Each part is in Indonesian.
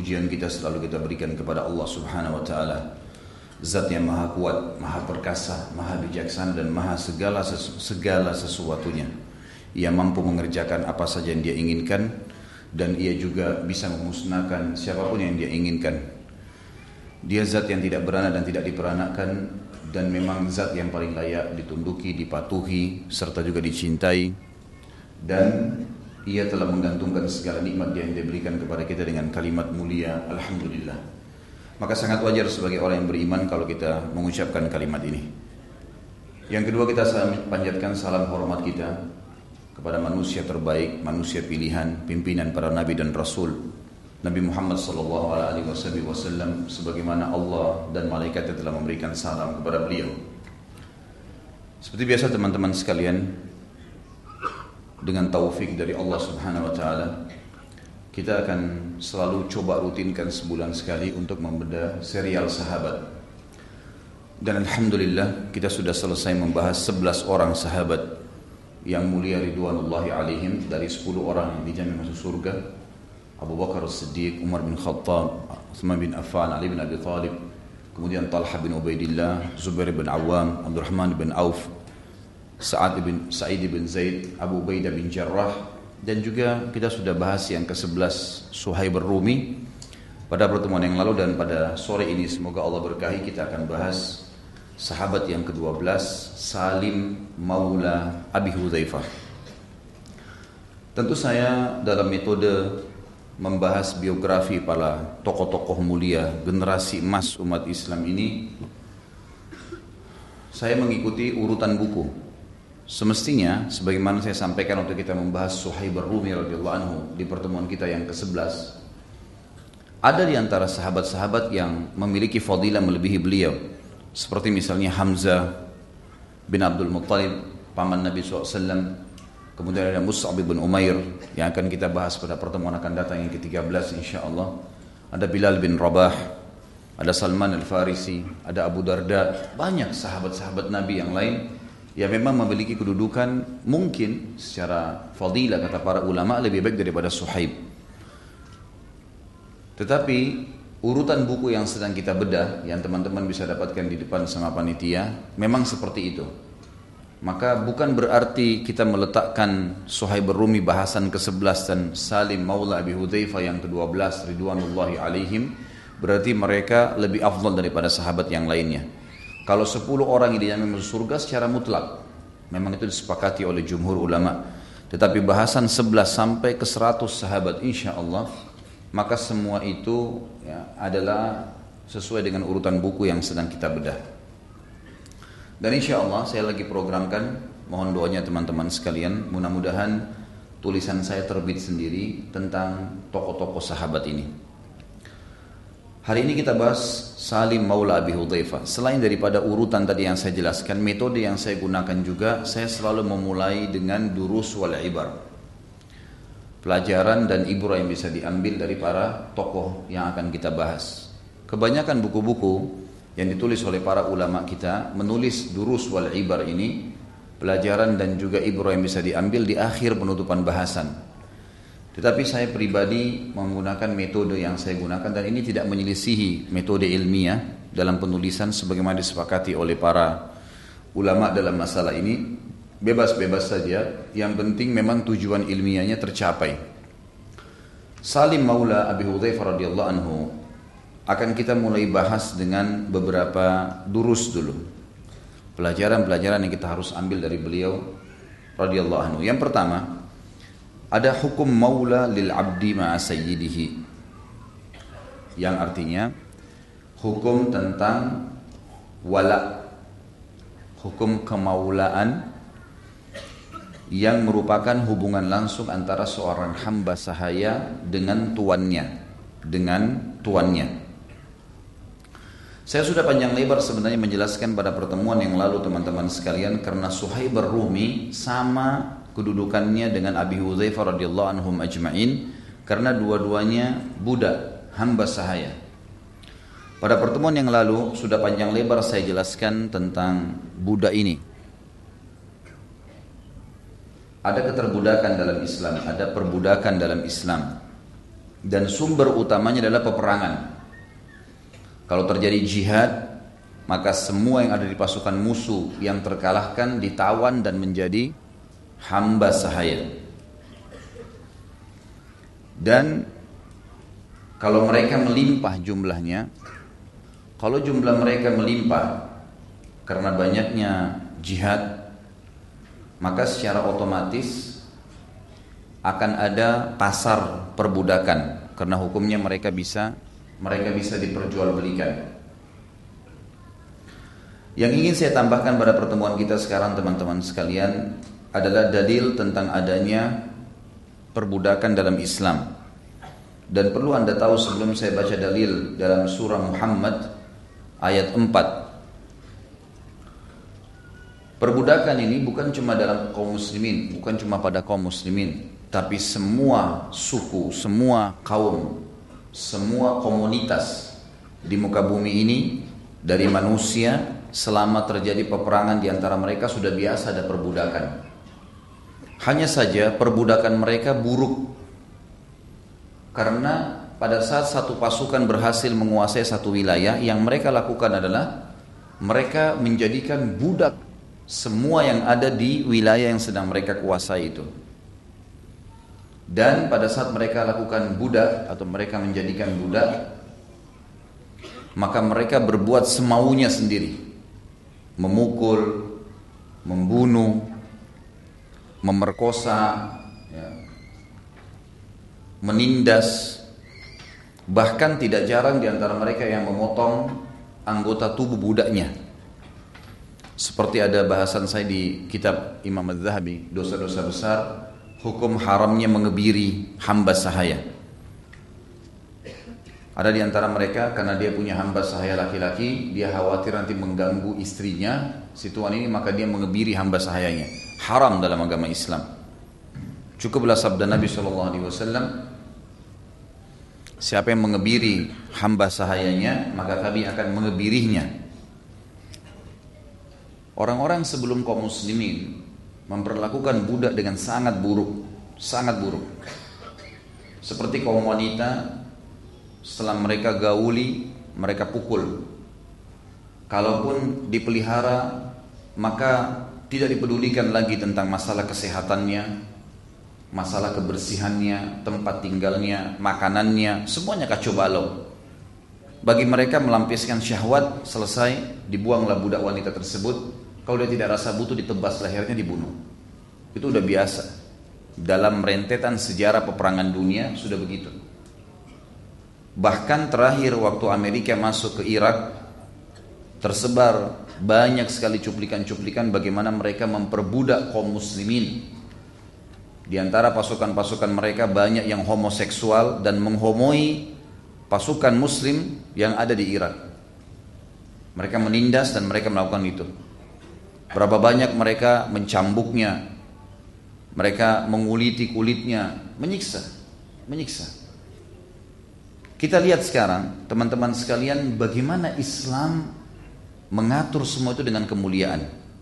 pujian kita selalu kita berikan kepada Allah Subhanahu wa taala. Zat yang maha kuat, maha perkasa, maha bijaksana dan maha segala sesuatunya. Ia mampu mengerjakan apa saja yang dia inginkan dan ia juga bisa memusnahkan siapapun yang dia inginkan. Dia zat yang tidak beranak dan tidak diperanakan dan memang zat yang paling layak ditunduki, dipatuhi serta juga dicintai. Dan ia telah menggantungkan segala nikmat yang dia berikan kepada kita dengan kalimat mulia Alhamdulillah. Maka sangat wajar sebagai orang yang beriman kalau kita mengucapkan kalimat ini. Yang kedua, kita panjatkan salam hormat kita kepada manusia terbaik, manusia pilihan, pimpinan para nabi dan rasul, Nabi Muhammad SAW, sebagaimana Allah dan malaikatnya telah memberikan salam kepada beliau. Seperti biasa teman-teman sekalian, dengan taufik dari Allah Subhanahu wa taala, kita akan selalu coba rutinkan sebulan sekali untuk membedah serial sahabat. Dan alhamdulillah kita sudah selesai membahas 11 orang sahabat yang mulia ridwanullahi alaihim, dari 10 orang yang dijamin masuk surga: Abu Bakar As-Siddiq, Umar bin Khattab, Uthman bin Affan, Ali bin Abi Thalib, kemudian Talha bin Ubaidillah, Zubair bin Awam, Abdurrahman bin Auf, Sa'id bin Zaid, Abu Ubaidah bin Jarrah, dan juga kita sudah bahas yang ke-11 Suhaib ar-Rumi pada pertemuan yang lalu. Dan pada sore ini semoga Allah berkahi, kita akan bahas sahabat yang ke-12 Salim Maula Abi Hudzaifah. Tentu saya dalam metode membahas biografi para tokoh-tokoh mulia generasi emas umat Islam ini, saya mengikuti urutan buku. Semestinya sebagaimana saya sampaikan waktu kita membahas Suhaib ar-Rumi radhiyallahu anhu di pertemuan kita yang ke-11, ada di antara sahabat-sahabat yang memiliki fadilah melebihi beliau, seperti misalnya Hamzah bin Abdul Muttalib, paman Nabi SAW. Kemudian ada Mus'ab bin Umair yang akan kita bahas pada pertemuan akan datang yang ke-13 insyaAllah. Ada Bilal bin Rabah, ada Salman al-Farisi, ada Abu Darda. Banyak sahabat-sahabat Nabi yang lain yang memang memiliki kedudukan mungkin secara fadilah kata para ulama lebih baik daripada Suhaib. Tetapi urutan buku yang sedang kita bedah, yang teman-teman bisa dapatkan di depan sama panitia, memang seperti itu. Maka bukan berarti kita meletakkan Suhaib ar-Rumi bahasan ke-11 dan Salim Maula Abi Hudzaifah yang ke-12 ridwanullahi alaihim berarti mereka lebih afdal daripada sahabat yang lainnya. Kalau 10 orang ini yang masuk surga secara mutlak, memang itu disepakati oleh jumhur ulama. Tetapi bahasan 11 sampai ke 100 sahabat insyaAllah, maka semua itu ya, adalah sesuai dengan urutan buku yang sedang kita bedah. Dan insyaAllah saya lagi programkan, mohon doanya teman-teman sekalian, mudah-mudahan tulisan saya terbit sendiri tentang tokoh-tokoh sahabat ini. Hari ini kita bahas Salim Maula Abi Hudzaifah. Selain daripada urutan tadi yang saya jelaskan, metode yang saya gunakan juga, saya selalu memulai dengan durus wal ibar, pelajaran dan ibrah yang bisa diambil dari para tokoh yang akan kita bahas. Kebanyakan buku-buku yang ditulis oleh para ulama kita menulis durus wal ibar ini, pelajaran dan juga ibrah yang bisa diambil di akhir penutupan bahasan. Tetapi saya pribadi menggunakan metode yang saya gunakan, dan ini tidak menyelisihi metode ilmiah dalam penulisan sebagaimana disepakati oleh para ulama dalam masalah ini. Bebas-bebas saja, yang penting memang tujuan ilmiahnya tercapai. Salim Maula Abi Hudzaifah radhiyallahu anhu akan kita mulai bahas dengan beberapa durus dulu, pelajaran-pelajaran yang kita harus ambil dari beliau radhiyallahu anhu. Yang pertama, ada hukum maula lil abdi ma'a sayyidihi, yang artinya hukum tentang wala, hukum kemaulaan yang merupakan hubungan langsung antara seorang hamba sahaya dengan tuannya. Saya sudah panjang lebar sebenarnya menjelaskan pada pertemuan yang lalu teman-teman sekalian, karena Suhaib ar-Rumi sama kedudukannya dengan Abi Hudzaifah radhiyallahu anhum ajma'in, karena dua-duanya budak, hamba sahaya. Pada pertemuan yang lalu sudah panjang lebar saya jelaskan tentang budak ini. Ada keterbudakan dalam Islam, ada perbudakan dalam Islam. dan sumber utamanya adalah peperangan. Kalau terjadi jihad, maka semua yang ada di pasukan musuh yang terkalahkan ditawan dan menjadi hamba sahaya. Dan kalau mereka melimpah jumlahnya, kalau jumlah mereka melimpah karena banyaknya jihad, maka secara otomatis akan ada pasar perbudakan, karena hukumnya mereka bisa diperjualbelikan. Yang ingin saya tambahkan pada pertemuan kita sekarang teman-teman sekalian adalah dalil tentang adanya perbudakan dalam Islam. Dan perlu Anda tahu sebelum saya baca dalil dalam surah Muhammad ayat 4, perbudakan ini bukan cuma dalam kaum muslimin, bukan cuma pada kaum muslimin, tapi semua suku, semua kaum, semua komunitas di muka bumi ini, dari manusia, selama terjadi peperangan di antara mereka sudah biasa ada perbudakan. Hanya saja perbudakan mereka buruk, karena pada saat satu pasukan berhasil menguasai satu wilayah, yang mereka lakukan adalah mereka menjadikan budak semua yang ada di wilayah yang sedang mereka kuasai itu. Dan pada saat mereka lakukan budak atau mereka menjadikan budak, maka mereka berbuat semaunya sendiri, memukul, membunuh, memerkosa, ya, menindas. Bahkan tidak jarang di antara mereka yang memotong anggota tubuh budaknya. Seperti ada bahasan saya di kitab Imam Az-Zahabi, dosa-dosa besar, hukum haramnya mengebiri hamba sahaya. Ada di antara mereka karena dia punya hamba sahaya laki-laki, dia khawatir nanti mengganggu istrinya, si tuan ini, maka dia mengebiri hamba sahayanya. Haram dalam agama Islam. Cukuplah sabda Nabi SAW, siapa yang mengebiri hamba sahayanya, maka kami akan mengebirinya. Orang-orang sebelum kaum muslimin memperlakukan budak dengan sangat buruk, sangat buruk. Seperti kaum wanita, setelah mereka gauli, mereka pukul. Kalaupun dipelihara, maka tidak dipedulikan lagi tentang masalah kesehatannya, masalah kebersihannya, tempat tinggalnya, makanannya, semuanya kacau balau. Bagi mereka melampiaskan syahwat, selesai, dibuanglah budak wanita tersebut. Kalau dia tidak rasa butuh, ditebas lehernya, dibunuh. Itu udah biasa. Dalam rentetan sejarah peperangan dunia sudah begitu. Bahkan terakhir waktu Amerika masuk ke Irak, tersebar banyak sekali cuplikan-cuplikan bagaimana mereka memperbudak kaum muslimin. Di antara pasukan-pasukan mereka banyak yang homoseksual dan menghomoi pasukan muslim yang ada di Irak. Mereka menindas dan mereka melakukan itu. Berapa banyak mereka mencambuknya, mereka menguliti kulitnya, menyiksa. Kita lihat sekarang teman-teman sekalian bagaimana Islam mengatur semua itu dengan kemuliaan.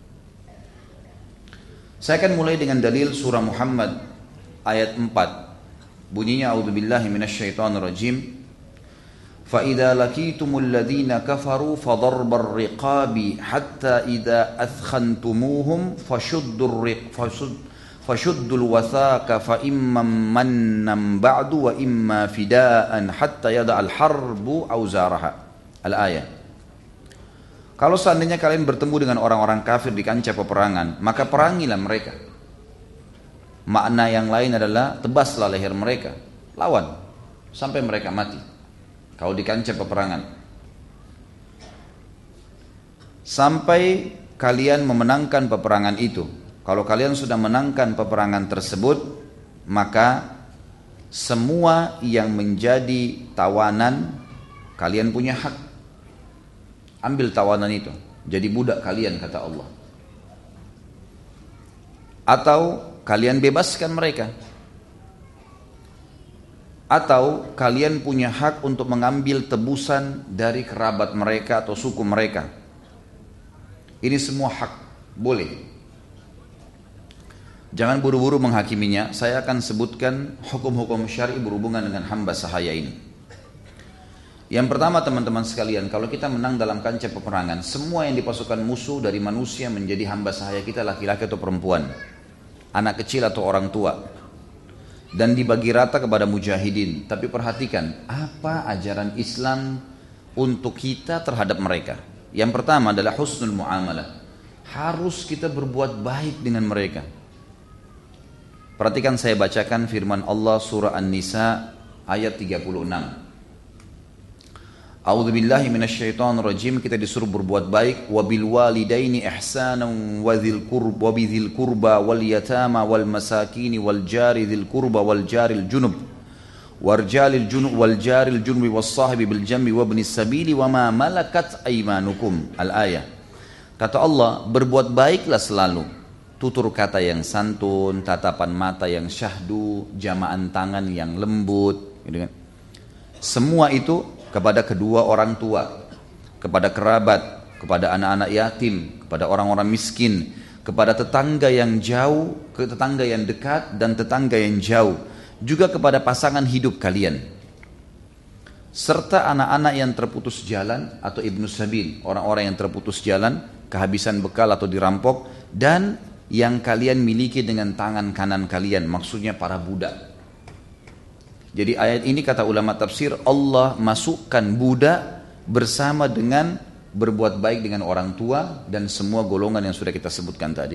Saya akan mulai dengan dalil surah Muhammad ayat 4. Bunyinya a'udzubillahi minasyaitonirrajim. فَإِذَا لَكِيتُمُ الَّذِينَ كَفَرُوا فَضَرْبَ الرِّقَابِ حَتَّى إِذَا أَثْخَنْتُمُوهُمْ فَشُدُّوا الْوَثَاقَ فَإِمَّا مَنًّا بَعْدُ وَإِمَّا فِدَاءً حَتَّى يَضَعَ الْحَرْبُ أَوْزَارَهَا. Al-ayah. Kalau seandainya kalian bertemu dengan orang-orang kafir di kancah peperangan, maka perangilah mereka. Makna yang lain adalah tebaslah leher mereka, lawan sampai mereka mati. Kalau di kancah peperangan, sampai kalian memenangkan peperangan itu. Kalau kalian sudah menangkan peperangan tersebut, maka semua yang menjadi tawanan kalian punya hak. Ambil tawanan itu, jadi budak kalian, kata Allah. Atau kalian bebaskan mereka. Atau kalian punya hak untuk mengambil tebusan dari kerabat mereka atau suku mereka. Ini semua hak, boleh. Jangan buru-buru menghakiminya. Saya akan sebutkan hukum-hukum syar'i berhubungan dengan hamba sahaya ini. Yang pertama teman-teman sekalian, kalau kita menang dalam kancah peperangan, semua yang dipasukan musuh dari manusia menjadi hamba sahaya kita, laki-laki atau perempuan, anak kecil atau orang tua, dan dibagi rata kepada mujahidin. Tapi perhatikan, apa ajaran Islam untuk kita terhadap mereka? Yang pertama adalah husnul muamalah. Harus kita berbuat baik dengan mereka. Perhatikan, saya bacakan firman Allah surah An-Nisa ayat 36. A'udzubillahi minasyaitonirrajim. Kita disuruh berbuat baik. Wabil walidaini ihsanan wa bidzil qurba wal yatama wal masakini wal jari dzil qurba wal jaril junub warjalil junub wal jaril junubi was sahibi bil jambi wabnis sabili wama malakat aymanukum. Al-ayah. Kata Allah, berbuat baiklah selalu. Tutur kata yang santun, tatapan mata yang syahdu, jamaan tangan yang lembut, gitu kan. Semua itu kepada kedua orang tua, kepada kerabat, kepada anak-anak yatim, kepada orang-orang miskin, kepada tetangga yang jauh, ke tetangga yang dekat dan tetangga yang jauh, juga kepada pasangan hidup kalian, serta anak-anak yang terputus jalan atau ibnu sabil, orang-orang yang terputus jalan, kehabisan bekal atau dirampok, dan yang kalian miliki dengan tangan kanan kalian, maksudnya para budak. Jadi ayat ini kata ulama tafsir, Allah masukkan budak bersama dengan berbuat baik dengan orang tua dan semua golongan yang sudah kita sebutkan tadi.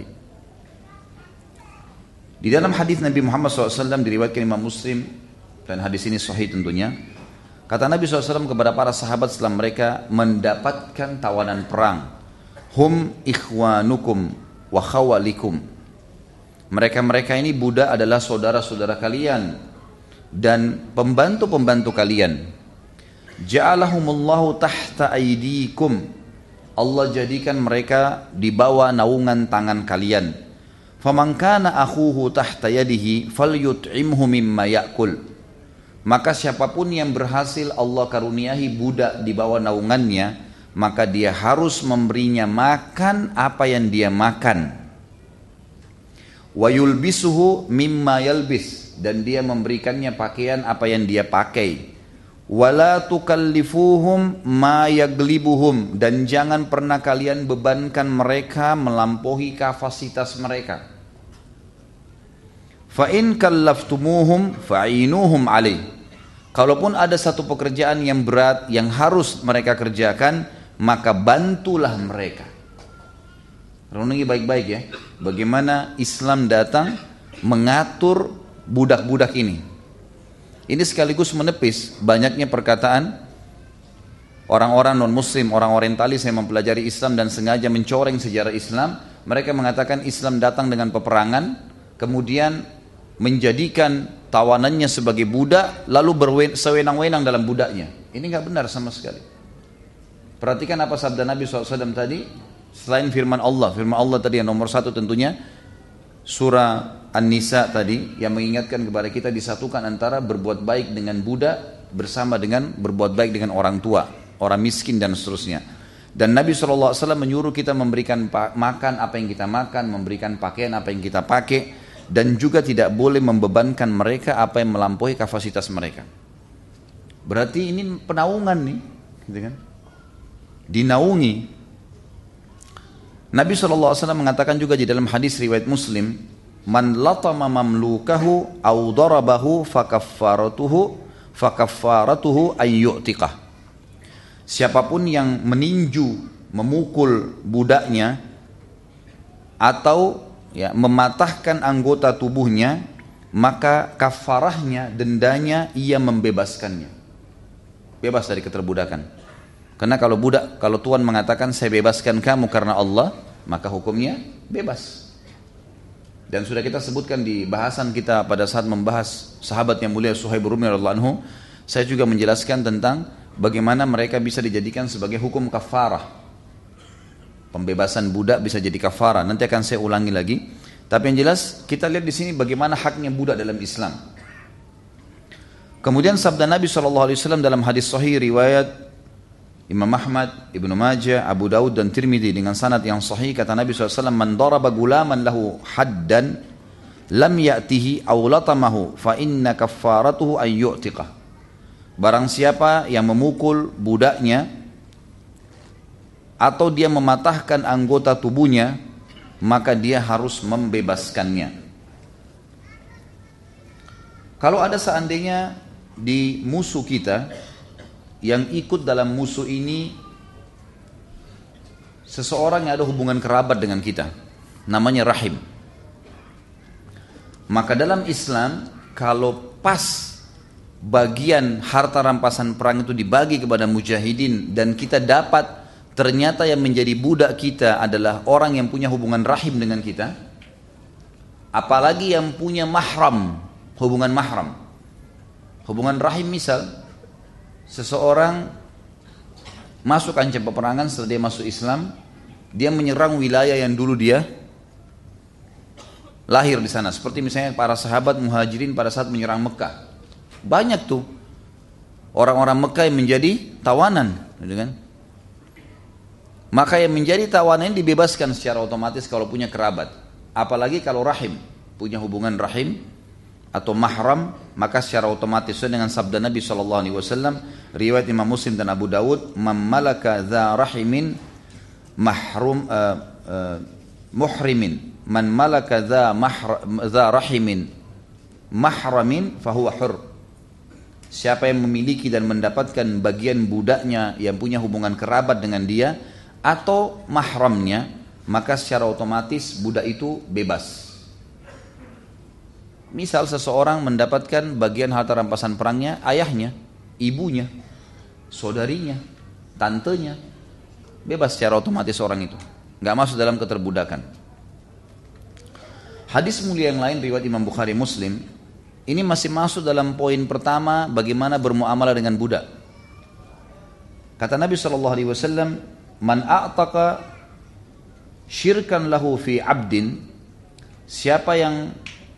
Di dalam hadis Nabi Muhammad SAW diriwayatkan Imam Muslim, dan hadis ini sahih tentunya, kata Nabi SAW kepada para sahabat setelah mereka mendapatkan tawanan perang, hum ikhwanukum wa khawalikum. Mereka-mereka ini budak adalah saudara-saudara kalian dan pembantu-pembantu kalian. Ja'alahumullahu tahta aydikum. Allah jadikan mereka di bawah naungan tangan kalian. Faman kana akhuhu tahta yadihi falyut'imhu mimma ya'kul. Maka siapapun yang berhasil Allah karuniahi budak di bawah naungannya, maka dia harus memberinya makan apa yang dia makan. Wa yulbisuhu mimma yalbis, dan dia memberikannya pakaian apa yang dia pakai. Wala tukallifuhum ma yaglibuhum, dan jangan pernah kalian bebankan mereka melampaui kapasitas mereka. Fa in kallaftumuhum fa'inuhum alaih. Kalaupun ada satu pekerjaan yang berat yang harus mereka kerjakan, maka bantulah mereka. Renungi baik-baik ya, bagaimana Islam datang mengatur budak-budak ini. Ini sekaligus menepis banyaknya perkataan orang-orang non-muslim, orang orientalis yang mempelajari Islam dan sengaja mencoreng sejarah Islam. Mereka mengatakan Islam datang dengan peperangan, kemudian menjadikan tawanannya sebagai budak, lalu bersewenang-wenang dalam budaknya. Ini nggak benar sama sekali. Perhatikan apa sabda Nabi SAW tadi, selain firman Allah tadi yang nomor satu tentunya, surah An-Nisa tadi, yang mengingatkan kepada kita disatukan antara berbuat baik dengan budak bersama dengan berbuat baik dengan orang tua, orang miskin dan seterusnya. Dan Nabi SAW menyuruh kita memberikan makan apa yang kita makan, memberikan pakaian apa yang kita pakai, dan juga tidak boleh membebankan mereka apa yang melampaui kapasitas mereka. Berarti ini penaungan nih, gitu kan? Dinaungi. Nabi SAW mengatakan juga di dalam hadis riwayat Muslim, man latama mamlukahu au darabahu fakaffaratuhu ayyu'tiqah. Siapapun yang meninju, memukul budaknya atau ya, mematahkan anggota tubuhnya, maka kafarahnya, dendanya, ia membebaskannya. Bebas dari keterbudakan. Karena kalau Tuhan mengatakan saya bebaskan kamu karena Allah, maka hukumnya bebas. Dan sudah kita sebutkan di bahasan kita pada saat membahas sahabat yang mulia Suhaib Rumi radhiyallahu anhu, saya juga menjelaskan tentang bagaimana mereka bisa dijadikan sebagai hukum kafarah. Pembebasan budak bisa jadi kafarah. Nanti akan saya ulangi lagi. Tapi yang jelas kita lihat di sini bagaimana haknya budak dalam Islam. Kemudian sabda Nabi SAW dalam hadis sahih riwayat Imam Ahmad, Ibnu Majah, Abu Daud dan Tirmidzi dengan sanad yang sahih, kata Nabi SAW, man daraba gulaman lahu haddan lam ya'tihi aw latamahu fa inna kaffaratuhu ay yu'tiqah. Barang siapa yang memukul budaknya atau dia mematahkan anggota tubuhnya, maka dia harus membebaskannya. Kalau ada seandainya di musuh kita yang ikut dalam musuh ini seseorang yang ada hubungan kerabat dengan kita, namanya rahim. Maka dalam Islam, kalau pas bagian harta rampasan perang itu dibagi kepada mujahidin dan kita dapat ternyata yang menjadi budak kita adalah orang yang punya hubungan rahim dengan kita, apalagi yang punya mahram, hubungan mahram. Hubungan rahim, misal seseorang masuk kancah peperangan setelah dia masuk Islam, dia menyerang wilayah yang dulu dia lahir di sana, seperti misalnya para sahabat muhajirin pada saat menyerang Mekah. Banyak tuh orang-orang Mekah yang menjadi tawanan, gitu kan? Maka yang menjadi tawanan dibebaskan secara otomatis kalau punya kerabat. Apalagi kalau rahim, punya hubungan rahim atau mahram, maka secara otomatis sesuai dengan sabda Nabi SAW, riwayat Imam Muslim dan Abu Dawud, "Man malaka dza rahimin muhrimin, man malaka dza rahimin mahramin fahuwa hur." Siapa yang memiliki dan mendapatkan bagian budaknya yang punya hubungan kerabat dengan dia atau mahramnya, maka secara otomatis budak itu bebas. Misal seseorang mendapatkan bagian harta rampasan perangnya ayahnya, ibunya, saudarinya, tantenya, bebas secara otomatis orang itu, nggak masuk dalam keterbudakan. Hadis mulia yang lain riwayat Imam Bukhari Muslim, ini masih masuk dalam poin pertama bagaimana bermuamalah dengan budak. Kata Nabi SAW, "Man a'taqa syirkan lahu fi abdin," siapa yang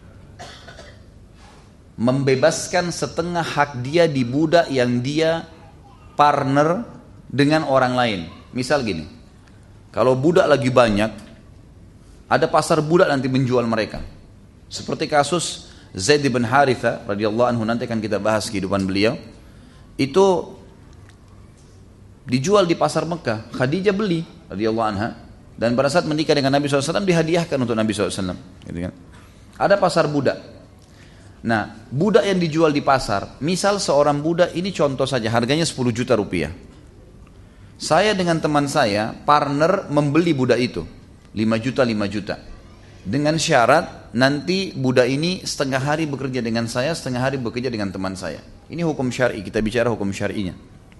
membebaskan setengah hak dia di budak yang dia partner dengan orang lain. Misal gini, kalau budak lagi banyak, ada pasar budak nanti menjual mereka. Seperti kasus Zaid bin Haritha radhiyallahu anhu, nanti akan kita bahas kehidupan beliau. Itu dijual di pasar Mekah. Khadijah beli radhiyallahu anha, dan pada saat menikah dengan Nabi SAW dihadiahkan untuk Nabi SAW. Gitu kan? Ada pasar budak. Nah, budak yang dijual di pasar, misal seorang budak ini contoh saja harganya 10 juta rupiah. Saya dengan teman saya partner membeli budak itu 5 juta 5 juta. Dengan syarat nanti budak ini setengah hari bekerja dengan saya, setengah hari bekerja dengan teman saya. Ini hukum syar'i, kita bicara hukum syar'inya.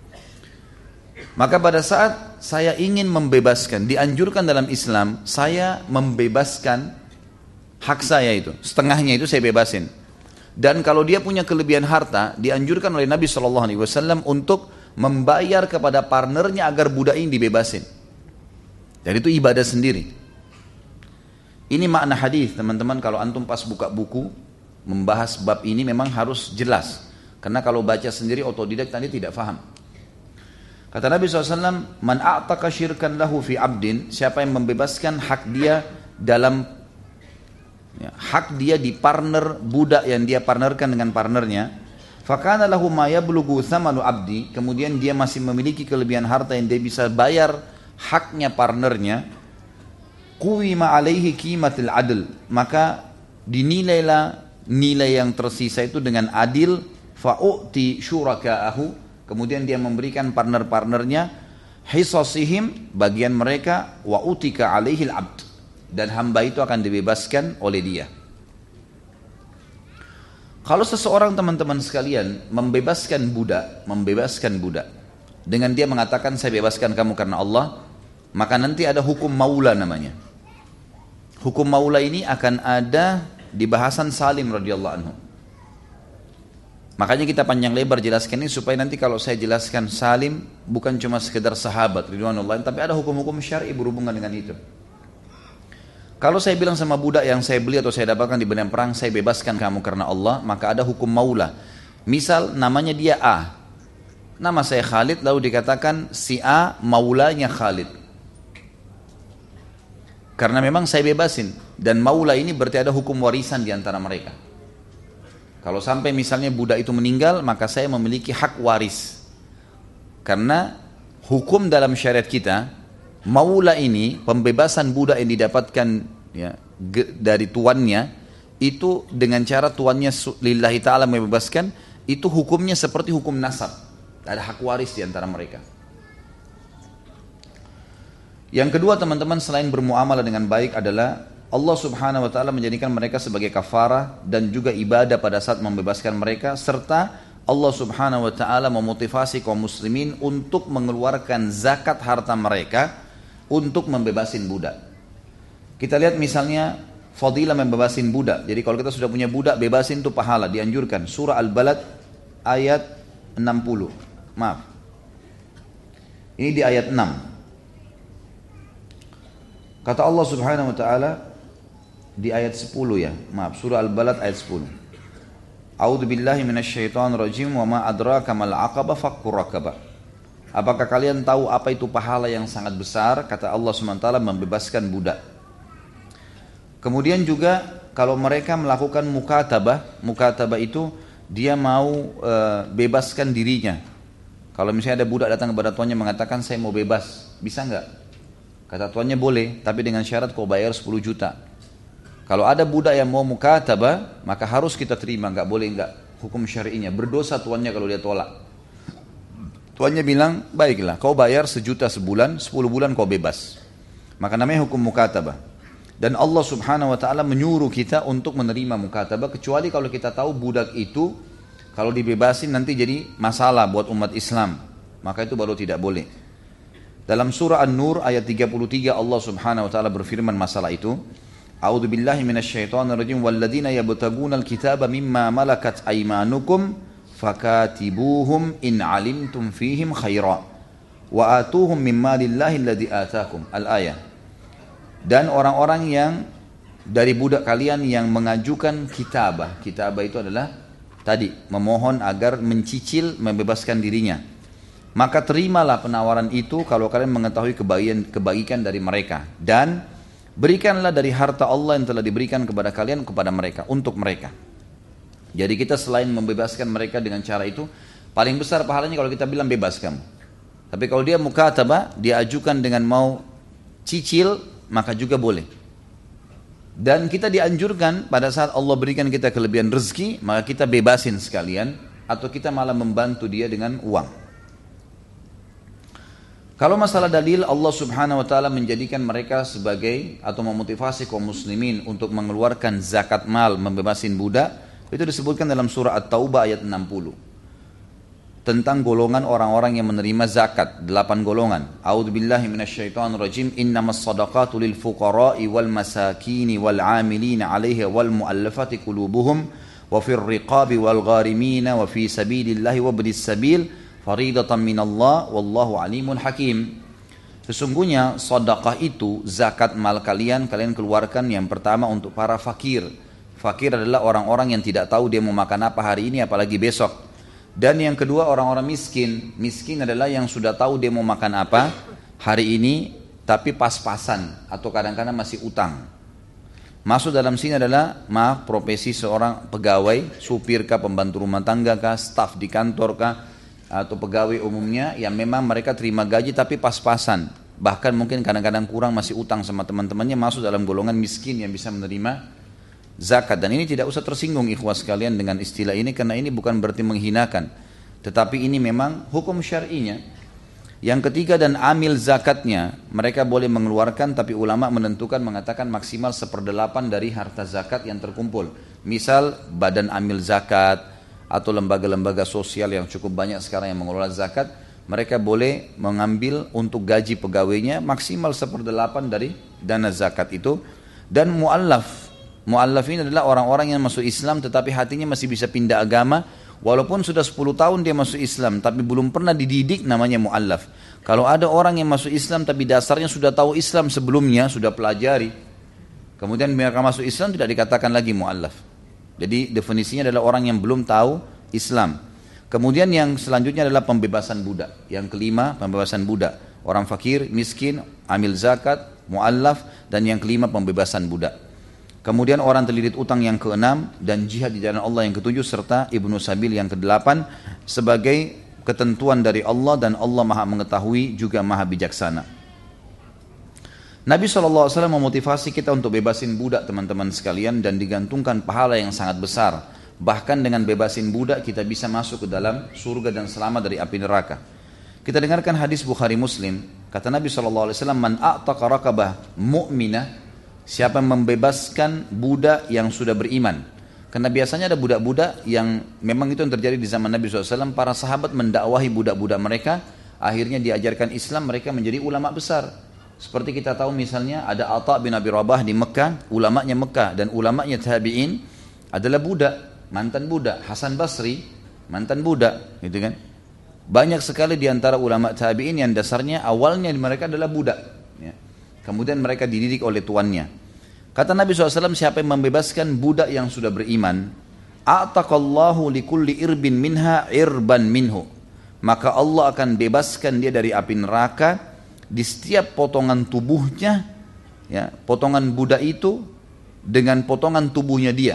Maka pada saat saya ingin membebaskan, dianjurkan dalam Islam, saya membebaskan hak saya itu, setengahnya itu saya bebasin. Dan kalau dia punya kelebihan harta, dianjurkan oleh Nabi SAW untuk membayar kepada partnernya agar budak ini dibebasin. Dan itu ibadah sendiri. Ini makna hadis, teman-teman. Kalau antum pas buka buku membahas bab ini memang harus jelas. Karena kalau baca sendiri otodidak tadi tidak faham. Kata Nabi SAW, "Man a'taqa syirkan lahu fi abdin," siapa yang membebaskan hak dia dalam hak dia di partner budak yang dia partnerkan dengan partnernya, fakana lahu ma yablughu thamanu abdi, kemudian dia masih memiliki kelebihan harta yang dia bisa bayar haknya partnernya, quwima alaihi qimatul adl, maka dinilailah nilai yang tersisa itu dengan adil, fa'u'ti syuraka'ahu, kemudian dia memberikan partner-partnernya hisasihim, bagian mereka, wa'utika alaihil abd, dan hamba itu akan dibebaskan oleh dia. Kalau seseorang, teman-teman sekalian, membebaskan budak dengan dia mengatakan saya bebaskan kamu karena Allah, maka nanti ada hukum maula namanya. Hukum maula ini akan ada di bahasan Salim radhiyallahu anhu. Makanya kita panjang lebar jelaskan ini supaya nanti kalau saya jelaskan Salim bukan cuma sekedar sahabat ridwanullah, tapi ada hukum-hukum syar'i berhubungan dengan itu. Kalau saya bilang sama budak yang saya beli atau saya dapatkan di medan perang, saya bebaskan kamu karena Allah, maka ada hukum maula. Misal namanya dia A, nama saya Khalid, lalu dikatakan si A maulanya Khalid. Karena memang saya bebasin. Dan maula ini berarti ada hukum warisan di antara mereka. Kalau sampai misalnya budak itu meninggal, maka saya memiliki hak waris. Karena hukum dalam syariat kita, maula ini, pembebasan budak yang didapatkan ya, dari tuannya, itu dengan cara tuannya lillahi ta'ala membebaskan, itu hukumnya seperti hukum nasab. Ada hak waris di antara mereka. Yang kedua teman-teman, selain bermuamalah dengan baik adalah Allah subhanahu wa ta'ala menjadikan mereka sebagai kafarah dan juga ibadah pada saat membebaskan mereka, serta Allah subhanahu wa ta'ala memotivasi kaum muslimin untuk mengeluarkan zakat harta mereka untuk membebasin budak. Kita lihat misalnya fadilah membebasin budak. Jadi kalau kita sudah punya budak, bebasin itu pahala, dianjurkan. Surah Al-Balad ayat 60. Maaf. Ini di ayat 6. Kata Allah subhanahu wa ta'ala di ayat 10 ya. Maaf, surah Al-Balad ayat 10. A'udzu billahi minasyaitonir rajim wa ma adraka mal aqabah fakkur raqabah. Apakah kalian tahu apa itu pahala yang sangat besar? Kata Allah SWT, membebaskan budak. Kemudian juga kalau mereka melakukan mukatabah itu dia mau bebaskan dirinya. Kalau misalnya ada budak datang kepada tuannya mengatakan saya mau bebas, bisa enggak? Kata tuannya boleh, tapi dengan syarat kau bayar 10 juta. Kalau ada budak yang mau mukatabah, maka harus kita terima, enggak boleh enggak. Hukum syari'inya, berdosa tuannya kalau dia tolak. Tuannya bilang, baiklah, kau bayar 1 juta sebulan, 10 bulan kau bebas. Maka namanya hukum mukatabah. Dan Allah subhanahu wa ta'ala menyuruh kita untuk menerima mukatabah, kecuali kalau kita tahu budak itu, kalau dibebasin nanti jadi masalah buat umat Islam. Maka itu baru tidak boleh. Dalam surah An-Nur ayat 33 Allah subhanahu wa ta'ala berfirman masalah itu. A'udzu billahi minasyaitonir rajim walladzina yabtagunal kitaba mimma malakat aymanukum fakatibuhum in alimtum fihim khaira wa atuhum mimma lillahi alladzi atakum. Al-ayah. Dan orang-orang yang dari budak kalian yang mengajukan kitabah. Kitabah itu adalah tadi memohon agar mencicil membebaskan dirinya. Maka terimalah penawaran itu kalau kalian mengetahui kebaikan dari mereka. Dan berikanlah dari harta Allah yang telah diberikan kepada kalian kepada mereka, untuk mereka. Jadi kita selain membebaskan mereka dengan cara itu, paling besar pahalanya kalau kita bilang bebas kamu. Tapi kalau dia mukatabah, dia ajukan dengan mau cicil, maka juga boleh. Dan kita dianjurkan pada saat Allah berikan kita kelebihan rezeki, maka kita bebasin sekalian, atau kita malah membantu dia dengan uang. Kalau masalah dalil, Allah subhanahu wa ta'ala menjadikan mereka sebagai atau memotivasi kaum muslimin untuk mengeluarkan zakat mal, membebasin budak. Itu disebutkan dalam surah At-Taubah ayat 60. Tentang golongan orang-orang yang menerima zakat, 8 golongan. A'udzu billahi minasyaitonir rajim. Innamas shadaqatu lil fuqara'i wal masakini wal 'amilina 'alaiha wal mu'allafati qulubuhum wa fir riqabi wal gharimina wa fi sabilillahi wa ibnis sabil. Faridatan minallah wallahu alimun hakim. Sesungguhnya sedekah itu, zakat mal kalian keluarkan yang pertama untuk para fakir. Fakir adalah orang-orang yang tidak tahu dia mau makan apa hari ini apalagi besok. Dan yang kedua orang-orang miskin. Miskin adalah yang sudah tahu dia mau makan apa hari ini tapi pas-pasan atau kadang-kadang masih utang. Masuk dalam sini adalah profesi seorang pegawai, supir kah, pembantu rumah tangga kah, staf di kantor kah, atau pegawai umumnya yang memang mereka terima gaji tapi pas-pasan, bahkan mungkin kadang-kadang kurang, masih utang sama teman-temannya, masuk dalam golongan miskin yang bisa menerima zakat. Dan ini tidak usah tersinggung ikhwah sekalian dengan istilah ini, karena ini bukan berarti menghinakan, tetapi ini memang hukum syar'inya. Yang ketiga, dan amil zakatnya mereka boleh mengeluarkan, tapi ulama menentukan mengatakan maksimal 1/8 dari harta zakat yang terkumpul. Misal badan amil zakat atau lembaga-lembaga sosial yang cukup banyak sekarang yang mengelola zakat, mereka boleh mengambil untuk gaji pegawainya maksimal 1/8 dari dana zakat itu. Dan mu'allaf ini adalah orang-orang yang masuk Islam tetapi hatinya masih bisa pindah agama, walaupun sudah 10 tahun dia masuk Islam tapi belum pernah dididik, namanya mu'allaf. Kalau ada orang yang masuk Islam tapi dasarnya sudah tahu Islam sebelumnya, sudah pelajari, kemudian mereka masuk Islam, tidak dikatakan lagi mu'allaf. Jadi definisinya adalah orang yang belum tahu Islam. Kemudian yang selanjutnya adalah pembebasan budak. Yang kelima, pembebasan budak. Orang fakir, miskin, amil zakat, mu'allaf, dan yang kelima pembebasan budak. Kemudian orang terlilit utang yang keenam, dan jihad di jalan Allah yang ketujuh, serta Ibnu Sabil yang kedelapan, sebagai ketentuan dari Allah, dan Allah maha mengetahui juga maha bijaksana. Nabi SAW memotivasi kita untuk bebasin budak teman-teman sekalian, dan digantungkan pahala yang sangat besar. Bahkan dengan bebasin budak kita bisa masuk ke dalam surga dan selamat dari api neraka. Kita dengarkan hadis Bukhari Muslim, kata Nabi SAW, man a'taqa raqabah mu'minah, siapa yang membebaskan budak yang sudah beriman. Karena biasanya ada budak-budak yang memang itu yang terjadi di zaman Nabi SAW, para sahabat mendakwahi budak-budak mereka, akhirnya diajarkan Islam, mereka menjadi ulama besar. Seperti kita tahu misalnya ada Atha bin Abi Rabah di Mekah, ulamanya Mekah dan ulamanya tabi'in adalah budak, mantan budak. Hasan Basri, mantan budak, gitu kan. Banyak sekali di antara ulama tabi'in yang dasarnya awalnya mereka adalah budak, ya. Kemudian mereka dididik oleh tuannya. Kata Nabi SAW, siapa yang membebaskan budak yang sudah beriman, a'taqallahu likulli irbin minha irban minhu, maka Allah akan bebaskan dia dari api neraka di setiap potongan tubuhnya, ya, potongan budak itu dengan potongan tubuhnya dia.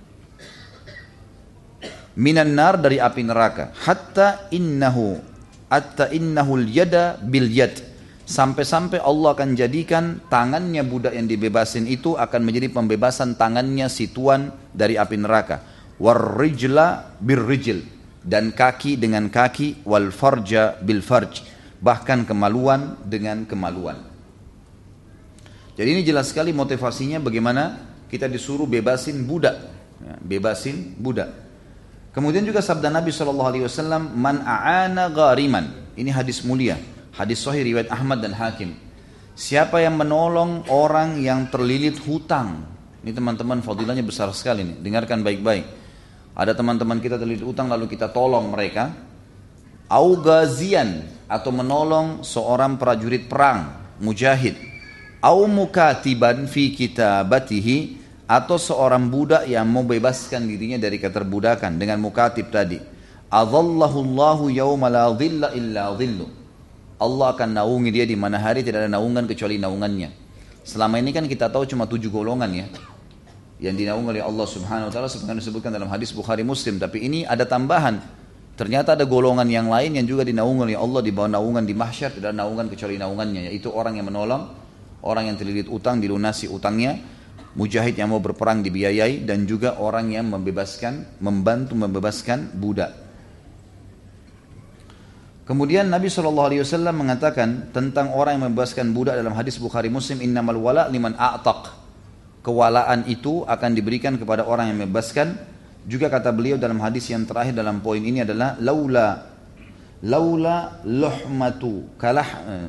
Minan nar, dari api neraka, hatta innahu al-yada bil yad, sampai-sampai Allah akan jadikan tangannya budak yang dibebasin itu akan menjadi pembebasan tangannya si tuan dari api neraka. War rijla bir rijl, dan kaki dengan kaki, wal farja bil farj, bahkan kemaluan dengan kemaluan. Jadi ini jelas sekali motivasinya bagaimana kita disuruh bebasin budak, ya, bebasin budak. Kemudian juga sabda Nabi SAW, man a'ana ghariman, ini hadis mulia, hadis sahih riwayat Ahmad dan Hakim. Siapa yang menolong orang yang terlilit hutang, ini teman-teman fadilahnya besar sekali nih, dengarkan baik-baik. Ada teman-teman kita terlilit hutang lalu kita tolong mereka, au ghazian, atau menolong seorang prajurit perang, mujahid, au mukatiban fi kitabatihi, atau seorang budak yang mau bebaskan dirinya dari keterbudakan dengan mukatib tadi. Adhallahullahu yawma la dhilla illa dhillu, Allah akan naungi dia di mana hari tidak ada naungan kecuali naungannya. Selama ini kan kita tahu cuma 7 golongan ya yang dinaungi oleh Allah Subhanahu wa taala, seperti yang disebutkan dalam hadis Bukhari Muslim, tapi ini ada tambahan. Ternyata ada golongan yang lain yang juga dinaungi oleh Allah, di bawah naungan di mahsyar, tidak ada naungan kecuali naungannya, yaitu orang yang menolong orang yang terlilit utang, dilunasi utangnya, mujahid yang mau berperang dibiayai, dan juga orang yang membantu membebaskan budak. Kemudian Nabi SAW mengatakan tentang orang yang membebaskan budak dalam hadis Bukhari Muslim, innamal wala liman a'taq, kewalaan itu akan diberikan kepada orang yang membebaskan. Juga kata beliau dalam hadis yang terakhir dalam poin ini adalah laula luhmatu kalah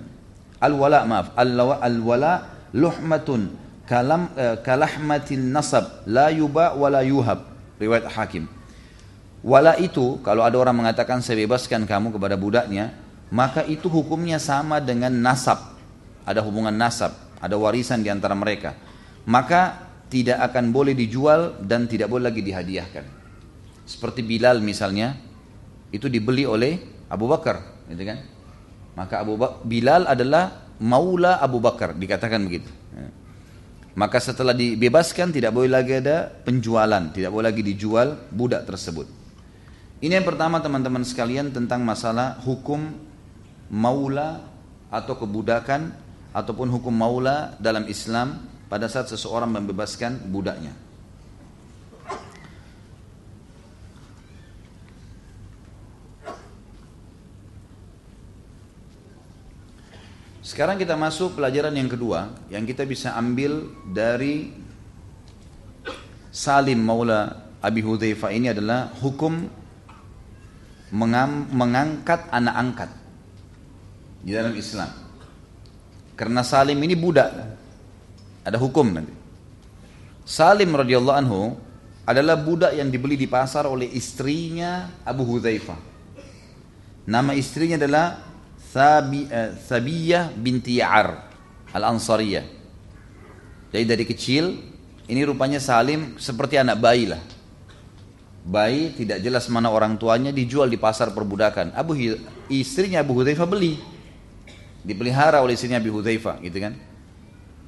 al-wala luhmatun kalahmatil nasab la yuba wa la yuhab, riwayat Hakim. Wala itu, kalau ada orang mengatakan saya bebaskan kamu kepada budaknya, maka itu hukumnya sama dengan nasab, ada hubungan nasab, ada warisan di antara mereka, maka tidak akan boleh dijual dan tidak boleh lagi dihadiahkan. Seperti Bilal misalnya, itu dibeli oleh Abu Bakar, gitu kan? Maka Bilal adalah maula Abu Bakar, dikatakan begitu. Maka setelah dibebaskan tidak boleh lagi ada penjualan, tidak boleh lagi dijual budak tersebut. Ini yang pertama teman-teman sekalian tentang masalah hukum maula atau kebudakan ataupun hukum maula dalam Islam pada saat seseorang membebaskan budaknya. Sekarang kita masuk pelajaran yang kedua yang kita bisa ambil dari Salim maula Abi Hudzaifah ini adalah hukum mengangkat anak angkat di dalam Islam. Karena Salim ini budak, ada hukum nanti. Salim radhiyallahu anhu adalah budak yang dibeli di pasar oleh istrinya Abu Hudzaifah. Nama istrinya adalah Thabiyah binti Ya'ar Al-Ansariyah. Jadi dari kecil ini rupanya Salim seperti anak bayi lah. Bayi tidak jelas mana orang tuanya, dijual di pasar perbudakan. Istrinya Abu Hudzaifah beli, dipelihara oleh istrinya Abu Hudzaifah, gitu kan.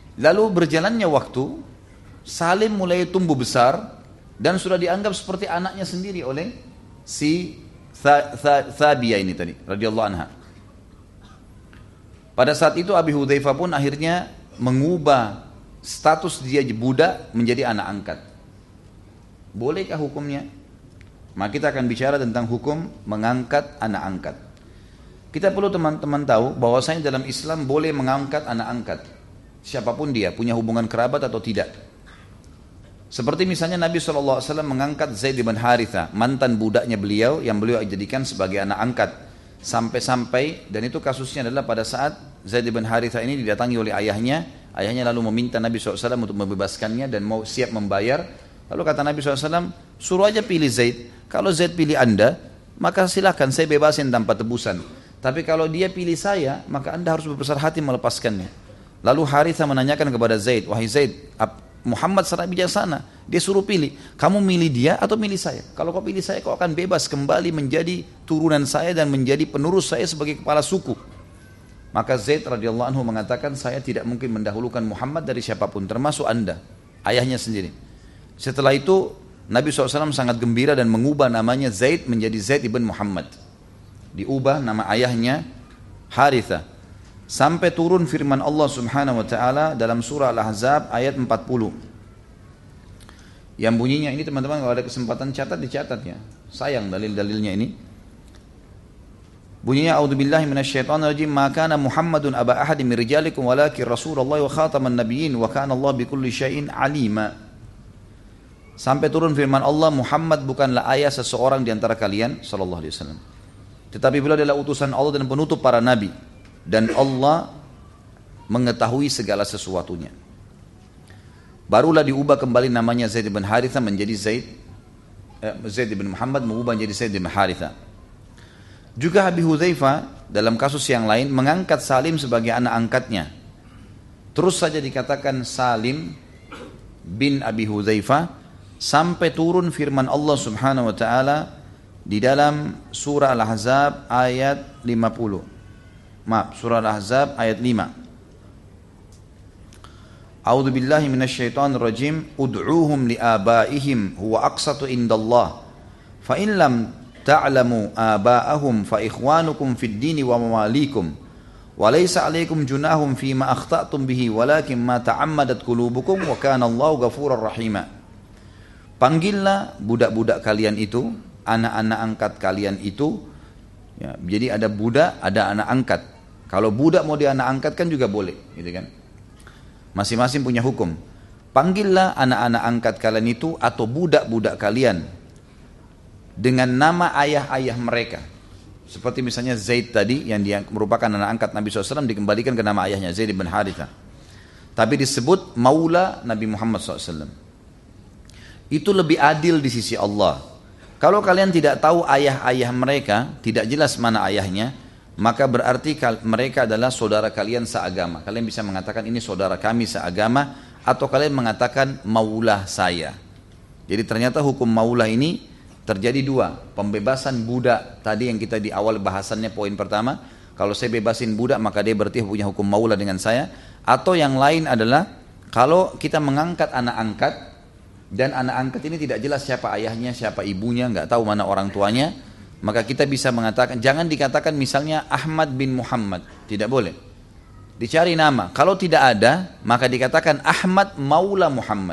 Lalu berjalannya waktu, Salim mulai tumbuh besar dan sudah dianggap seperti anaknya sendiri oleh si Thabiyah ini tadi, radhiyallahu anha. Pada saat itu Abi Hudzaifah pun akhirnya mengubah status dia budak menjadi anak angkat. Bolehkah hukumnya? Maka kita akan bicara tentang hukum mengangkat anak angkat. Kita perlu teman-teman tahu bahwasanya dalam Islam boleh mengangkat anak angkat. Siapapun dia, punya hubungan kerabat atau tidak. Seperti misalnya Nabi SAW mengangkat Zaid bin Haritha, mantan budaknya beliau yang beliau jadikan sebagai anak angkat. Sampai-sampai, dan itu kasusnya adalah pada saat Zaid bin Haritha ini didatangi oleh ayahnya. Ayahnya lalu meminta Nabi SAW untuk membebaskannya dan mau siap membayar. Lalu kata Nabi SAW, suruh aja pilih Zaid. Kalau Zaid pilih anda, maka silakan saya bebasin tanpa tebusan. Tapi kalau dia pilih saya, maka anda harus berbesar hati melepaskannya. Lalu Haritha menanyakan kepada Zaid, wahai Zaid, Muhammad sangat bijaksana, dia suruh pilih, kamu milih dia atau milih saya? Kalau kau pilih saya, kau akan bebas kembali menjadi turunan saya dan menjadi penerus saya sebagai kepala suku. Maka Zaid radhiyallahu anhu mengatakan, saya tidak mungkin mendahulukan Muhammad dari siapapun, termasuk anda, ayahnya sendiri. Setelah itu Nabi SAW sangat gembira dan mengubah namanya Zaid menjadi Zaid ibn Muhammad. Diubah nama ayahnya Haritha. Sampai turun firman Allah Subhanahu wa taala dalam surah Al-Ahzab ayat 40. Yang bunyinya ini teman-teman kalau ada kesempatan dicatat ya. Sayang dalil-dalilnya ini. Bunyinya a'udzubillahi minasyaitonirrajim, ma kana Muhammadun aba ahadin min rijalikum walakin Rasulullah wa khataman nabiyyin wa kana Allah bikulli syai'in alima. Sampai turun firman Allah, Muhammad bukanlah ayah seseorang di antara kalian sallallahu alaihi wasallam. Tetapi beliau adalah utusan Allah dan penutup para nabi. Dan Allah mengetahui segala sesuatunya. Barulah diubah kembali namanya Zaid bin Haritha menjadi Zaid bin Muhammad, mengubah menjadi Zaid bin Haritha. Juga Abi Hudzaifah dalam kasus yang lain mengangkat Salim sebagai anak angkatnya. Terus saja dikatakan Salim bin Abi Hudzaifah sampai turun firman Allah Subhanahu wa taala di dalam surah Al-Ahzab ayat 50. Surah Al-Ahzab ayat 5. A'udzu billahi minasyaitonir rajim. Ud'uuhum liabaihim huwa aqsatu indallah. Fa in lam ta'lamu aba'ahum fa ikhwanukum fid dini wa mawalikum. Wa laysa 'alaikum junahum fima akhta'tum bihi walakin ma ta'ammadat qulubukum wa kana Allahu ghafurar rahima. Panggillah budak-budak kalian itu, anak-anak angkat kalian itu. Ya, jadi ada budak, ada anak angkat. Kalau budak mau dianak angkat kan juga boleh, gitu kan? Masing-masing punya hukum. Panggillah anak-anak angkat kalian itu atau budak-budak kalian dengan nama ayah-ayah mereka. Seperti misalnya Zaid tadi yang dia merupakan anak angkat Nabi SAW dikembalikan ke nama ayahnya Zaid bin Haritha. Tapi disebut maula Nabi Muhammad SAW. Itu lebih adil di sisi Allah. Kalau kalian tidak tahu ayah-ayah mereka, tidak jelas mana ayahnya, maka berarti mereka adalah saudara kalian seagama. Kalian bisa mengatakan ini saudara kami seagama, atau kalian mengatakan maulah saya. Jadi ternyata hukum maulah ini terjadi dua. Pembebasan budak tadi yang kita di awal bahasannya poin pertama. Kalau saya bebasin budak maka dia berarti punya hukum maulah dengan saya. Atau yang lain adalah kalau kita mengangkat anak angkat dan anak angkat ini tidak jelas siapa ayahnya, siapa ibunya, nggak tahu mana orang tuanya, maka kita bisa mengatakan, jangan dikatakan misalnya Ahmad bin Muhammad, tidak boleh. Dicari nama, kalau tidak ada, maka dikatakan Ahmad Maula Muhammad.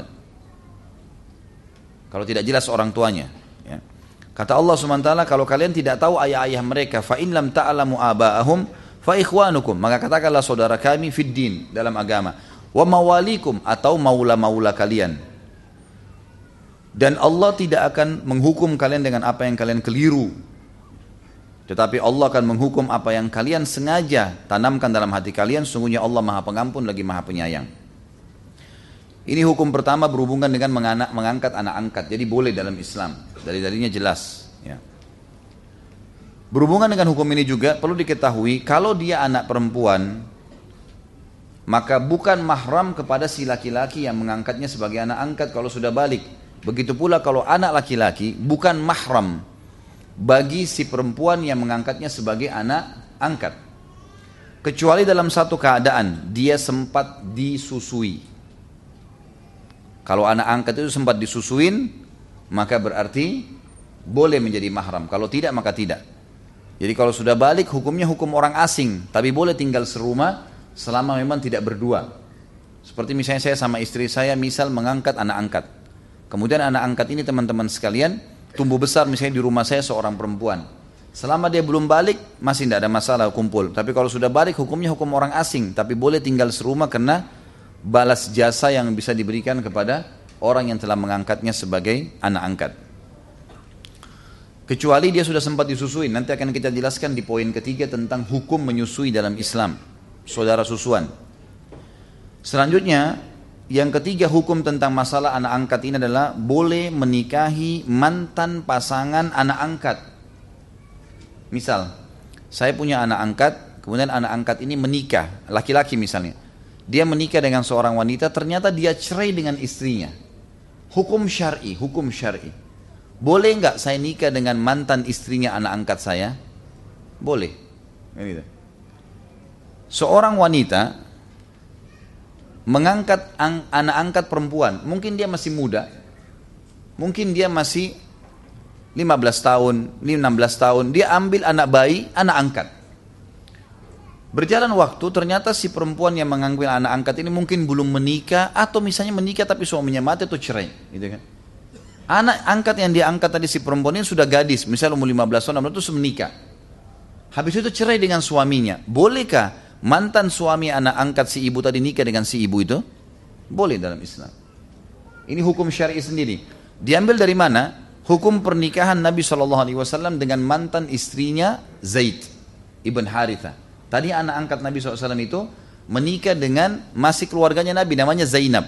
Kalau tidak jelas orang tuanya. Ya. Kata Allah SWT, kalau kalian tidak tahu ayah-ayah mereka, fa in lam ta'lamu aba'ahum fa ikhwanukum, maka katakanlah saudara kami fid din, dalam agama. Wa mawalikum, atau maula-maula kalian. Dan Allah tidak akan menghukum kalian dengan apa yang kalian keliru. Tetapi Allah akan menghukum apa yang kalian sengaja tanamkan dalam hati kalian. Sungguhnya Allah Maha Pengampun lagi Maha Penyayang. Ini hukum pertama berhubungan dengan mengangkat anak angkat. Jadi boleh dalam Islam. Dalil-dalilnya jelas. Ya. Berhubungan dengan hukum ini juga perlu diketahui, kalau dia anak perempuan, maka bukan mahram kepada si laki-laki yang mengangkatnya sebagai anak angkat kalau sudah balik. Begitu pula kalau anak laki-laki bukan mahram bagi si perempuan yang mengangkatnya sebagai anak angkat. kecuali dalam satu keadaan dia sempat disusui. Kalau anak angkat itu sempat disusuin, maka berarti boleh menjadi mahram. Kalau tidak, maka tidak. Jadi kalau sudah balik, hukumnya hukum orang asing, tapi boleh tinggal serumah selama memang tidak berdua. Seperti misalnya saya sama istri saya misal mengangkat anak angkat. Kemudian anak angkat ini teman-teman sekalian tumbuh besar misalnya di rumah saya seorang perempuan. Selama dia belum balik masih tidak ada masalah kumpul. Tapi kalau sudah balik hukumnya hukum orang asing, tapi boleh tinggal serumah karena balas jasa yang bisa diberikan kepada orang yang telah mengangkatnya sebagai anak angkat. Kecuali dia sudah sempat disusui. Nanti akan kita jelaskan di poin ketiga tentang hukum menyusui dalam Islam, saudara susuan. Selanjutnya, yang ketiga hukum tentang masalah anak angkat ini adalah boleh menikahi mantan pasangan anak angkat. Misal, saya punya anak angkat, kemudian anak angkat ini menikah, laki-laki misalnya. Dia menikah dengan seorang wanita, ternyata dia cerai dengan istrinya. Hukum syar'i. Boleh nggak saya nikah dengan mantan istrinya anak angkat saya? Boleh. Seorang wanita mengangkat anak angkat perempuan, mungkin dia masih muda, mungkin dia masih 15 tahun, 16 tahun, dia ambil anak bayi, anak angkat. Berjalan waktu, ternyata si perempuan yang mengambil anak angkat ini mungkin belum menikah, atau misalnya menikah tapi suaminya mati atau cerai, gitu kan. Anak angkat yang dia angkat tadi si perempuan ini sudah gadis, misalnya umur 15 tahun, terus menikah. Habis itu cerai dengan suaminya, bolehkah mantan suami anak angkat si ibu tadi nikah dengan si ibu itu? Boleh dalam Islam. Ini hukum syar'i sendiri. Diambil dari mana? Hukum pernikahan Nabi SAW dengan mantan istrinya Zaid ibn Haritha. Tadi anak angkat Nabi SAW itu menikah dengan masih keluarganya Nabi, namanya Zainab.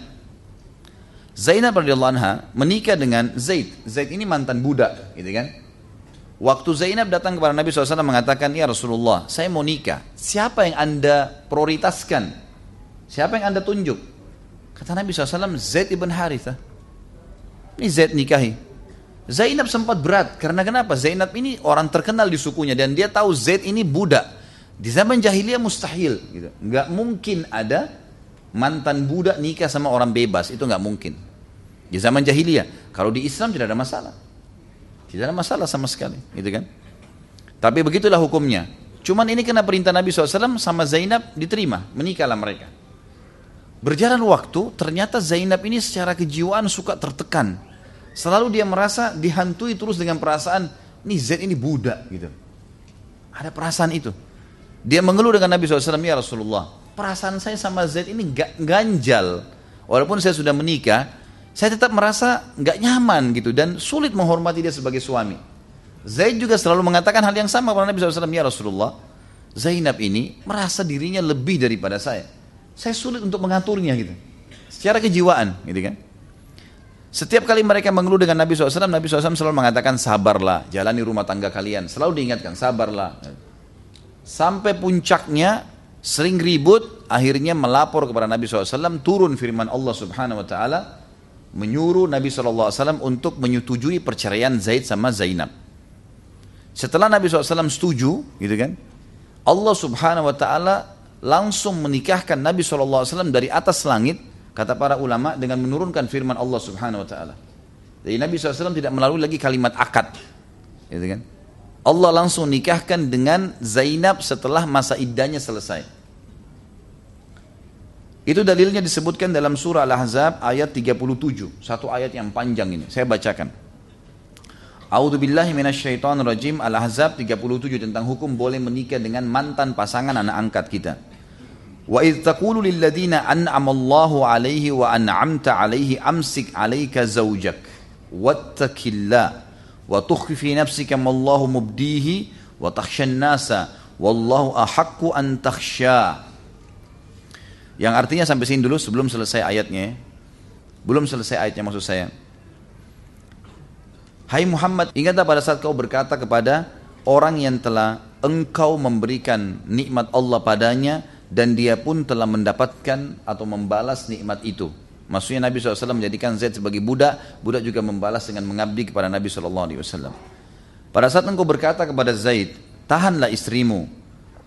Zainab radhiyallahu anha menikah dengan Zaid. Zaid ini mantan budak, gitu kan? Waktu Zainab datang kepada Nabi SAW mengatakan, ya Rasulullah, saya mau nikah. Siapa yang anda prioritaskan? Siapa yang anda tunjuk? Kata Nabi SAW, Zaid ibn Haritha. Ini Zaid nikahi. Zainab sempat berat, karena kenapa? Zainab ini orang terkenal di sukunya, dan dia tahu Zaid ini budak. Di zaman jahiliyah mustahil. Gitu. Nggak mungkin ada mantan budak nikah sama orang bebas, itu nggak mungkin. Di zaman jahiliyah. Kalau di Islam tidak ada masalah. Tidak ada masalah sama sekali, gitu kan? Tapi begitulah hukumnya. Cuman ini kena perintah Nabi SAW sama Zainab diterima, menikahlah mereka. Berjalan waktu, ternyata Zainab ini secara kejiwaan suka tertekan. Selalu dia merasa dihantui terus dengan perasaan, nih Zaid ini budak, gitu. Ada perasaan itu. Dia mengeluh dengan Nabi SAW, ya Rasulullah, perasaan saya sama Zaid ini ganjal. Walaupun saya sudah menikah, saya tetap merasa nggak nyaman gitu dan sulit menghormati dia sebagai suami. Zaid juga selalu mengatakan hal yang sama kepada Nabi SAW, ya Rasulullah, Zainab ini merasa dirinya lebih daripada saya. Saya sulit untuk mengaturnya gitu. Secara kejiwaan, gitu kan. Setiap kali mereka mengeluh dengan Nabi SAW, Nabi SAW selalu mengatakan sabarlah, jalani rumah tangga kalian. Selalu diingatkan sabarlah. Sampai puncaknya sering ribut, akhirnya melapor kepada Nabi SAW, turun firman Allah Subhanahu Wa Taala menyuruh Nabi SAW untuk menyetujui perceraian Zaid sama Zainab. Setelah Nabi SAW setuju, gitu kan, Allah Subhanahu Wa Taala langsung menikahkan Nabi SAW dari atas langit, kata para ulama, dengan menurunkan firman Allah Subhanahu Wa Taala. Jadi Nabi SAW tidak melalui lagi kalimat akad, gitu kan. Allah langsung nikahkan dengan Zainab setelah masa iddahnya selesai. Itu dalilnya disebutkan dalam surah Al-Ahzab ayat 37. Satu ayat yang panjang ini. Saya bacakan. A'udzubillahi minasyaitonirrajim. Al-Ahzab 37 tentang hukum boleh menikah dengan mantan pasangan anak angkat kita. Wa idh taqulu lilladina an'amallahu alaihi wa an'amta alaihi amsik alaika zawjak wattaqillah wa tukhfi fi nafsika mallahu mubdihi wa takhshan nasa wallahu ahaqqu an takhsha. Yang artinya sampai sini dulu sebelum selesai ayatnya. Belum selesai ayatnya maksud saya. Hai Muhammad, ingatlah pada saat kau berkata kepada orang yang telah engkau memberikan nikmat Allah padanya dan dia pun telah mendapatkan atau membalas nikmat itu. Maksudnya Nabi SAW menjadikan Zaid sebagai budak, budak juga membalas dengan mengabdi kepada Nabi SAW. Pada saat engkau berkata kepada Zaid, tahanlah istrimu,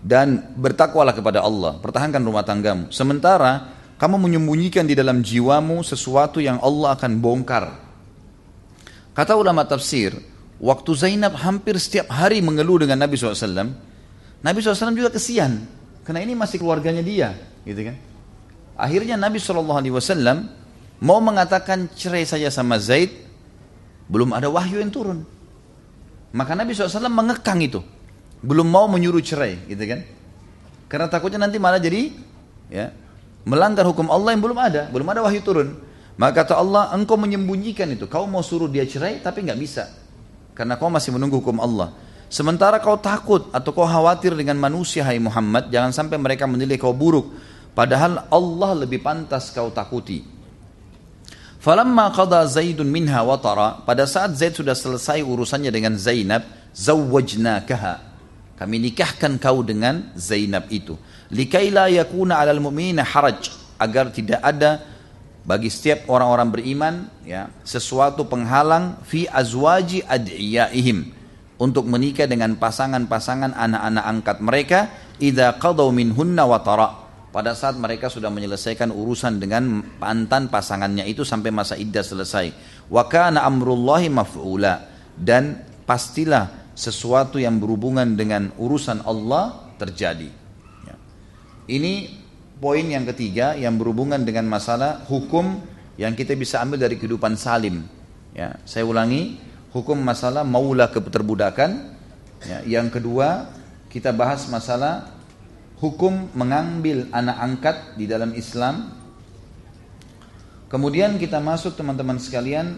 dan bertakwalah kepada Allah, pertahankan rumah tanggamu. Sementara kamu menyembunyikan di dalam jiwamu sesuatu yang Allah akan bongkar. Kata ulama tafsir, waktu Zainab hampir setiap hari mengeluh dengan Nabi SAW, Nabi SAW juga kesian, karena ini masih keluarganya dia, gitu kan. Akhirnya Nabi SAW mau mengatakan cerai saja sama Zaid, belum ada wahyu yang turun. Maka Nabi SAW mengekang itu, belum mau menyuruh cerai, gitu kan. Karena takutnya nanti malah jadi ya, melanggar hukum Allah yang belum ada wahyu turun. Maka kata Allah, engkau menyembunyikan itu, kau mau suruh dia cerai tapi nggak bisa, karena kau masih menunggu hukum Allah. Sementara kau takut atau kau khawatir dengan manusia, hai Muhammad, jangan sampai mereka menilai kau buruk, padahal Allah lebih pantas kau takuti. Falamma qada Zaidun minha watara, pada saat Zaid sudah selesai urusannya dengan Zainab, zawwajnakaha, kami nikahkan kau dengan Zainab itu, likai la yakuna 'alal mu'minina haraj, agar tidak ada bagi setiap orang-orang beriman ya sesuatu penghalang fi azwaji ad'iyaihim, untuk menikah dengan pasangan-pasangan anak-anak angkat mereka, idza qadaw minhunna watara, pada saat mereka sudah menyelesaikan urusan dengan mantan pasangannya itu sampai masa iddah selesai. Wa kana amrullahi maf'ula, dan pastilah sesuatu yang berhubungan dengan urusan Allah terjadi. Ya. Ini poin yang ketiga yang berhubungan dengan masalah hukum yang kita bisa ambil dari kehidupan salim. Ya, saya ulangi, hukum masalah maula keterbudakan. Ya, yang kedua kita bahas masalah hukum mengambil anak angkat di dalam Islam. Kemudian kita masuk teman-teman sekalian,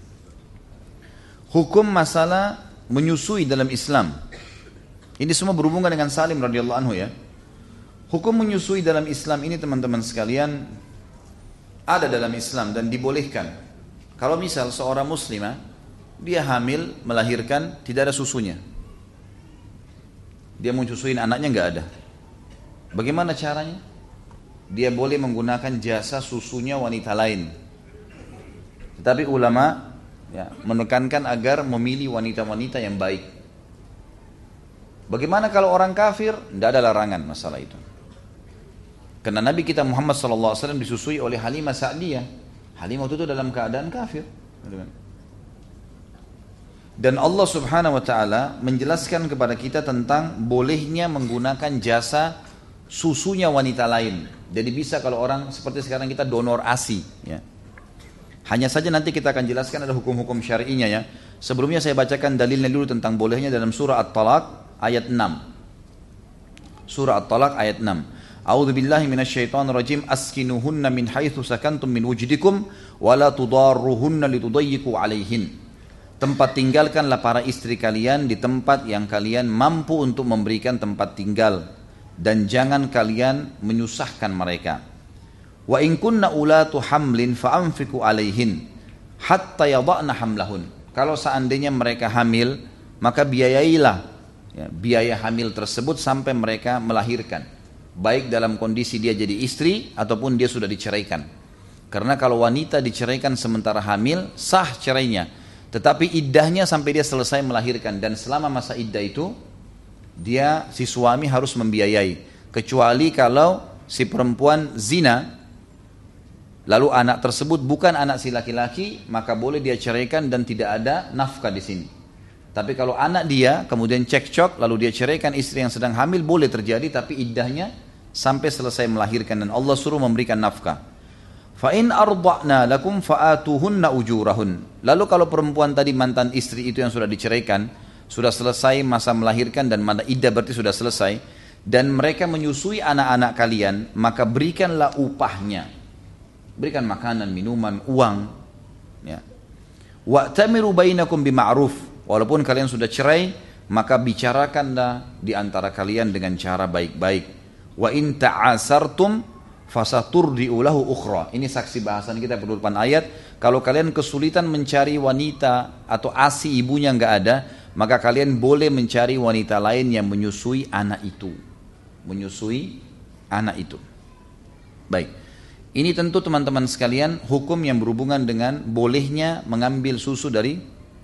hukum masalah menyusui dalam Islam. Ini semua berhubungan dengan Salim radhiyallahu anhu ya. Hukum menyusui dalam Islam ini teman-teman sekalian ada dalam Islam dan dibolehkan. Kalau misal seorang muslimah dia hamil, melahirkan, tidak ada susunya, dia mau susuin anaknya, nggak ada. Bagaimana caranya? Dia boleh menggunakan jasa susunya wanita lain. Tetapi ulama ya, menekankan agar memilih wanita-wanita yang baik. Bagaimana kalau orang kafir? Tidak ada larangan masalah itu. Karena Nabi kita Muhammad SAW disusui oleh Halimah Sa'diyah. Halimah itu dalam keadaan kafir. Dan Allah Subhanahu Wa Taala menjelaskan kepada kita tentang bolehnya menggunakan jasa susunya wanita lain. Jadi bisa kalau orang seperti sekarang kita donor ASI ya. Hanya saja nanti kita akan jelaskan ada hukum-hukum syar'inya ya. Sebelumnya saya bacakan dalilnya dulu tentang bolehnya dalam surah At-Talaq ayat 6. Surah At-Talaq ayat 6. A'udzubillahi minasyaitonirrajim, askinuhunna min haitsu sakantum min wujdikum wa la tudarruhunna litudayyiqu 'alaihin. Tempat tinggalkanlah para istri kalian di tempat yang kalian mampu untuk memberikan tempat tinggal, dan jangan kalian menyusahkan mereka. Wa in kunna ulatu hamlin fa'anfiqu 'alaihin hatta yada'na hamlahun. Kalau seandainya mereka hamil, maka biayailah ya, biaya hamil tersebut sampai mereka melahirkan, baik dalam kondisi dia jadi istri ataupun dia sudah diceraikan. Karena kalau wanita diceraikan sementara hamil, sah cerainya, tetapi iddahnya sampai dia selesai melahirkan, dan selama masa iddah itu dia, si suami harus membiayai, kecuali kalau si perempuan zina lalu anak tersebut bukan anak si laki-laki, maka boleh dia ceraikan dan tidak ada nafkah di sini. Tapi kalau anak dia kemudian cekcok lalu dia ceraikan istri yang sedang hamil, boleh terjadi, tapi iddahnya sampai selesai melahirkan, dan Allah suruh memberikan nafkah. Fa in arda'na lakum fa'atuhunna ujurahun. Lalu kalau perempuan tadi mantan istri itu yang sudah diceraikan, sudah selesai masa melahirkan dan masa iddah berarti sudah selesai, dan mereka menyusui anak-anak kalian, maka berikanlah upahnya. Berikan makanan, minuman, uang ya. Wa'tamiru bainakum bima'ruf. Walaupun kalian sudah cerai, maka bicarakanlah di antara kalian dengan cara baik-baik. Wa in ta'asartum fasaturdi'u lahu ukhra. Ini saksi bahasan kita penutupan ayat. Kalau kalian kesulitan mencari wanita atau ASI ibunya enggak ada, maka kalian boleh mencari wanita lain yang menyusui anak itu. Menyusui anak itu. Baik. Ini tentu teman-teman sekalian hukum yang berhubungan dengan bolehnya mengambil susu dari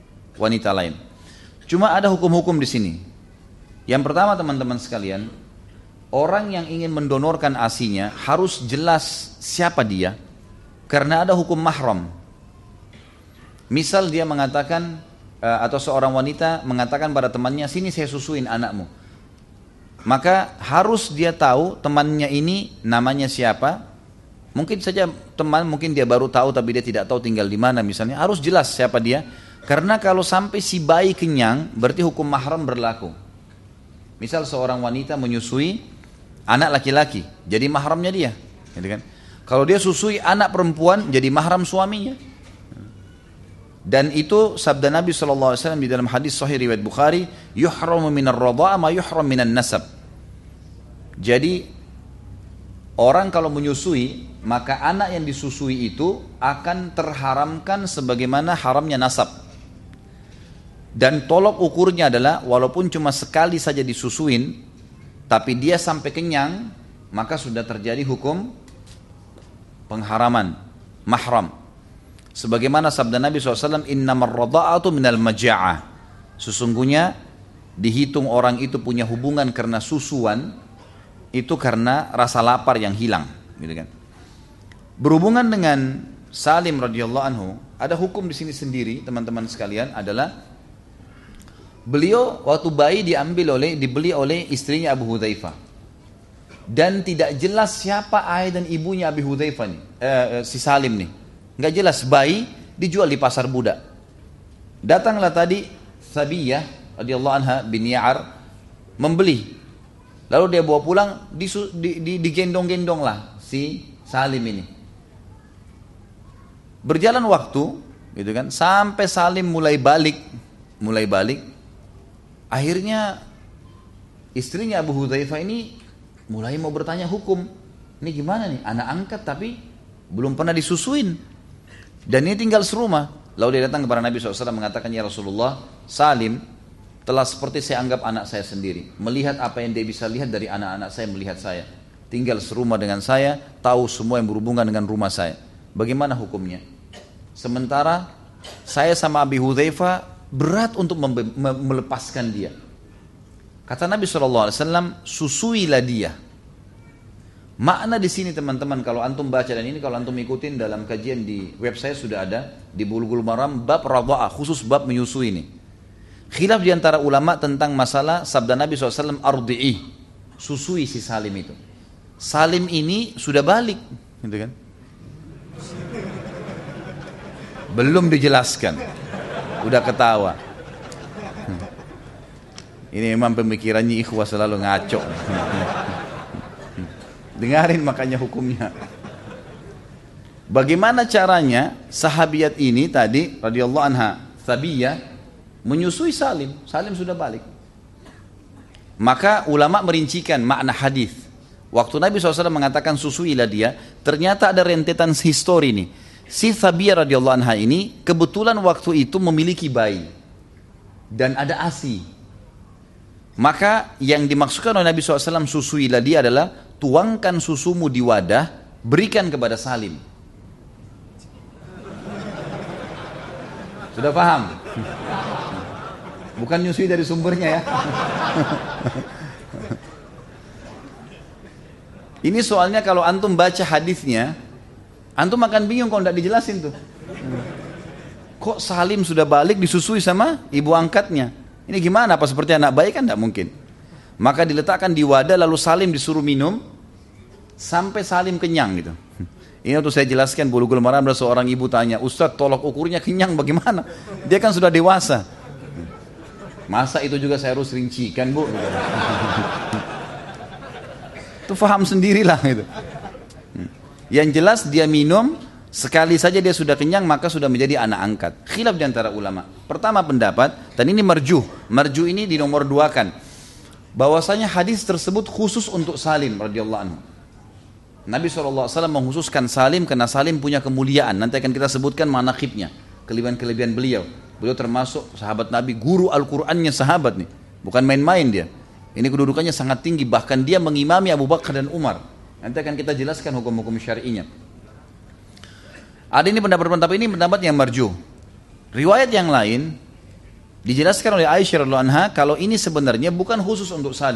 wanita lain. Cuma ada hukum-hukum di sini. Yang pertama teman-teman sekalian, orang yang ingin mendonorkan ASI-nya harus jelas siapa dia, karena ada hukum mahram. Misal dia mengatakan, atau seorang wanita mengatakan pada temannya, sini saya susuin anakmu. Maka harus dia tahu temannya ini namanya siapa. Mungkin saja teman, mungkin dia baru tahu tapi dia tidak tahu tinggal di mana misalnya. Harus jelas siapa dia. Karena kalau sampai si bayi kenyang, berarti hukum mahram berlaku. Misal seorang wanita menyusui anak laki-laki, jadi mahramnya dia. Gitu kan? Kalau dia susui anak perempuan, jadi mahram suaminya. Dan itu sabda Nabi SAW di dalam hadis sahih riwayat Bukhari, yuhramu minar radha'a ma yuhram minan nasab. Jadi orang kalau menyusui, maka anak yang disusui itu akan terharamkan sebagaimana haramnya nasab. Dan tolok ukurnya adalah walaupun cuma sekali saja disusuin, tapi dia sampai kenyang, maka sudah terjadi hukum pengharaman mahram. Sebagaimana sabda Nabi SAW, innamar radha'atu minal maja'ah. Sesungguhnya dihitung orang itu punya hubungan karena susuan, itu karena rasa lapar yang hilang. Gitu kan. Berhubungan dengan Salim radhiyallahu anhu, ada hukum di sini sendiri, teman-teman sekalian, adalah beliau waktu bayi dibeli oleh istrinya Abu Hudzaifah. Dan tidak jelas siapa ayah dan ibunya Abu Hudzaifah nih, si Salim nih. Nggak jelas, bayi dijual di pasar budak. Datanglah tadi Sabiyah radhiyallahu anha bin Ya'ar membeli. Lalu dia bawa pulang, digendong-gendong lah si Salim ini. Berjalan waktu, gitu kan, sampai Salim mulai balik. Akhirnya istrinya Abu Hudzaifah ini mulai mau bertanya hukum. Ini gimana nih, anak angkat tapi belum pernah disusuin. Dan ini tinggal serumah. Lalu dia datang kepada Nabi SAW mengatakan, ya Rasulullah, Salim telah seperti saya anggap anak saya sendiri. Melihat apa yang dia bisa lihat dari anak-anak saya melihat saya. Tinggal serumah dengan saya, tahu semua yang berhubungan dengan rumah saya. Bagaimana hukumnya? Sementara saya sama Abi Hudzaifah berat untuk melepaskan dia. Kata Nabi SAW, susuilah dia. Makna di sini teman-teman, kalau antum baca, dan ini kalau antum ikutin dalam kajian di web saya sudah ada, di Bulughul Maram, bab radha'ah, khusus bab menyusui ini. Khilaf diantara ulama tentang masalah sabda Nabi SAW, ardi'i, susui si Salim itu. Salim ini sudah balik, gitu kan? Belum dijelaskan, udah ketawa. Ini memang pemikirannya ikhwah selalu ngaco. Dengarin makanya hukumnya. Bagaimana caranya sahabiat ini tadi radhiyallahu anha Sabiyah menyusui Salim. Salim sudah balik. Maka ulama merincikan makna hadis. Waktu Nabi SAW mengatakan susuilah dia, ternyata ada rentetan histori nih. Si Sabiyah radhiyallahu anha ini kebetulan waktu itu memiliki bayi dan ada ASI. Maka yang dimaksudkan oleh Nabi SAW susuilah dia adalah tuangkan susumu di wadah, berikan kepada Salim. Sudah paham? Bukan nyusui dari sumbernya ya. Ini soalnya kalau antum baca hadisnya, antum akan bingung kalau tidak dijelasin tuh. Kok Salim sudah balik disusui sama ibu angkatnya? Ini gimana? Apa seperti anak bayi? Kan tidak mungkin. Maka diletakkan di wadah lalu Salim disuruh minum sampai Salim kenyang gitu. Ini untuk saya jelaskan, Bulughul Maram ada seorang ibu tanya, Ustaz tolok ukurnya kenyang bagaimana? Dia kan sudah dewasa. Masa itu juga saya harus rincikan bu? Itu faham sendirilah gitu. Yang jelas dia minum sekali saja dia sudah kenyang maka sudah menjadi anak angkat. Khilaf di antara ulama. Pertama pendapat, dan ini marjuh. Marjuh ini dinomor duakan. Bahwasanya hadis tersebut khusus untuk Salim radhiyallahu anhu. Nabi SAW mengkhususkan Salim karena Salim punya kemuliaan. Nanti akan kita sebutkan manaqibnya, kelebihan-kelebihan beliau. Beliau termasuk sahabat Nabi, guru Al-Qur'annya sahabat nih. Bukan main-main dia. Ini kedudukannya sangat tinggi, bahkan dia mengimami Abu Bakar dan Umar. Nanti akan kita jelaskan hukum-hukum syar'inya. Ada ini pendapat-pendapat, tapi ini pendapat yang marjuh. Riwayat yang lain dijelaskan oleh Aisyah radhiyallahu anha kalau ini sebenarnya bukan khusus untuk Salim.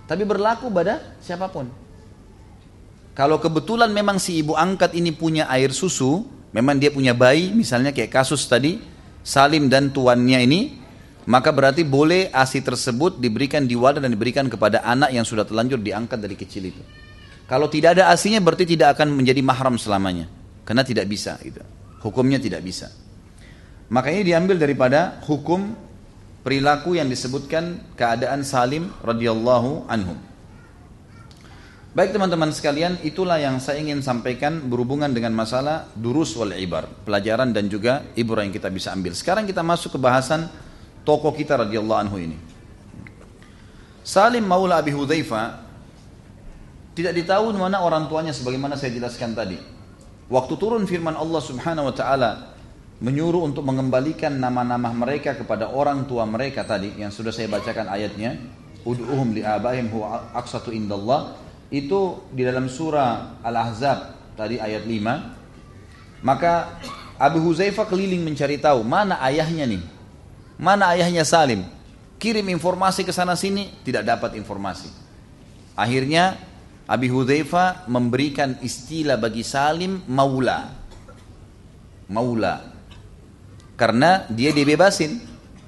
tapi berlaku pada siapapun. Kalau kebetulan memang si ibu angkat ini punya air susu, memang dia punya bayi, misalnya kayak kasus tadi, Salim dan tuannya ini, maka berarti boleh ASI tersebut diberikan di wadah dan diberikan kepada anak yang sudah terlanjur diangkat dari kecil itu. Kalau tidak ada ASI-nya berarti tidak akan menjadi mahram selamanya, karena tidak bisa gitu. Hukumnya tidak bisa. Maka ini diambil daripada hukum perilaku yang disebutkan keadaan Salim radhiyallahu anhu. Baik teman-teman sekalian, itulah yang saya ingin sampaikan berhubungan dengan masalah durus wal ibar, pelajaran dan juga ibrah yang kita bisa ambil. Sekarang kita masuk ke bahasan tokoh kita radhiyallahu anhu ini. Salim maula Abi Hudzaifah tidak ditahu mana orang tuanya sebagaimana saya jelaskan tadi. Waktu turun firman Allah Subhanahu wa taala menyuruh untuk mengembalikan nama-nama mereka kepada orang tua mereka tadi yang sudah saya bacakan ayatnya, ud'uhum li abaihim huwa aqsatu indallah, itu di dalam surah Al-Ahzab tadi ayat 5. Maka Abu Hudzaifah keliling mencari tahu mana ayahnya nih, mana ayahnya Salim. Kirim informasi ke sana sini, tidak dapat informasi. Akhirnya Abi Hudzaifah memberikan istilah bagi Salim maula. Maula. Karena dia dibebasin,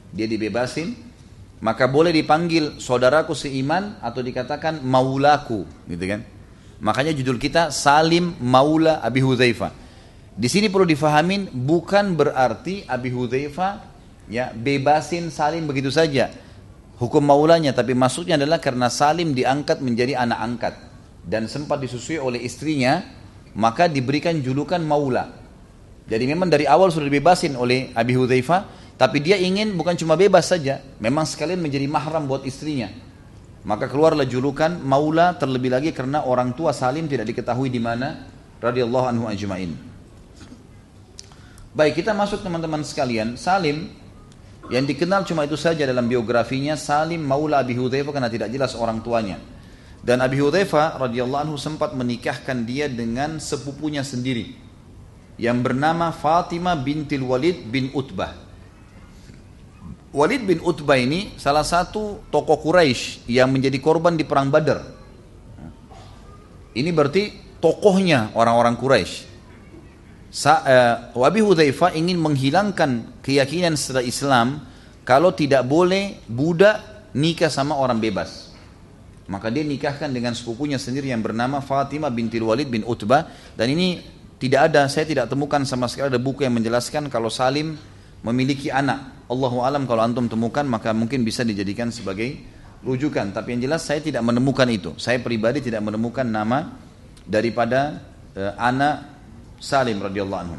maka boleh dipanggil saudaraku seiman atau dikatakan maulaku, gitu kan? Makanya judul kita Salim Maula Abi Hudzaifah. Di sini perlu difahamin bukan berarti Abi Hudzaifah ya bebasin Salim begitu saja hukum maulanya, tapi maksudnya adalah karena Salim diangkat menjadi anak angkat dan sempat disusui oleh istrinya, maka diberikan julukan maula. Jadi memang dari awal sudah dibebasin oleh Abi Hudzaifah, tapi dia ingin bukan cuma bebas saja, memang sekalian menjadi mahram buat istrinya. Maka keluarlah julukan maula, terlebih lagi karena orang tua Salim tidak diketahui di mana radhiyallahu anhu ajma'in. Baik, kita masuk teman-teman sekalian. Salim yang dikenal cuma itu saja dalam biografinya, Salim maula Abi Hudzaifah, karena tidak jelas orang tuanya. Dan Abi Hudzaifah radhiyallahu anhu sempat menikahkan dia dengan sepupunya sendiri yang bernama Fatimah bintil Walid bin Utbah. Walid bin Utbah ini salah satu tokoh Quraisy yang menjadi korban di perang Badar. Ini berarti tokohnya orang-orang Quraisy. Abi Hudzaifah ingin menghilangkan keyakinan setelah Islam kalau tidak boleh budak nikah sama orang bebas. Maka dia nikahkan dengan sepupunya sendiri yang bernama Fatimah bintil Walid bin Utbah. Dan ini tidak ada, saya tidak temukan sama sekali ada buku yang menjelaskan kalau Salim memiliki anak. Allahu alam, kalau antum temukan maka mungkin bisa dijadikan sebagai rujukan. Tapi yang jelas saya tidak menemukan itu. Saya pribadi tidak menemukan nama daripada anak Salim radhiyallahu anhu.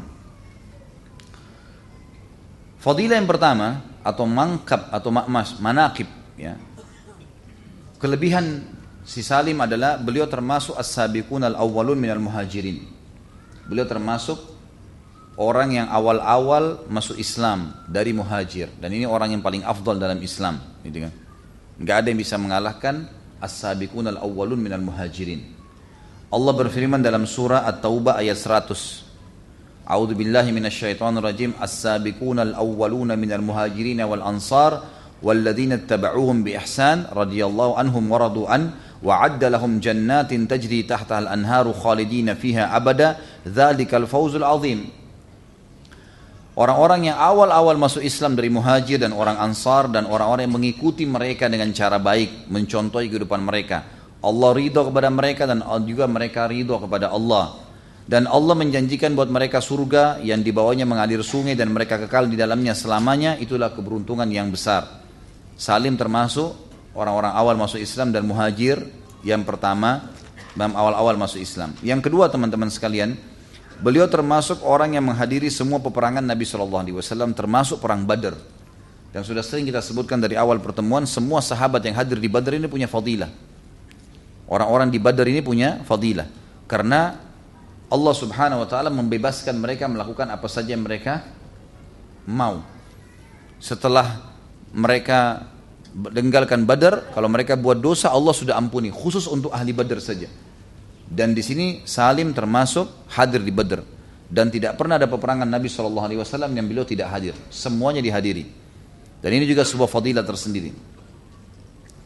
Fadilah yang pertama atau mangkab atau manaqib ya. Kelebihan si Salim adalah beliau termasuk as-sabiqun al-awwalun minal muhajirin. Beliau termasuk orang yang awal-awal masuk Islam dari muhajir, dan ini orang yang paling afdal dalam Islam, gitu kan? Enggak ada yang bisa mengalahkan as-sabiqun al-awwalun minal muhajirin. Allah berfirman dalam surah At-Taubah ayat 100. A'udzu billahi minasyaitonir rajim. As-sabiqun al-awwaluna minal muhajirin wal ansar walladzina ittaba'uuhum bi ihsan radhiyallahu anhum wa radu an wa'adda lahum jannatin tajri tahtaha al-anharu khalidina fiha abada dzalikal fawzul 'adzim. Orang-orang yang awal-awal masuk Islam dari muhajir dan orang ansar dan orang-orang yang mengikuti mereka dengan cara baik, mencontohi kehidupan mereka. Allah ridho kepada mereka dan juga mereka ridho kepada Allah. Dan Allah menjanjikan buat mereka surga yang di bawahnya mengalir sungai dan mereka kekal di dalamnya selamanya. Itulah keberuntungan yang besar. Salim termasuk orang-orang awal masuk Islam dan muhajir yang pertama dalam awal-awal masuk Islam. Yang kedua teman-teman sekalian, beliau termasuk orang yang menghadiri semua peperangan Nabi SAW, termasuk perang Badar. Dan sudah sering kita sebutkan dari awal pertemuan, semua sahabat yang hadir di Badar ini punya fadilah. Orang-orang di Badar ini punya fadilah karena Allah Subhanahu wa taala membebaskan mereka melakukan apa saja yang mereka mau. Setelah mereka meninggalkan Badar, kalau mereka buat dosa Allah sudah ampuni, khusus untuk ahli Badar saja. Dan di sini Salim termasuk hadir di Badar, dan tidak pernah ada peperangan Nabi SAW yang beliau tidak hadir, semuanya dihadiri. Dan ini juga sebuah fadilah tersendiri.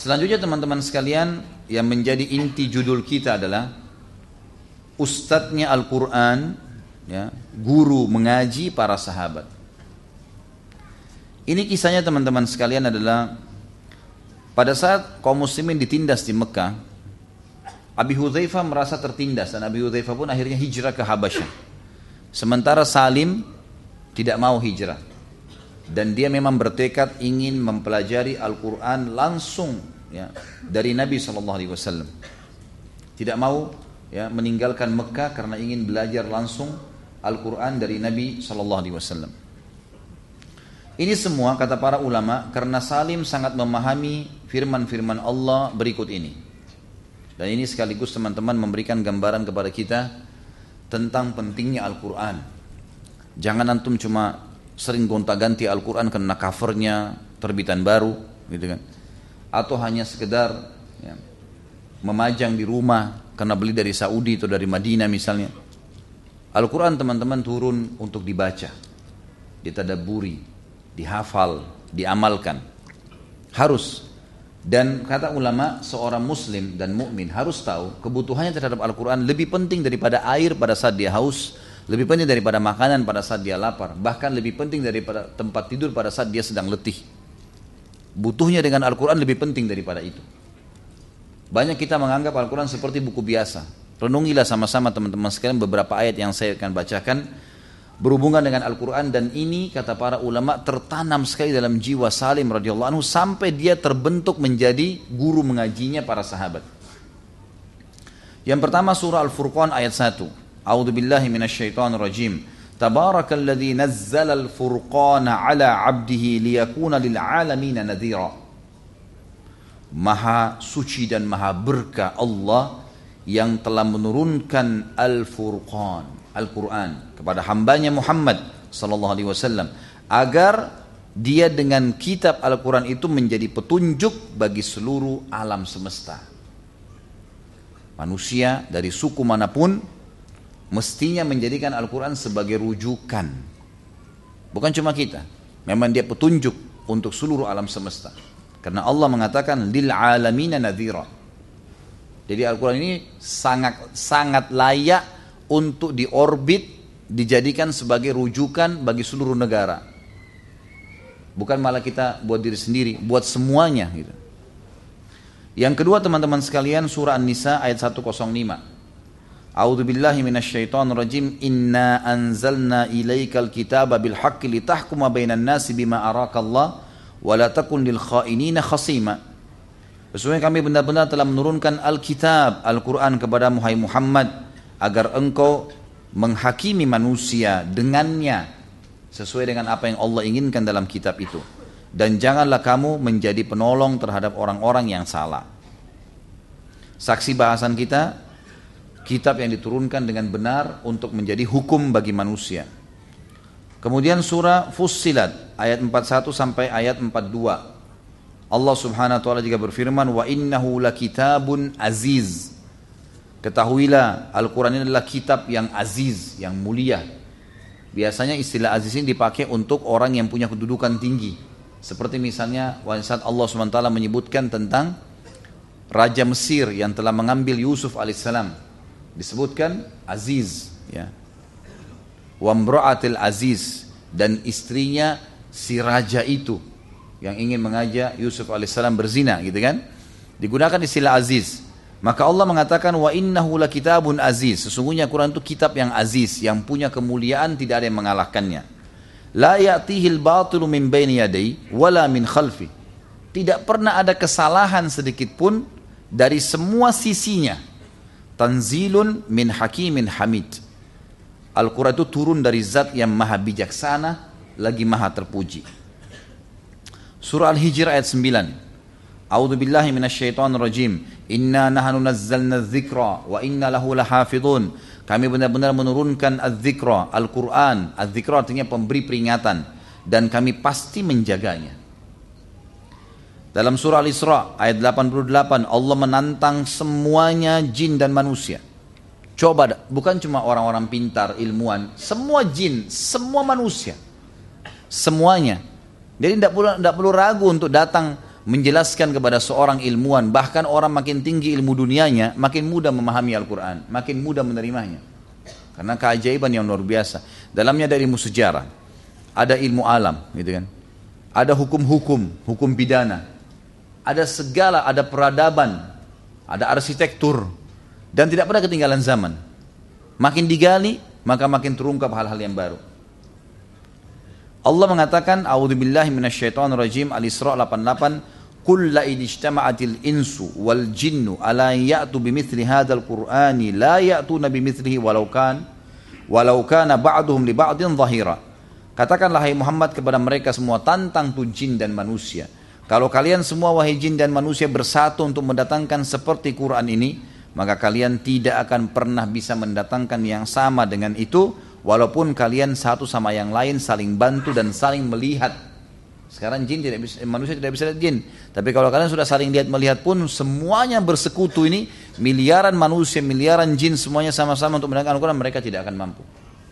Selanjutnya teman-teman sekalian, yang menjadi inti judul kita adalah ustadznya Al-Quran, ya, guru mengaji para sahabat. Ini kisahnya teman-teman sekalian adalah pada saat kaum muslimin ditindas di Mekah, Abi Hudzaifah merasa tertindas dan Abi Hudzaifah pun akhirnya hijrah ke Habasyah. Sementara Salim tidak mau hijrah. Dan dia memang bertekad ingin mempelajari Al-Quran langsung, ya, dari Nabi SAW. Tidak mau, ya, meninggalkan Mekah karena ingin belajar langsung Al-Quran dari Nabi SAW. Ini semua kata para ulama karena Salim sangat memahami firman-firman Allah berikut ini. Dan ini sekaligus teman-teman memberikan gambaran kepada kita tentang pentingnya Al-Quran. Jangan antum cuma sering gonta-ganti Al-Quran karena covernya terbitan baru, gitu kan? Atau hanya sekedar, ya, memajang di rumah karena beli dari Saudi atau dari Madinah misalnya. Al-Quran teman-teman turun untuk dibaca, ditadabburi, dihafal, diamalkan. Harus. Dan kata ulama, seorang muslim dan mukmin harus tahu kebutuhannya terhadap Al-Quran lebih penting daripada air pada saat dia haus, lebih penting daripada makanan pada saat dia lapar, bahkan lebih penting daripada tempat tidur pada saat dia sedang letih. Butuhnya dengan Al-Quran lebih penting daripada itu. Banyak kita menganggap Al-Quran seperti buku biasa. Renungilah sama-sama teman-teman sekalian beberapa ayat yang saya akan bacakan berhubungan dengan Al-Quran, dan ini kata para ulama tertanam sekali dalam jiwa Salim radhiyallahu anhu sampai dia terbentuk menjadi guru mengajinya para sahabat. Yang pertama surah Al-Furqan ayat 1. A'udzubillahi minasyaitonirrajim. Tabarakalladzi nazzala al-furqana 'ala 'abdihi liyakuna lil 'alamin nadhira. Maha suci dan maha berkah Allah yang telah menurunkan Al-Furqan, Al-Quran, kepada hambanya Muhammad sallallahu alaihi wasallam agar dia dengan kitab Al-Quran itu menjadi petunjuk bagi seluruh alam semesta. Manusia dari suku manapun mestinya menjadikan Al-Quran sebagai rujukan. Bukan cuma kita, memang dia petunjuk untuk seluruh alam semesta. Karena Allah mengatakan lil alamina nadhira. Jadi Al-Quran ini sangat layak untuk diorbit, dijadikan sebagai rujukan bagi seluruh negara. Bukan malah kita buat diri sendiri, buat semuanya gitu. Yang kedua teman-teman sekalian, surah An-Nisa ayat 105. A'udzubillahi minasyaitonirrajim. Inna anzalna ilaikal kitaba bil haqqi litahkuma bainan nasi bima arakallah wa la takun lil khainina khasima. Sesungguhnya kami benar-benar telah menurunkan Al-Kitab, Al-Quran kepada Muhammad agar engkau menghakimi manusia dengannya sesuai dengan apa yang Allah inginkan dalam kitab itu, dan janganlah kamu menjadi penolong terhadap orang-orang yang salah. Saksi bahasan kita, kitab yang diturunkan dengan benar untuk menjadi hukum bagi manusia. Kemudian surah Fussilat ayat 41 sampai ayat 42. Allah Subhanahu wa taala juga berfirman, wa innahu lakitabun aziz. Ketahuilah Al-Quran ini adalah kitab yang aziz, yang mulia. Biasanya istilah aziz ini dipakai untuk orang yang punya kedudukan tinggi. Seperti misalnya saat Allah SWT menyebutkan tentang Raja Mesir yang telah mengambil Yusuf alaihissalam. Disebutkan aziz, ya. Wa imra'atil aziz, dan istrinya si raja itu yang ingin mengajak Yusuf alaihissalam berzina, gitu kan. Digunakan istilah aziz. Maka Allah mengatakan wa innahu lakitabun aziz. Sesungguhnya Quran itu kitab yang aziz, yang punya kemuliaan, tidak ada yang mengalahkannya. La ya'tihil batilu min baini yadayhi wala min khalfi. Tidak pernah ada kesalahan sedikit pun dari semua sisinya. Tanzilun min hakimin hamid. Al-Quran itu turun dari zat yang maha bijaksana lagi maha terpuji. Surah Al-Hijr ayat 9. A'udzubillahi minasyaitonirrajim. Inna nahnu nazzalna adz-dzikra wa inna lahu lahafidhun. Kami benar-benar menurunkan adz-dzikra, Al-Quran. Adz-dzikra artinya pemberi peringatan, dan kami pasti menjaganya. Dalam surah Al-Isra ayat 88, Allah menantang semuanya jin dan manusia. Coba, bukan cuma orang-orang pintar, ilmuwan, semua jin, semua manusia, semuanya. Jadi tidak perlu ragu untuk datang menjelaskan kepada seorang ilmuwan, bahkan orang makin tinggi ilmu dunianya, makin mudah memahami Al-Quran, makin mudah menerimanya. Karena keajaiban yang luar biasa. Dalamnya ada ilmu sejarah, ada ilmu alam, gitu kan. Ada hukum-hukum, hukum pidana, ada segala, ada peradaban, ada arsitektur, dan tidak pernah ketinggalan zaman. Makin digali, maka makin terungkap hal-hal yang baru. Allah mengatakan, A'udzubillahi minasyaitonirrajim, Al-Isra 88, Qul la in ijtama'atil insu wal jinnu ala ya'tu bimithli hadzal qur'ani la ya'tuna bimithlihi walau kana ba'duhum li ba'din dhahira. Katakanlah hai Muhammad kepada mereka semua, tantang tu jin dan manusia. Kalau kalian semua wahai jin dan manusia bersatu untuk mendatangkan seperti Quran ini, maka kalian tidak akan pernah bisa mendatangkan yang sama dengan itu, walaupun kalian satu sama yang lain saling bantu dan saling melihat. Sekarang jin tidak bisa, manusia tidak bisa lihat jin. Tapi kalau kalian sudah saling lihat melihat pun, semuanya bersekutu ini, miliaran manusia, miliaran jin, semuanya sama-sama untuk mendengarkan Al-Quran, mereka tidak akan mampu.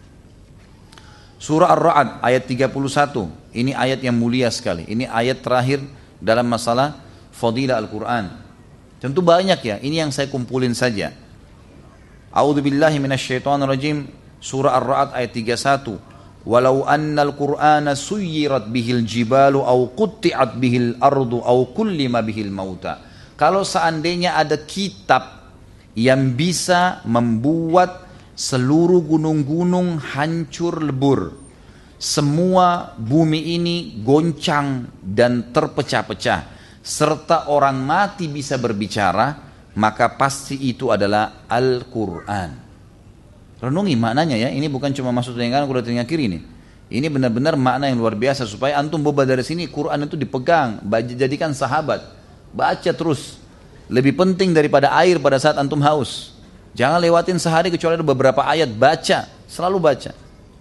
Surah Ar-Ra'd ayat 31, ini ayat yang mulia sekali. Ini ayat terakhir dalam masalah fadilah Al-Quran. Tentu banyak ya, ini yang saya kumpulin saja. A'udzubillahi minasyaitonirrajim, surah Ar-Ra'd ayat 31. Walau annal Qur'ana suyyirat bihil jibalu au qutti'at bihil ardu au kullima bihil mauta. Kalau seandainya ada kitab yang bisa membuat seluruh gunung-gunung hancur lebur, semua bumi ini goncang dan terpecah-pecah, serta orang mati bisa berbicara, maka pasti itu adalah Al-Quran. Renungi maknanya ya, ini bukan cuma masuk telinga kanan keluar telinga kiri nih. Ini benar-benar makna yang luar biasa, supaya antum boba dari sini Quran itu dipegang, jadikan sahabat, baca terus. Lebih penting daripada air pada saat antum haus. Jangan lewatin sehari kecuali ada beberapa ayat, baca, selalu baca.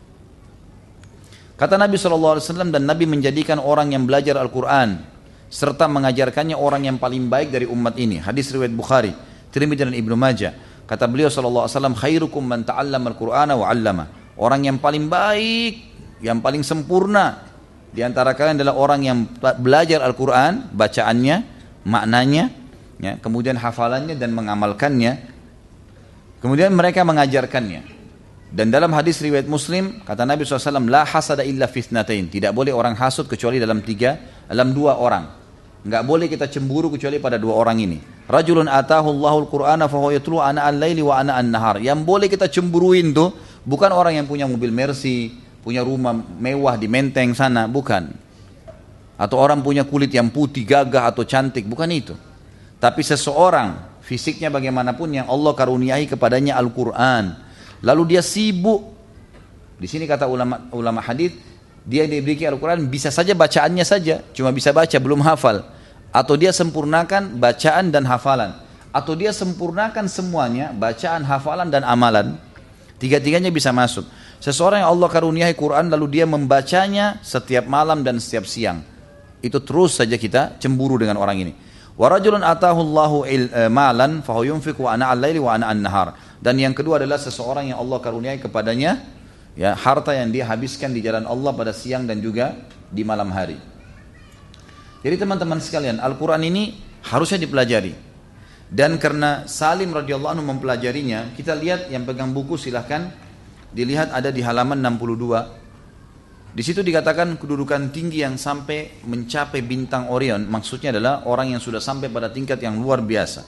Kata Nabi SAW, dan Nabi menjadikan orang yang belajar Al-Quran serta mengajarkannya orang yang paling baik dari umat ini. Hadis riwayat Bukhari, Tirmidzi dan Ibnu Majah. Kata beliau SAW, khairukum man ta'allama al-Qur'ana wa 'allama. Orang yang paling baik, yang paling sempurna di antara kalian adalah orang yang belajar Al-Quran, bacaannya, maknanya, ya, kemudian hafalannya dan mengamalkannya. Kemudian mereka mengajarkannya. Dan dalam hadis riwayat Muslim, kata Nabi SAW, la hasada illa fitnatain. Tidak boleh orang hasud kecuali dalam dua orang. Enggak boleh kita cemburu kecuali pada dua orang ini. Rajulun atahu Allahul Qur'ana fa huwa yatlu ana al-laili wa ana an-nahar. Yang boleh kita cemburuin tuh bukan orang yang punya mobil Mercy, punya rumah mewah di Menteng sana, bukan. Atau orang punya kulit yang putih, gagah atau cantik, bukan itu. Tapi seseorang fisiknya bagaimanapun yang Allah karuniai kepadanya Al-Qur'an, lalu dia sibuk. Di sini kata ulama hadis, dia diberi Al-Quran bisa saja bacaannya saja, cuma bisa baca belum hafal, atau dia sempurnakan bacaan dan hafalan, atau dia sempurnakan semuanya, bacaan, hafalan dan amalan. Tiga-tiganya bisa masuk. Seseorang yang Allah karuniai Quran lalu dia membacanya setiap malam dan setiap siang, itu terus saja kita cemburu dengan orang ini. Wa rajulun atahu Allahu malan fa huwa yunfiqu ana al-laili wa ana an-nahar. Dan yang kedua adalah seseorang yang Allah karuniai kepadanya, ya, harta yang dia habiskan di jalan Allah pada siang dan juga di malam hari. Jadi teman-teman sekalian, Al-Quran ini harusnya dipelajari. Dan karena Salim radhiyallahu anhu mempelajarinya, kita lihat yang pegang buku silahkan dilihat, ada di halaman 62. Di situ dikatakan kedudukan tinggi yang sampai mencapai bintang Orion, maksudnya adalah orang yang sudah sampai pada tingkat yang luar biasa.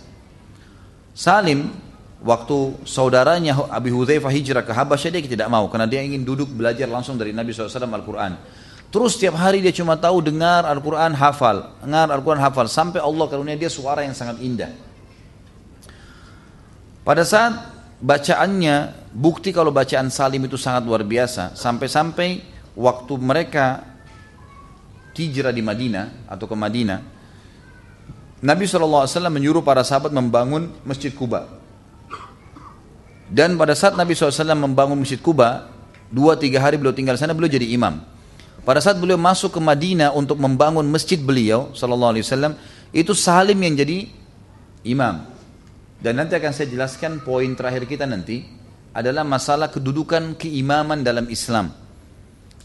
Salim, waktu saudaranya Abi Hudzaifah hijrah ke Habasyah, dia tidak mau karena dia ingin duduk belajar langsung dari Nabi SAW Al-Quran. Terus setiap hari dia cuma tahu dengar Al-Quran hafal, sampai Allah karunia dia suara yang sangat indah. Pada saat bacaannya, bukti kalau bacaan Salim itu sangat luar biasa, sampai-sampai waktu mereka hijrah di Madinah atau ke Madinah, Nabi SAW menyuruh para sahabat membangun Masjid Quba. Dan pada saat Nabi SAW membangun Masjid Quba, 2-3 hari beliau tinggal sana, beliau jadi imam. Pada saat beliau masuk ke Madinah untuk membangun masjid beliau SAW, itu Salim yang jadi imam. Dan nanti akan saya jelaskan poin terakhir kita nanti adalah masalah kedudukan keimaman dalam Islam.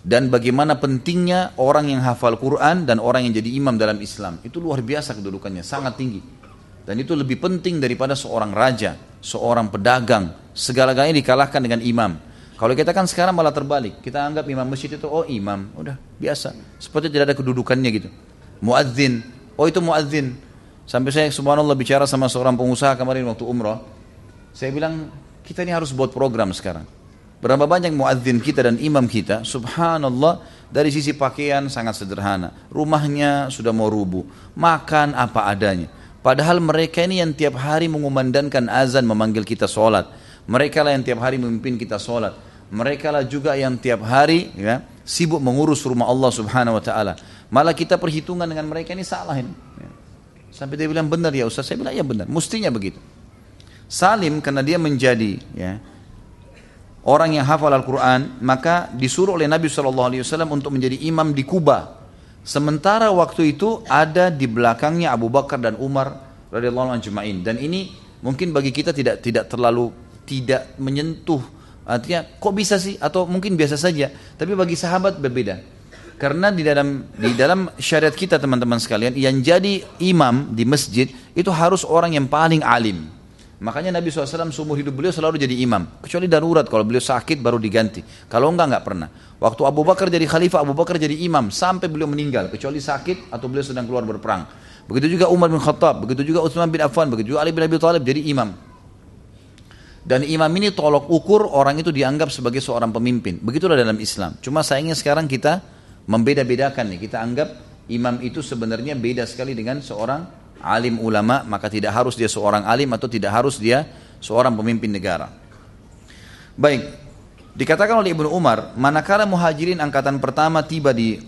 dan bagaimana pentingnya orang yang hafal Quran dan orang yang jadi imam dalam Islam. Itu luar biasa kedudukannya, sangat tinggi. Dan itu lebih penting daripada seorang raja, seorang pedagang, segala-galanya dikalahkan dengan imam. Kalau kita kan sekarang malah terbalik, kita anggap imam masjid itu oh imam, udah biasa, seperti tidak ada kedudukannya gitu. Muadzin, oh itu muadzin. Sampai saya subhanallah bicara sama seorang pengusaha kemarin waktu umrah, saya bilang kita ini harus buat program sekarang. Berapa banyak muadzin kita dan imam kita, subhanallah, dari sisi pakaian sangat sederhana, rumahnya sudah mau rubuh, makan apa adanya. Padahal mereka ini yang tiap hari mengumandangkan azan memanggil kita sholat. Mereka lah yang tiap hari memimpin kita sholat. Mereka lah juga yang tiap hari ya, sibuk mengurus rumah Allah subhanahu wa ta'ala. Malah kita perhitungan dengan mereka ini salah ini. Sampai dia bilang benar ya Ustaz, saya bilang ya benar, mestinya begitu. Salim karena dia menjadi ya, orang yang hafal Al-Quran, maka disuruh oleh Nabi SAW untuk menjadi imam di Kuba. Sementara waktu itu ada di belakangnya Abu Bakar dan Umar radhiyallahu anhum ajma'in. Dan ini mungkin bagi kita tidak terlalu tidak menyentuh. Artinya kok bisa sih? Atau mungkin biasa saja. Tapi bagi sahabat berbeda. Karena di dalam syariat kita teman-teman sekalian, yang jadi imam di masjid itu harus orang yang paling alim. Makanya Nabi SAW seumur hidup beliau selalu jadi imam. Kecuali darurat, kalau beliau sakit baru diganti. Kalau enggak pernah. Waktu Abu Bakar jadi khalifah, Abu Bakar jadi imam sampai beliau meninggal. Kecuali sakit atau beliau sedang keluar berperang. Begitu juga Umar bin Khattab, begitu juga Utsman bin Affan, begitu juga Ali bin Abi Thalib jadi imam. Dan imam ini tolok ukur orang itu dianggap sebagai seorang pemimpin. Begitulah dalam Islam. Cuma sayangnya sekarang kita membeda-bedakan nih. Kita anggap imam itu sebenarnya beda sekali dengan seorang alim ulama, maka tidak harus dia seorang alim atau tidak harus dia seorang pemimpin negara. Baik, dikatakan oleh Ibnu Umar, manakala muhajirin angkatan pertama tiba di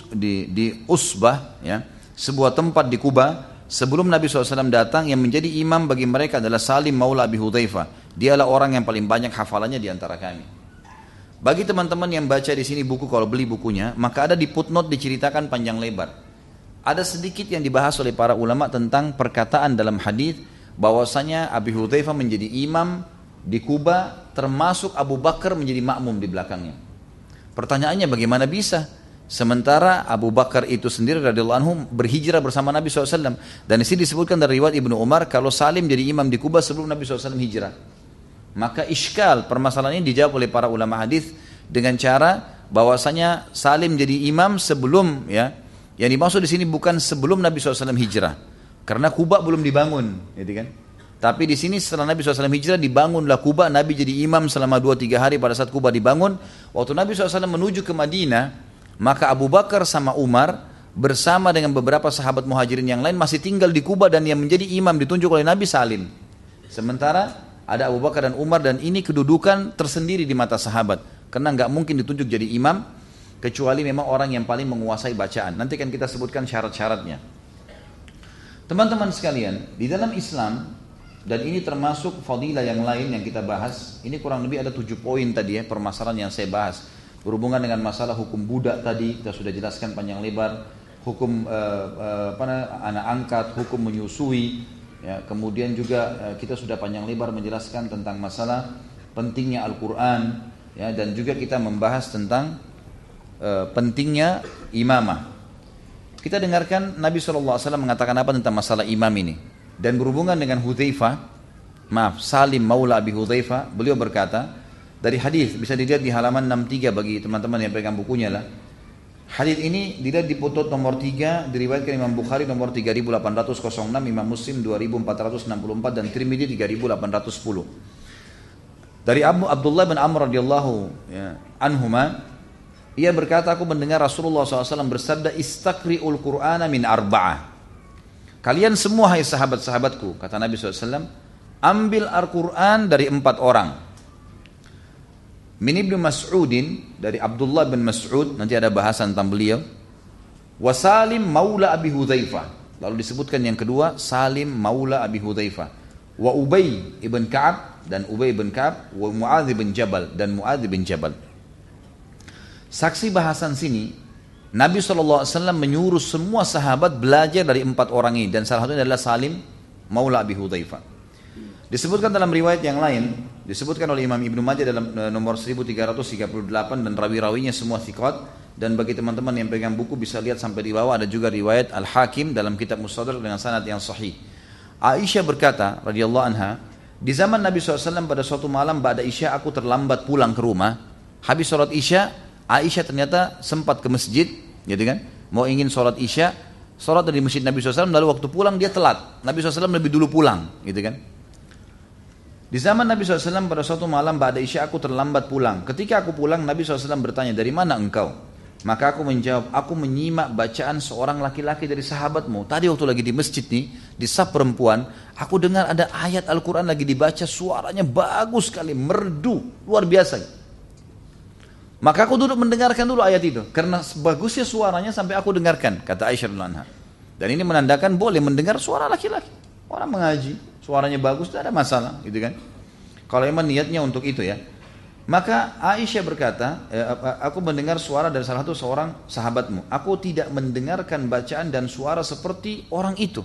Usbah, ya, sebuah tempat di Kuba, sebelum Nabi SAW datang, yang menjadi imam bagi mereka adalah Salim Maula Abi Hudzaifah. Dialah orang yang paling banyak hafalannya di antara kami. Bagi teman-teman yang baca di sini buku, kalau beli bukunya, maka ada di footnote diceritakan panjang lebar. Ada sedikit yang dibahas oleh para ulama tentang perkataan dalam hadis bahwasanya Abi Hudzaifah menjadi imam di Kuba, termasuk Abu Bakar menjadi makmum di belakangnya. Pertanyaannya bagaimana bisa? Sementara Abu Bakar itu sendiri radhiyallahu anhu berhijrah bersama Nabi SAW. Dan di sini disebutkan dari riwayat Ibnu Umar kalau Salim jadi imam di Kuba sebelum Nabi SAW hijrah. Maka iskal, permasalahan ini dijawab oleh para ulama hadis dengan cara bahwasanya Salim jadi imam sebelum, ya, yang dimaksud di sini bukan sebelum Nabi SAW hijrah, karena Kuba belum dibangun, gitu kan? Tapi di sini setelah Nabi SAW hijrah dibangunlah Kuba, Nabi jadi imam selama 2-3 hari pada saat Kuba dibangun. Waktu Nabi SAW menuju ke Madinah, maka Abu Bakar sama Umar bersama dengan beberapa sahabat muhajirin yang lain masih tinggal di Kuba, dan yang menjadi imam ditunjuk oleh Nabi Salim. Sementara ada Abu Bakar dan Umar, dan ini kedudukan tersendiri di mata sahabat, karena nggak mungkin ditunjuk jadi imam kecuali memang orang yang paling menguasai bacaan. Nanti kan kita sebutkan syarat-syaratnya. Teman-teman sekalian, di dalam Islam, dan ini termasuk fadilah yang lain yang kita bahas, ini kurang lebih ada 7 poin tadi ya permasalahan yang saya bahas. Berhubungan dengan masalah hukum budak tadi, kita sudah jelaskan panjang lebar, hukum anak angkat, hukum menyusui, ya, kemudian juga kita sudah panjang lebar menjelaskan tentang masalah pentingnya Al-Quran, ya, dan juga kita membahas tentang pentingnya imamah. Kita dengarkan Nabi SAW mengatakan apa tentang masalah imam ini. Dan berhubungan dengan Salim Maula Abi Hudzaifah, beliau berkata, dari hadis bisa dilihat di halaman 63 bagi teman-teman yang pegang bukunya lah. Hadis ini dilihat di footnote nomor 3, diriwayatkan Imam Bukhari nomor 3806, Imam Muslim 2464 dan Tirmidzi 3810. Dari Abdullah bin Amr radhiyallahu anhuma, ia berkata, aku mendengar Rasulullah SAW bersabda, istakri'ul Qur'ana min arba'ah. Kalian semua hai sahabat-sahabatku, kata Nabi SAW, ambil Al-Quran dari 4 orang. Min Ibnu Mas'udin, dari Abdullah bin Mas'ud, nanti ada bahasan tentang beliau. Wa Salim Maula Abi Hudzaifah. Lalu disebutkan yang kedua, Salim Maula Abi Hudzaifah. Wa Ubay ibn Ka'ab, dan Ubay ibn Ka'ab. Wa Mu'adz bin Jabal, dan Mu'adz bin Jabal. Saksi bahasan sini, Nabi SAW menyuruh semua sahabat belajar dari 4 orang ini, dan salah satunya adalah Salim Maula Abi Hudzaifah. Disebutkan dalam riwayat yang lain, Disebutkan oleh Imam Ibnu Majah dalam nomor 1338 dan rawi-rawinya semua thiqat. Dan bagi teman-teman yang pegang buku bisa lihat sampai di bawah ada juga riwayat Al-Hakim dalam kitab Mustadrak dengan sanad yang sahih. Aisyah berkata radhiyallahu anha, di zaman Nabi SAW pada suatu malam ba'da Isya aku terlambat pulang ke rumah. Habis sholat Isya, Aisyah ternyata sempat ke masjid, gitu kan? Mau ingin sholat Isya, sholat dari masjid Nabi SAW, lalu waktu pulang dia telat. Nabi SAW lebih dulu pulang, gitu kan? Di zaman Nabi SAW pada suatu malam ba'da Isya aku terlambat pulang. Ketika aku pulang, Nabi SAW bertanya, dari mana engkau? Maka aku menjawab, aku menyimak bacaan seorang laki-laki dari sahabatmu. Tadi waktu lagi di masjid nih, di saf perempuan, aku dengar ada ayat Al-Quran lagi dibaca, suaranya bagus sekali, merdu, luar biasa. Maka aku duduk mendengarkan dulu ayat itu, karena bagusnya suaranya sampai aku dengarkan, kata Aisyah radhiyallahu anha. Dan ini menandakan boleh mendengar suara laki-laki. Orang mengaji, suaranya bagus, tidak ada masalah, gitu kan? Kalau emang niatnya untuk itu ya. Maka Aisyah berkata, aku mendengar suara dari salah satu seorang sahabatmu. Aku tidak mendengarkan bacaan dan suara seperti orang itu.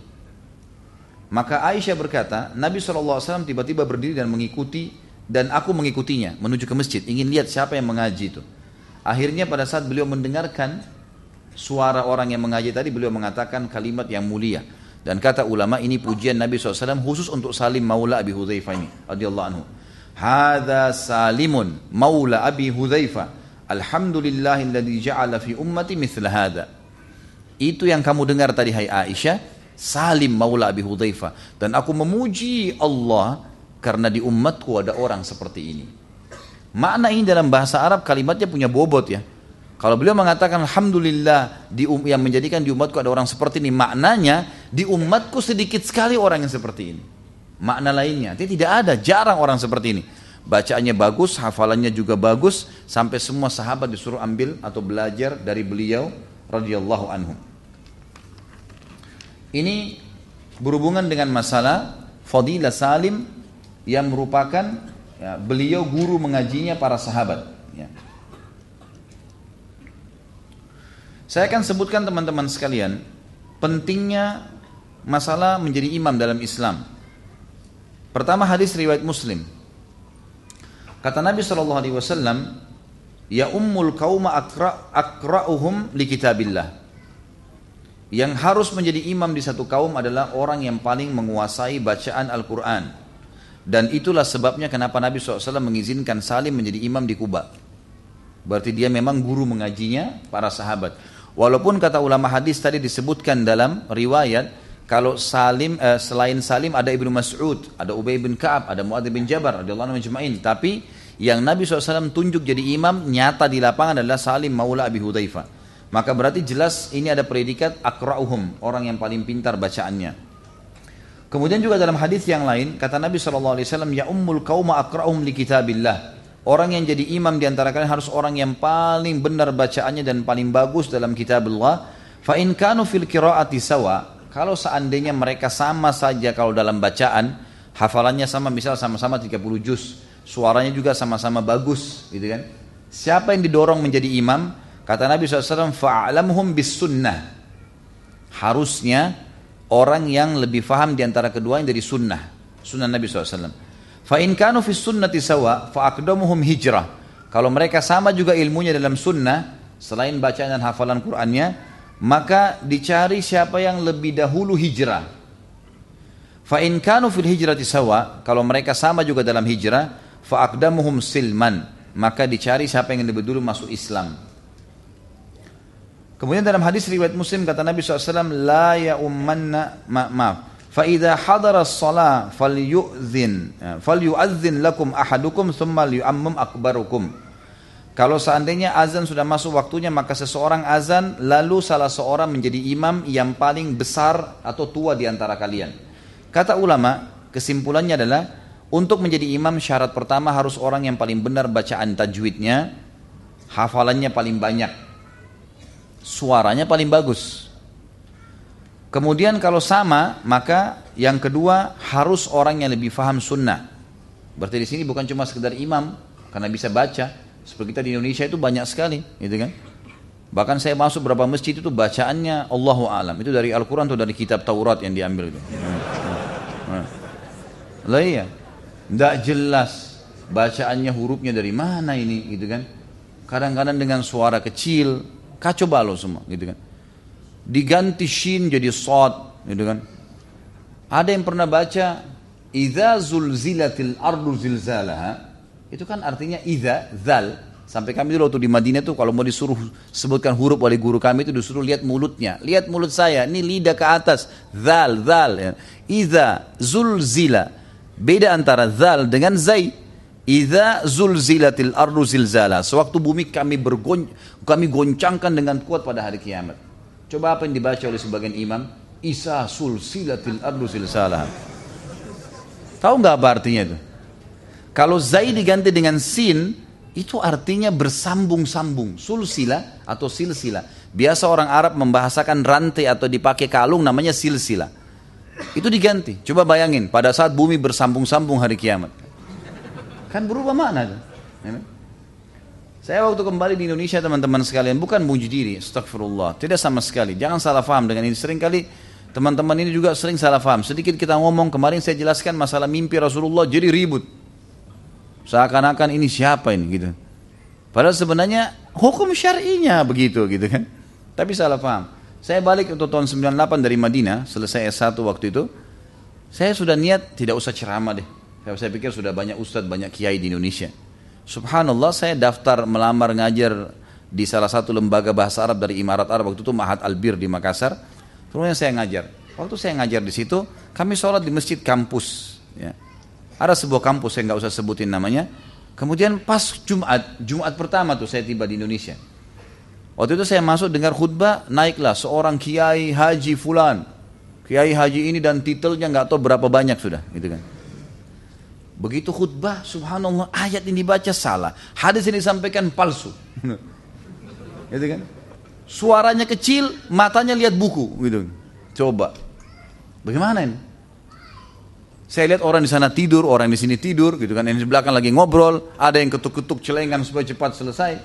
Maka Aisyah berkata, Nabi SAW tiba-tiba berdiri dan mengikuti, dan aku mengikutinya menuju ke masjid, ingin lihat siapa yang mengaji itu. Akhirnya pada saat beliau mendengarkan suara orang yang mengaji tadi, beliau mengatakan kalimat yang mulia. Dan kata ulama, ini pujian Nabi SAW khusus untuk Salim Maula Abi Hudzaifah ini radhiyallahu anhu. Hadza Salimun Maula Abi Hudzaifah, alhamdulillahilladzi ja'ala fi ummati mithla hadza. Itu yang kamu dengar tadi hai Aisyah, Salim Maula Abi Hudzaifah. Dan aku memuji Allah karena di umatku ada orang seperti ini. Makna ini dalam bahasa Arab kalimatnya punya bobot ya. Kalau beliau mengatakan alhamdulillah yang menjadikan di umatku ada orang seperti ini, maknanya di umatku sedikit sekali orang yang seperti ini. Makna lainnya, tidak ada, jarang orang seperti ini. Bacaannya bagus, hafalannya juga bagus, sampai semua sahabat disuruh ambil atau belajar dari beliau radhiyallahu anhum. Ini berhubungan dengan masalah Fadilah Salim yang merupakan ya, beliau guru mengajinya para sahabat. Ya. Saya akan sebutkan teman-teman sekalian pentingnya masalah menjadi imam dalam Islam. Pertama hadis riwayat Muslim. Kata Nabi SAW, ya ummul qauma akra'uhum li kitabillah. Yang harus menjadi imam di satu kaum adalah orang yang paling menguasai bacaan Al-Quran. Dan itulah sebabnya kenapa Nabi SAW mengizinkan Salim menjadi imam di Kuba. Berarti dia memang guru mengajinya para sahabat. Walaupun kata ulama hadis tadi disebutkan dalam riwayat, kalau Salim selain Salim ada Ibnu Mas'ud, ada Ubay bin Ka'ab, ada Muadz bin Jabal radhiyallahu anhu majma'in. Tapi yang Nabi SAW tunjuk jadi imam nyata di lapangan adalah Salim Maula Abi Hudzaifah. Maka berarti jelas ini ada predikat akra'uhum, orang yang paling pintar bacaannya. Kemudian juga dalam hadis yang lain kata Nabi SAW, ya ummul qauma akra'uhum li kitabillah. Orang yang jadi imam di antara kalian harus orang yang paling benar bacaannya dan paling bagus dalam kitab Allah. Fa in kanu fil qiraati sawa, kalau seandainya mereka sama saja kalau dalam bacaan, hafalannya sama, misal sama-sama 30 juz, suaranya juga sama-sama bagus, gitu kan? Siapa yang didorong menjadi imam? Kata Nabi SAW, fa'alamhum bis sunnah. Harusnya orang yang lebih faham di antara keduanya dari sunnah Nabi SAW. Fa in kanu fis sunnati sawa fa aqdamuhum hijrah. Kalau mereka sama juga ilmunya dalam sunnah, selain bacaan dan hafalan Qur'annya, maka dicari siapa yang lebih dahulu hijrah. Fa in kanu fil hijrati sawa, kalau mereka sama juga dalam hijrah, fa aqdamuhum silman, maka dicari siapa yang lebih dulu masuk Islam. Kemudian dalam hadis riwayat Muslim kata Nabi SAW, la ya'ummanna فَإِذَا حَضَرَ الصَّلَاةِ فَلْيُؤَذِّنْ لَكُمْ أَحَدُكُمْ ثُمَّ لِيُؤَمِّمْ أَكْبَرُكُمْ. Kalau seandainya azan sudah masuk waktunya, maka seseorang azan, lalu salah seorang menjadi imam yang paling besar atau tua di antara kalian. Kata ulama, kesimpulannya adalah, untuk menjadi imam syarat pertama harus orang yang paling benar bacaan tajwidnya, hafalannya paling banyak, suaranya paling bagus. Kemudian kalau sama, maka yang kedua harus orang yang lebih faham sunnah. Berarti di sini bukan cuma sekedar imam karena bisa baca. Seperti kita di Indonesia itu banyak sekali, gitu kan? Bahkan saya masuk beberapa masjid itu bacaannya Allahu a'lam, itu dari Al-Quran atau dari kitab Taurat yang diambil itu. Lah iya, tidak jelas. bacaannya hurufnya dari mana ini gitu kan. Kadang-kadang dengan suara kecil, kacau balau semua gitu kan. Diganti shin jadi shad gitu kan. Ada yang pernah baca idza zulzilatil ardu zilzalaha, itu kan artinya idza, zal. Sampai kami dulu waktu di Madinah tuh kalau mau disuruh sebutkan huruf oleh guru kami itu disuruh lihat mulutnya. Lihat mulut saya, ini lidah ke atas. Zal, zal. Ya. Idza zulzila. Beda antara zal dengan zai. Idza zulzilatil ardu zilzala. Sewaktu bumi kami goncangkan dengan kuat pada hari kiamat. Coba apa yang dibaca oleh sebagian imam? Isa sulsilatil ardu zilzala. Tahu nggak apa artinya itu? Kalau zai diganti dengan sin, itu artinya bersambung-sambung. Sulsila atau silsila. Biasa orang Arab membahasakan rantai atau dipakai kalung namanya silsila. Itu diganti. Coba bayangin pada saat bumi bersambung-sambung hari kiamat. Kan berubah makna itu. Saya waktu kembali di Indonesia teman-teman sekalian, bukan muji diri, astagfirullah, tidak sama sekali. Jangan salah faham dengan ini. Seringkali teman-teman ini juga sering salah faham. Sedikit kita ngomong, kemarin saya jelaskan masalah mimpi Rasulullah jadi ribut. Seakan-akan ini siapa ini gitu. Padahal sebenarnya hukum syar'inya begitu gitu kan. Tapi salah paham. Saya balik untuk tahun 98 dari Madinah, selesai S1 waktu itu. Saya sudah niat tidak usah ceramah deh. Saya pikir sudah banyak ustadz, banyak kiai di Indonesia. Subhanallah, saya daftar melamar ngajar di salah satu lembaga bahasa Arab dari Imarat Arab waktu itu, Mahat Albir di Makassar. Kemudian saya ngajar. Waktu saya ngajar di situ, kami sholat di masjid kampus. Ya. Ada sebuah kampus, saya nggak usah sebutin namanya. Kemudian pas Jumat pertama tuh saya tiba di Indonesia. Waktu itu saya masuk dengar khutbah, naiklah seorang kiai haji fulan. Kiai haji ini dan titelnya nggak tahu berapa banyak sudah, gitu kan. Begitu khutbah, subhanallah, ayat ini dibaca salah, hadis ini disampaikan palsu. Gitu kan. Suaranya kecil, matanya lihat buku, gitu. Coba. Bagaimana ini? Saya lihat orang di sana tidur, orang di sini tidur, gitu kan. Yang di belakang lagi ngobrol, ada yang ketuk-ketuk celengan supaya cepat selesai.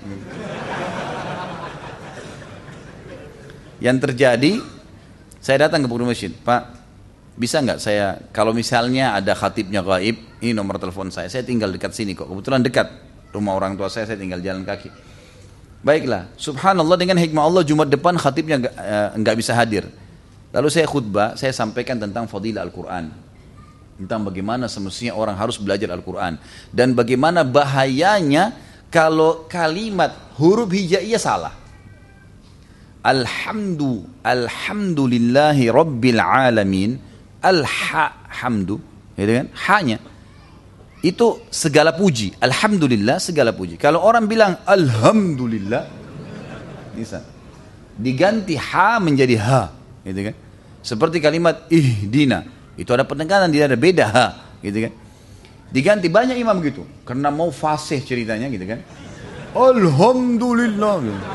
Yang terjadi, saya datang ke pengurus masjid, Pak, bisa nggak saya, kalau misalnya ada khatibnya gaib, ini nomor telepon saya tinggal dekat sini kok, kebetulan dekat rumah orang tua saya tinggal jalan kaki. Baiklah, subhanallah dengan hikmah Allah Jumat depan khatibnya nggak bisa hadir. Lalu saya khutbah, saya sampaikan tentang fadilah Al-Quran. Tentang bagaimana semestinya orang harus belajar Al-Quran. Dan bagaimana bahayanya kalau kalimat huruf hijaiyah salah. Alhamdulillahi Rabbil Alamin. Hamdu. Gitu kan? Hanya. Itu segala puji. Alhamdulillah segala puji. Kalau orang bilang Alhamdulillah. Bisa. Diganti ha menjadi ha. Gitu kan? Seperti kalimat ihdina. Itu ada penekanan, tidak ada beda, gitu kan. Diganti banyak imam gitu, karena mau fasih ceritanya gitu kan. Alhamdulillah. Gitu.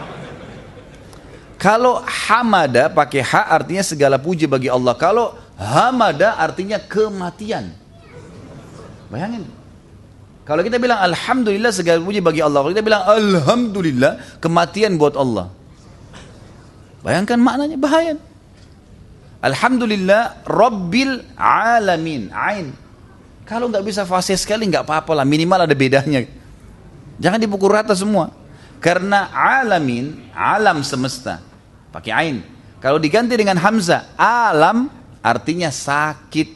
Kalau hamada pakai ha artinya segala puji bagi Allah. Kalau hamada artinya kematian. Bayangin. Kalau kita bilang alhamdulillah segala puji bagi Allah, kalau kita bilang alhamdulillah kematian buat Allah. Bayangkan maknanya, bahaya. Alhamdulillah Rabbil Alamin. Ain. Kalau nggak bisa fasih sekali nggak apa-apa lah, minimal ada bedanya. Jangan dipukul rata semua. Karena alamin, alam semesta, pakai ain. Kalau diganti dengan hamzah, alam artinya sakit.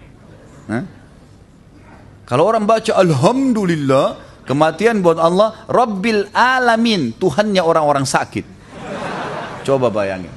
Kalau orang baca alhamdulillah, kematian buat Allah, Rabbil Alamin, Tuhannya orang-orang sakit. Coba bayangin.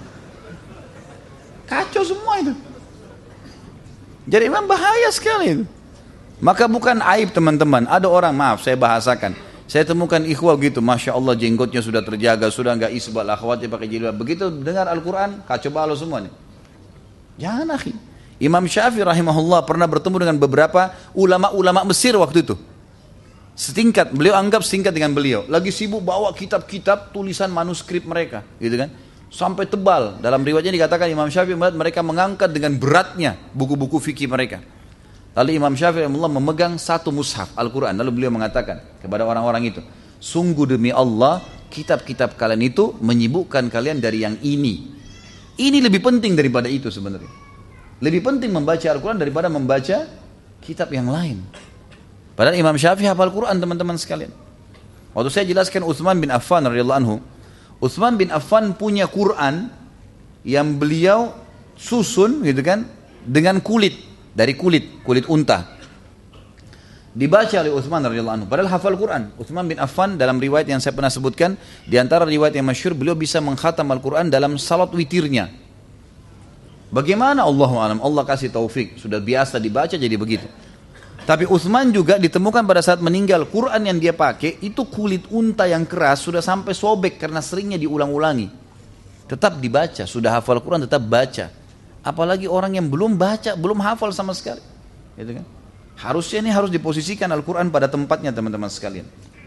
Kacau semua itu. Jadi memang bahaya sekali itu. Maka bukan aib teman-teman. Ada orang, maaf saya bahasakan, saya temukan ikhwah gitu, Masya Allah jenggotnya sudah terjaga, sudah enggak isbal, akhwatnya pakai jilbab. Begitu dengar Al-Quran, kacau balau semua nih. Jangan akhi. Imam Syafi'i rahimahullah pernah bertemu dengan beberapa ulama-ulama Mesir waktu itu. Setingkat, beliau anggap setingkat dengan beliau. Lagi sibuk bawa kitab-kitab tulisan manuskrip mereka, gitu kan. Sampai tebal. Dalam riwayatnya dikatakan Imam Syafi'i melihat mereka mengangkat dengan beratnya buku-buku fikih mereka. Lalu Imam Syafi'i memegang satu mushaf Al-Quran. Lalu beliau mengatakan kepada orang-orang itu, sungguh demi Allah, kitab-kitab kalian itu menyibukkan kalian dari yang ini. Ini lebih penting daripada itu sebenarnya. Lebih penting membaca Al-Quran daripada membaca kitab yang lain. Padahal Imam Syafi'i hafal Quran teman-teman sekalian. Waktu saya jelaskan Utsman bin Affan radhiyallahu anhu, Utsman bin Affan punya Quran yang beliau susun gitu kan dengan kulit, dari kulit unta. Dibaca oleh Utsman radhiyallahu anhu. Padahal hafal Quran. Utsman bin Affan dalam riwayat yang saya pernah sebutkan, di antara riwayat yang masyhur, beliau bisa mengkhatam Al-Quran dalam salat witirnya. Bagaimana Allahu a'lam, Allah kasih taufik, sudah biasa dibaca jadi begitu. Tapi Utsman juga ditemukan pada saat meninggal, Quran yang dia pakai itu kulit unta yang keras, sudah sampai sobek karena seringnya diulang-ulangi. Tetap dibaca, sudah hafal Quran tetap baca. Apalagi orang yang belum baca, belum hafal sama sekali. Gitu kan? Harusnya ini harus diposisikan Al-Quran pada tempatnya teman-teman sekalian.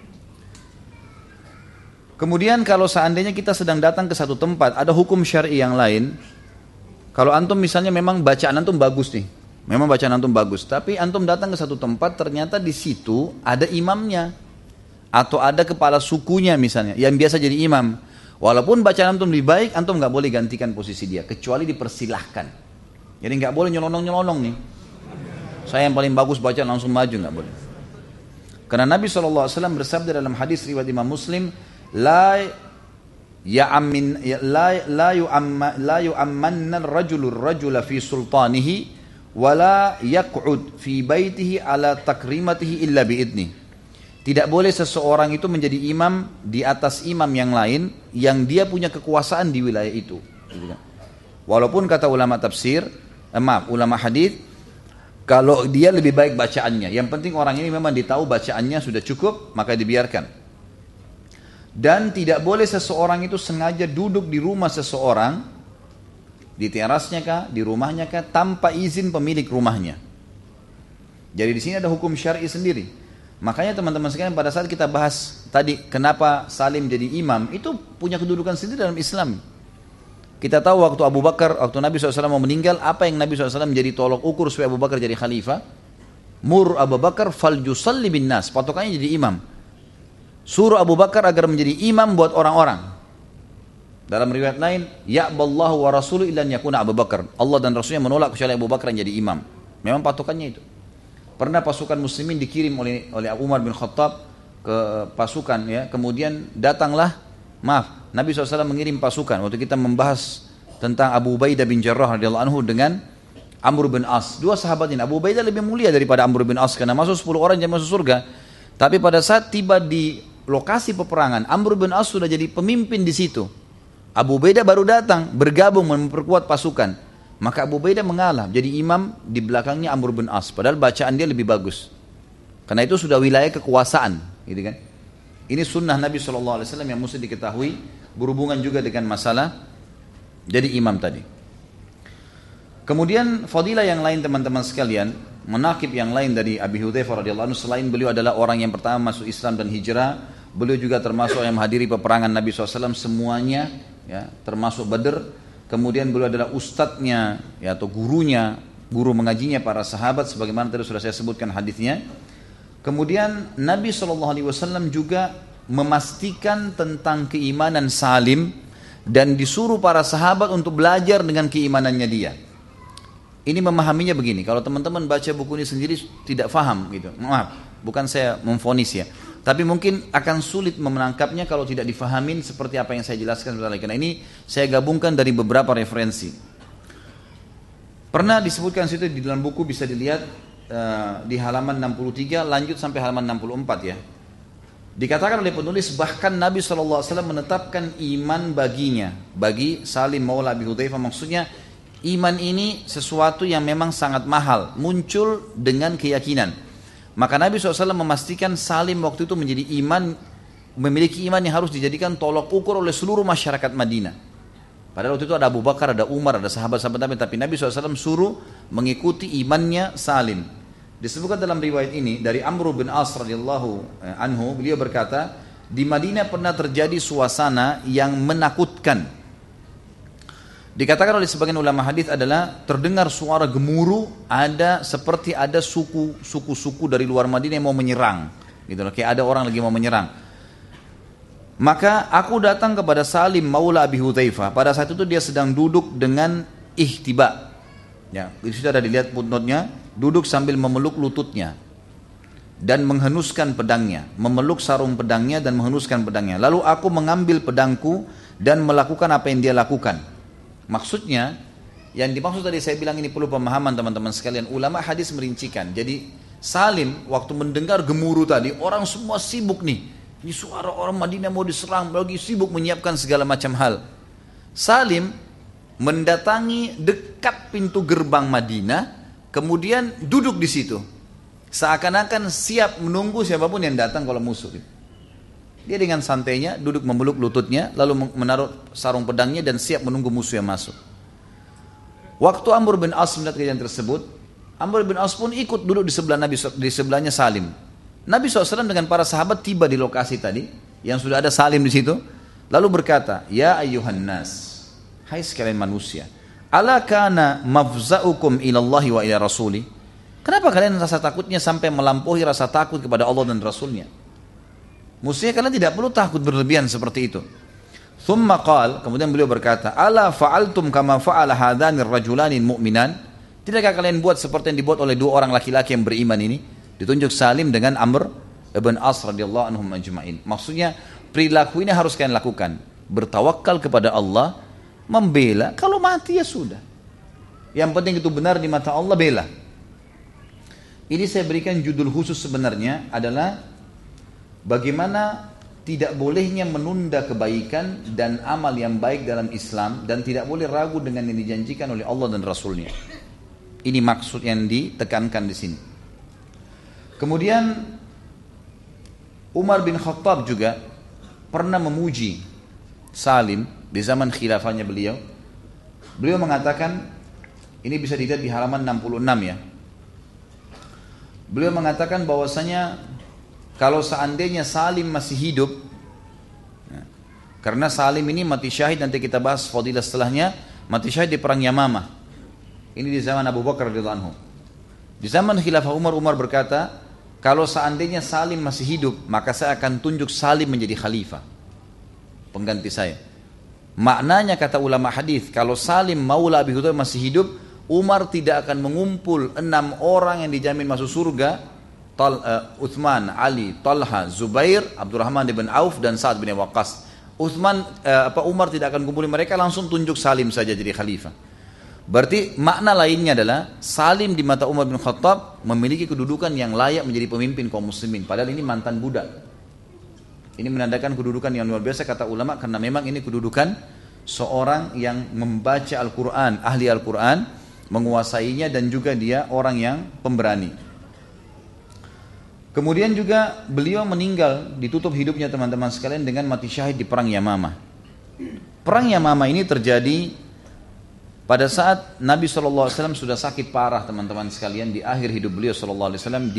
Kemudian kalau seandainya kita sedang datang ke satu tempat, ada hukum syar'i yang lain. Kalau antum misalnya memang bacaan antum bagus nih, memang bacaan antum bagus, tapi antum datang ke satu tempat ternyata di situ ada imamnya atau ada kepala sukunya misalnya yang biasa jadi imam. Walaupun bacaan antum lebih baik, antum nggak boleh gantikan posisi dia, kecuali dipersilahkan. Jadi nggak boleh nyelonong-nyelonong nih. Saya yang paling bagus baca langsung maju, nggak boleh. Karena Nabi SAW bersabda dalam hadis riwayat Imam Muslim, la yu'ammanna ar-rajula fi sultanihi wa la yaq'ud fi baitihi ala takrimatihi illa bi'idni. Tidak boleh seseorang itu menjadi imam di atas imam yang lain yang dia punya kekuasaan di wilayah itu. Walaupun kata ulama tafsir, ulama hadis, kalau dia lebih baik bacaannya, yang penting orang ini memang ditahu bacaannya sudah cukup, maka dibiarkan. Dan tidak boleh seseorang itu sengaja duduk di rumah seseorang, di terasnya kah, di rumahnya kah, tanpa izin pemilik rumahnya. Jadi di sini ada hukum syar'i sendiri. Makanya teman-teman sekalian, pada saat kita bahas tadi kenapa Salim jadi imam, itu punya kedudukan sendiri dalam Islam. Kita tahu waktu Abu Bakar, waktu Nabi SAW mau meninggal, apa yang Nabi SAW menjadi tolok ukur supaya Abu Bakar jadi khalifah? Mur Abu Bakar fal yusalli bin nas, patokannya jadi imam. Suruh Abu Bakar agar menjadi imam buat orang-orang. Dalam riwayat lain, ya'ballahu wa rasuluhu illa yakuna Abu Bakar. Allah dan Rasulnya menolak kecuali Abu Bakar yang jadi imam. Memang patokannya itu. Pernah pasukan muslimin dikirim oleh Umar bin Khattab ke pasukan, ya. Kemudian datanglah, Nabi SAW mengirim pasukan. Waktu kita membahas tentang Abu Ubaidah bin Jarrah radhiyallahu anhu dengan Amr bin As. Dua sahabat ini. Abu Ubaidah lebih mulia daripada Amr bin As karena masuk 10 orang yang masuk surga. Tapi pada saat tiba di lokasi peperangan, Amr bin As sudah jadi pemimpin di situ. Abu Ubaidah baru datang bergabung memperkuat pasukan. Maka Abu Ubaidah mengalah jadi imam di belakangnya Amr bin As. Padahal bacaan dia lebih bagus. Karena itu sudah wilayah kekuasaan, gitu kan? Ini sunnah Nabi SAW yang mesti diketahui, berhubungan juga dengan masalah jadi imam tadi. Kemudian fadilah yang lain teman-teman sekalian, manaqib yang lain dari Abi Hudzaifah radhiyallahu anhu, selain beliau adalah orang yang pertama masuk Islam dan hijrah, beliau juga termasuk yang menghadiri peperangan Nabi SAW semuanya, ya, termasuk Badr. Kemudian beliau adalah ustadznya, ya, atau gurunya, guru mengajinya para sahabat, sebagaimana tadi sudah saya sebutkan hadisnya. Kemudian Nabi SAW juga memastikan tentang keimanan Salim dan disuruh para sahabat untuk belajar dengan keimanannya dia. Ini memahaminya begini, kalau teman-teman baca buku ini sendiri tidak faham gitu. Maaf, bukan saya memvonis ya. Tapi mungkin akan sulit menangkapnya kalau tidak difahamin seperti apa yang saya jelaskan sebentar lagi. Karena ini saya gabungkan dari beberapa referensi. Pernah disebutkan situ di dalam buku, bisa dilihat di halaman 63 lanjut sampai halaman 64 ya. Dikatakan oleh penulis bahkan Nabi SAW menetapkan iman baginya, bagi Salim Maula Abi Hudzaifah, maksudnya iman ini sesuatu yang memang sangat mahal, muncul dengan keyakinan. Maka Nabi SAW memastikan Salim waktu itu menjadi iman, memiliki iman yang harus dijadikan tolok ukur oleh seluruh masyarakat Madinah. Padahal waktu itu ada Abu Bakar, ada Umar, ada sahabat-sahabat Nabi, tapi Nabi SAW suruh mengikuti imannya Salim. Disebutkan dalam riwayat ini dari Amr bin As radhiyallahu anhu, beliau berkata, di Madinah pernah terjadi suasana yang menakutkan. Dikatakan oleh sebagian ulama hadis adalah terdengar suara gemuruh, seperti ada suku-suku dari luar Madinah yang mau menyerang, gitu loh, kayak ada orang lagi mau menyerang. Maka aku datang kepada Salim Maula Abi Hudzaifah. Pada saat itu dia sedang duduk dengan ihtiba. Ya, itu sudah ada dilihat footnote-nya, duduk sambil memeluk lututnya. dan menghenuskan pedangnya, memeluk sarung pedangnya dan menghenuskan pedangnya. Lalu aku mengambil pedangku dan melakukan apa yang dia lakukan. Maksudnya, yang dimaksud tadi saya bilang ini perlu pemahaman teman-teman sekalian. Ulama hadis merincikan. Jadi Salim waktu mendengar gemuruh tadi, orang semua sibuk nih. Ini suara orang Madinah mau diserang, lagi sibuk menyiapkan segala macam hal. Salim mendatangi dekat pintu gerbang Madinah, kemudian duduk di situ. Seakan-akan siap menunggu siapapun yang datang kalau musuh. Dia dengan santainya duduk memeluk lututnya, lalu menaruh sarung pedangnya dan siap menunggu musuh yang masuk. Waktu Amr bin As melihat kejadian tersebut, Amr bin As pun ikut duduk di sebelah Nabi, di sebelahnya Salim. Nabi SAW dengan para sahabat tiba di lokasi tadi, yang sudah ada Salim di situ, lalu berkata, Ya ayyuhan nas, hai sekalian manusia, ala kana mafza'ukum ilallahi wa ila rasuli. Kenapa kalian rasa takutnya sampai melampaui rasa takut kepada Allah dan Rasulnya? Mestinya kalian tidak perlu takut berlebihan seperti itu. Thumma qal, kemudian beliau berkata, ala fa'altum kama fa'ala hadhanir rajulani mu'minan. Tidakkah kalian buat seperti yang dibuat oleh dua orang laki-laki yang beriman ini? Ditunjuk Salim dengan Amr ibn As radhiyallahu anhum ajma'in. Maksudnya perilaku ini harus kalian lakukan. Bertawakal kepada Allah, membela, kalau mati ya sudah. Yang penting itu benar di mata Allah, bela. Ini saya berikan judul khusus sebenarnya adalah bagaimana tidak bolehnya menunda kebaikan dan amal yang baik dalam Islam, dan tidak boleh ragu dengan yang dijanjikan oleh Allah dan Rasulnya. Ini maksud yang ditekankan di sini. Kemudian Umar bin Khattab juga pernah memuji Salim di zaman khilafahnya beliau. Beliau mengatakan, ini bisa dilihat di halaman 66 ya. Beliau mengatakan bahwasanya kalau seandainya Salim masih hidup, karena Salim ini mati syahid, nanti kita bahas fadilah setelahnya, mati syahid di perang Yamamah. Ini di zaman Abu Bakar radhiyallahu anhu. Di zaman khilafah Umar, Umar berkata, kalau seandainya Salim masih hidup, maka saya akan tunjuk Salim menjadi khalifah, pengganti saya. Maknanya kata ulama hadis, kalau Salim maula Abi Hudzaifah masih hidup, Umar tidak akan mengumpul 6 orang yang dijamin masuk surga, Uthman, Ali, Talha, Zubair, Abdurrahman bin Auf dan Sa'ad bin Waqqas. Umar tidak akan kumpulin mereka, langsung tunjuk Salim saja jadi khalifah. Berarti makna lainnya adalah Salim di mata Umar bin Khattab memiliki kedudukan yang layak menjadi pemimpin kaum muslimin, padahal ini mantan budak. Ini menandakan kedudukan yang luar biasa kata ulama, karena memang ini kedudukan seorang yang membaca Al-Quran, ahli Al-Quran, menguasainya, dan juga dia orang yang pemberani. Kemudian juga beliau meninggal, ditutup hidupnya teman-teman sekalian dengan mati syahid di perang Yamamah. Perang Yamamah ini terjadi pada saat Nabi SAW sudah sakit parah teman-teman sekalian, di akhir hidup beliau SAW,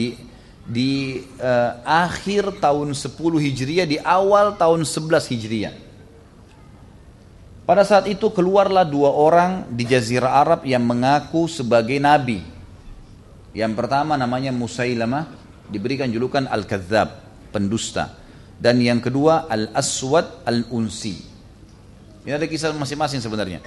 di akhir tahun 10 Hijriah, di awal tahun 11 Hijriah. Pada saat itu keluarlah 2 orang di Jazirah Arab yang mengaku sebagai Nabi. Yang pertama namanya Musailamah, diberikan julukan Al-Kadzab, pendusta. Dan yang kedua Al-Aswad Al-Unsi. Ini ada kisah masing-masing sebenarnya.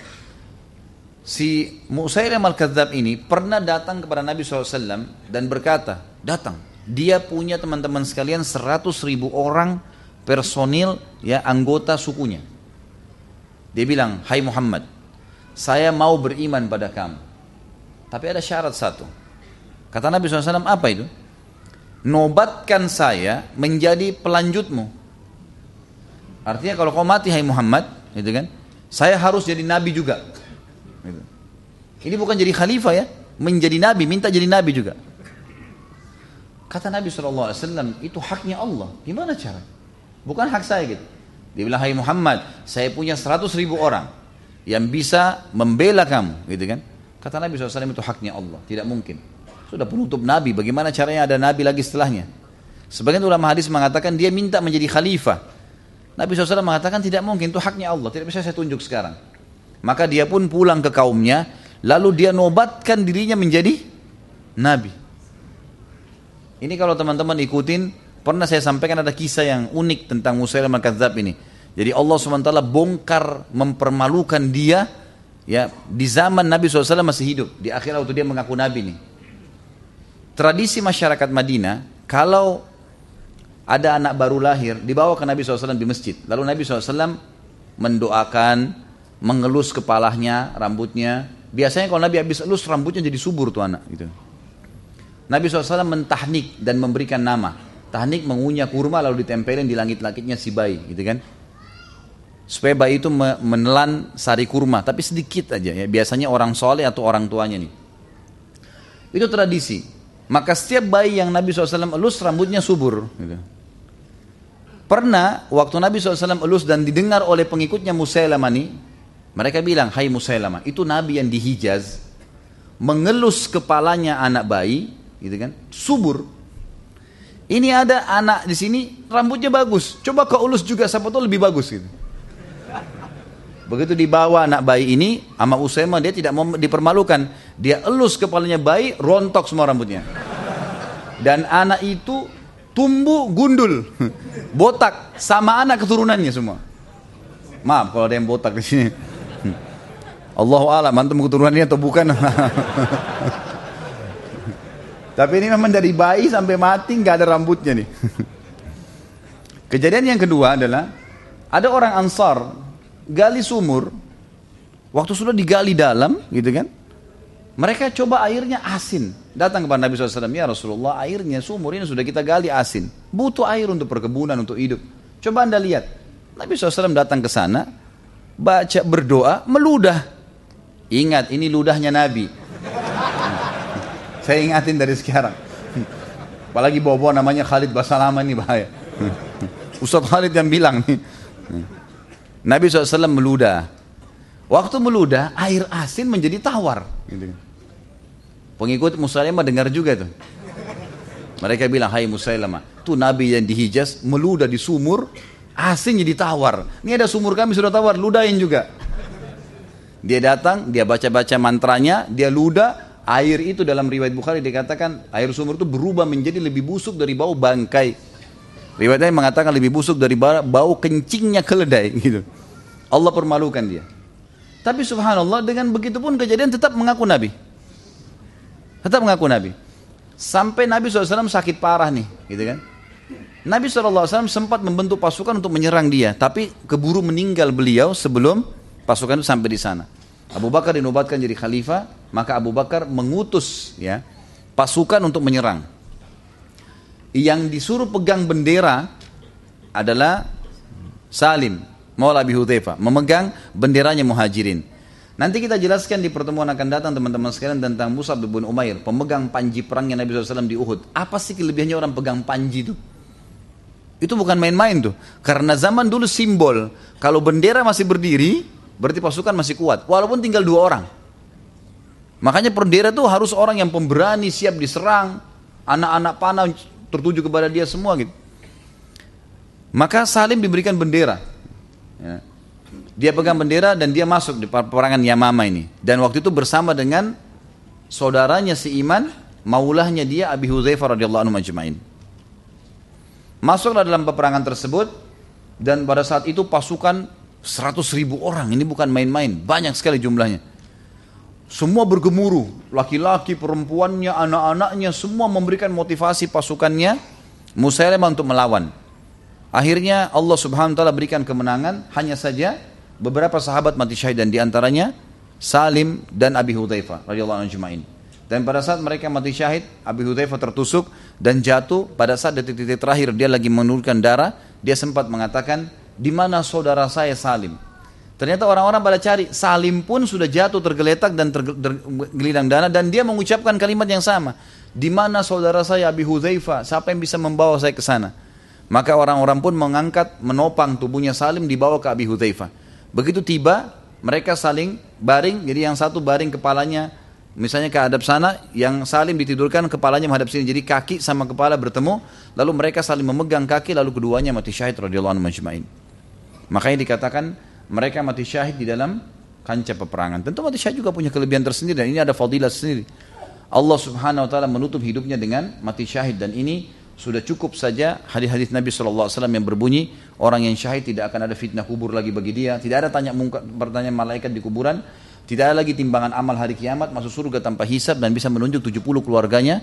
Si Musailamah Al-Kadzab ini pernah datang kepada Nabi SAW dan berkata, datang, dia punya teman-teman sekalian 100.000 orang personil, ya, anggota sukunya. Dia bilang, hai Muhammad, saya mau beriman pada kamu, tapi ada syarat satu. Kata Nabi SAW, apa itu? Nobatkan saya menjadi pelanjutmu. Artinya kalau kau mati hai Muhammad, gitu kan, saya harus jadi nabi juga. Gitu. Ini bukan jadi khalifah ya, menjadi nabi, minta jadi nabi juga. Kata Nabi SAW, itu haknya Allah. Gimana cara? Bukan hak saya gitu. Dia bilang, hai Muhammad, saya punya 100.000 orang yang bisa membela kamu, gitu kan? Kata Nabi SAW, itu haknya Allah, tidak mungkin. Sudah penutup nabi, bagaimana caranya ada nabi lagi setelahnya? Sebagian ulama hadis mengatakan dia minta menjadi khalifah. Nabi SAW mengatakan tidak mungkin, itu haknya Allah, tidak bisa saya tunjuk sekarang. Maka dia pun pulang ke kaumnya, lalu dia nobatkan dirinya menjadi nabi. Ini kalau teman-teman ikutin, pernah saya sampaikan ada kisah yang unik tentang Musailamah Al-Kadzab ini. Jadi Allah SWT bongkar, mempermalukan dia, ya, di zaman Nabi SAW masih hidup, di akhir waktu dia mengaku nabi nih. Tradisi masyarakat Madinah, kalau ada anak baru lahir, dibawa ke Nabi SAW di masjid. Lalu Nabi SAW mendoakan, mengelus kepalanya, rambutnya. Biasanya kalau Nabi habis elus, rambutnya jadi subur tuh anak. Gitu. Nabi SAW mentahnik dan memberikan nama. Tahnik mengunyah kurma lalu ditempelin di langit-langitnya si bayi. Gitu kan. Supaya bayi itu menelan sari kurma, tapi sedikit aja ya. Biasanya orang soleh atau orang tuanya nih. Itu tradisi. Maka setiap bayi yang Nabi SAW elus, rambutnya subur. Gitu. Pernah waktu Nabi SAW elus dan didengar oleh pengikutnya Musailamah nih, mereka bilang, hai Musailamah, itu Nabi yang di Hijaz mengelus kepalanya anak bayi, gitu kan, subur. Ini ada anak di sini rambutnya bagus, coba kau elus juga, siapa tahu lebih bagus gitu. Begitu dibawa anak bayi ini sama Usaimah, dia tidak mau dipermalukan, dia elus kepalanya bayi, rontok semua rambutnya. Dan anak itu tumbuh gundul, botak, sama anak keturunannya semua. Maaf kalau ada yang botak di sini. Allahu a'lam, antum keturunannya atau bukan? Tapi ini memang dari bayi sampai mati nggak ada rambutnya nih. Kejadian yang kedua adalah ada orang Ansar gali sumur, waktu sudah digali dalam, gitu kan? Mereka coba airnya asin. Datang kepada Nabi SAW, ya Rasulullah, airnya sumur ini sudah kita gali asin. Butuh air untuk perkebunan, untuk hidup. Coba anda lihat. Nabi SAW datang ke sana, baca berdoa, meludah. Ingat, ini ludahnya Nabi. Saya ingatin dari sekarang. Apalagi bawa-bawa namanya Khalid Basalamah ini bahaya. Ustaz Khalid yang bilang nih. Nabi SAW meludah. Waktu meludah, air asin menjadi tawar. Pengikut Musailamah dengar juga tuh. Mereka bilang, hai Musailamah, tuh Nabi yang di Hijaz meludah di sumur, asin jadi tawar. Ini ada sumur kami sudah tawar, ludahin juga. Dia datang, dia baca-baca mantranya, dia ludah, air itu dalam riwayat Bukhari dikatakan, air sumur itu berubah menjadi lebih busuk dari bau bangkai. Riwayatnya mengatakan lebih busuk dari bau kencingnya keledai. Gitu. Allah permalukan dia. Tapi subhanallah, dengan begitu pun kejadian tetap mengaku Nabi. Tetap mengaku Nabi. Sampai Nabi SAW sakit parah nih, gitu kan. Nabi SAW sempat membentuk pasukan untuk menyerang dia, tapi keburu meninggal beliau sebelum pasukan itu sampai di sana. Abu Bakar dinobatkan jadi khalifah, maka Abu Bakar mengutus ya pasukan untuk menyerang. Yang disuruh pegang bendera adalah Salim, Maula Abi Hudzaifah, memegang benderanya Muhajirin. Nanti kita jelaskan di pertemuan akan datang teman-teman sekalian tentang Mus'ab bin Umair, pemegang panji perangnya Nabi SAW di Uhud. Apa sih kelebihannya orang pegang panji itu? Itu bukan main-main tuh. Karena zaman dulu simbol, kalau bendera masih berdiri, berarti pasukan masih kuat. Walaupun tinggal 2 orang. Makanya bendera tuh harus orang yang pemberani, siap diserang. Anak-anak panah tertuju kepada dia semua gitu. Maka Salim diberikan bendera. Ya. Dia pegang bendera dan dia masuk di peperangan Yamama ini. Dan waktu itu bersama dengan saudaranya seiman, maulahnya dia Abi Hudzaifah radhiyallahu anhu majma'in. Masuklah dalam peperangan tersebut dan pada saat itu pasukan 100.000 orang. Ini bukan main-main, banyak sekali jumlahnya. Semua bergemuruh, laki-laki, perempuannya, anak-anaknya, semua memberikan motivasi pasukannya Musailamah untuk melawan. Akhirnya Allah Subhanahu wa taala berikan kemenangan, hanya saja beberapa sahabat mati syahid dan diantaranya Salim dan Abi Hudzaifah radhiyallahu anhu ajma'in. Dan pada saat mereka mati syahid, Abi Hudzaifah tertusuk dan jatuh. Pada saat detik-detik terakhir dia lagi menurunkan darah, dia sempat mengatakan, di mana saudara saya Salim? Ternyata orang-orang pada cari, Salim pun sudah jatuh tergeletak dan tergelindang darah, dan dia mengucapkan kalimat yang sama. Di mana saudara saya Abi Hudzaifah? Siapa yang bisa membawa saya ke sana? Maka orang-orang pun mengangkat, menopang tubuhnya Salim, dibawa ke Abi Hudzaifah. Begitu tiba, mereka saling baring, jadi yang satu baring kepalanya misalnya ke hadap sana, yang Salim ditidurkan kepalanya menghadap sini, jadi kaki sama kepala bertemu, lalu mereka saling memegang kaki, lalu keduanya mati syahid radhiyallahu anhu majma'in. Makanya dikatakan mereka mati syahid di dalam kancah peperangan. Tentu mati syahid juga punya kelebihan tersendiri dan ini ada fadilah sendiri. Allah Subhanahu wa taala menutup hidupnya dengan mati syahid, dan ini sudah cukup saja hadis-hadis Nabi SAW yang berbunyi, orang yang syahid tidak akan ada fitnah kubur lagi bagi dia, tidak ada pertanyaan malaikat di kuburan, tidak ada lagi timbangan amal hari kiamat, masuk surga tanpa hisab dan bisa menunjuk 70 keluarganya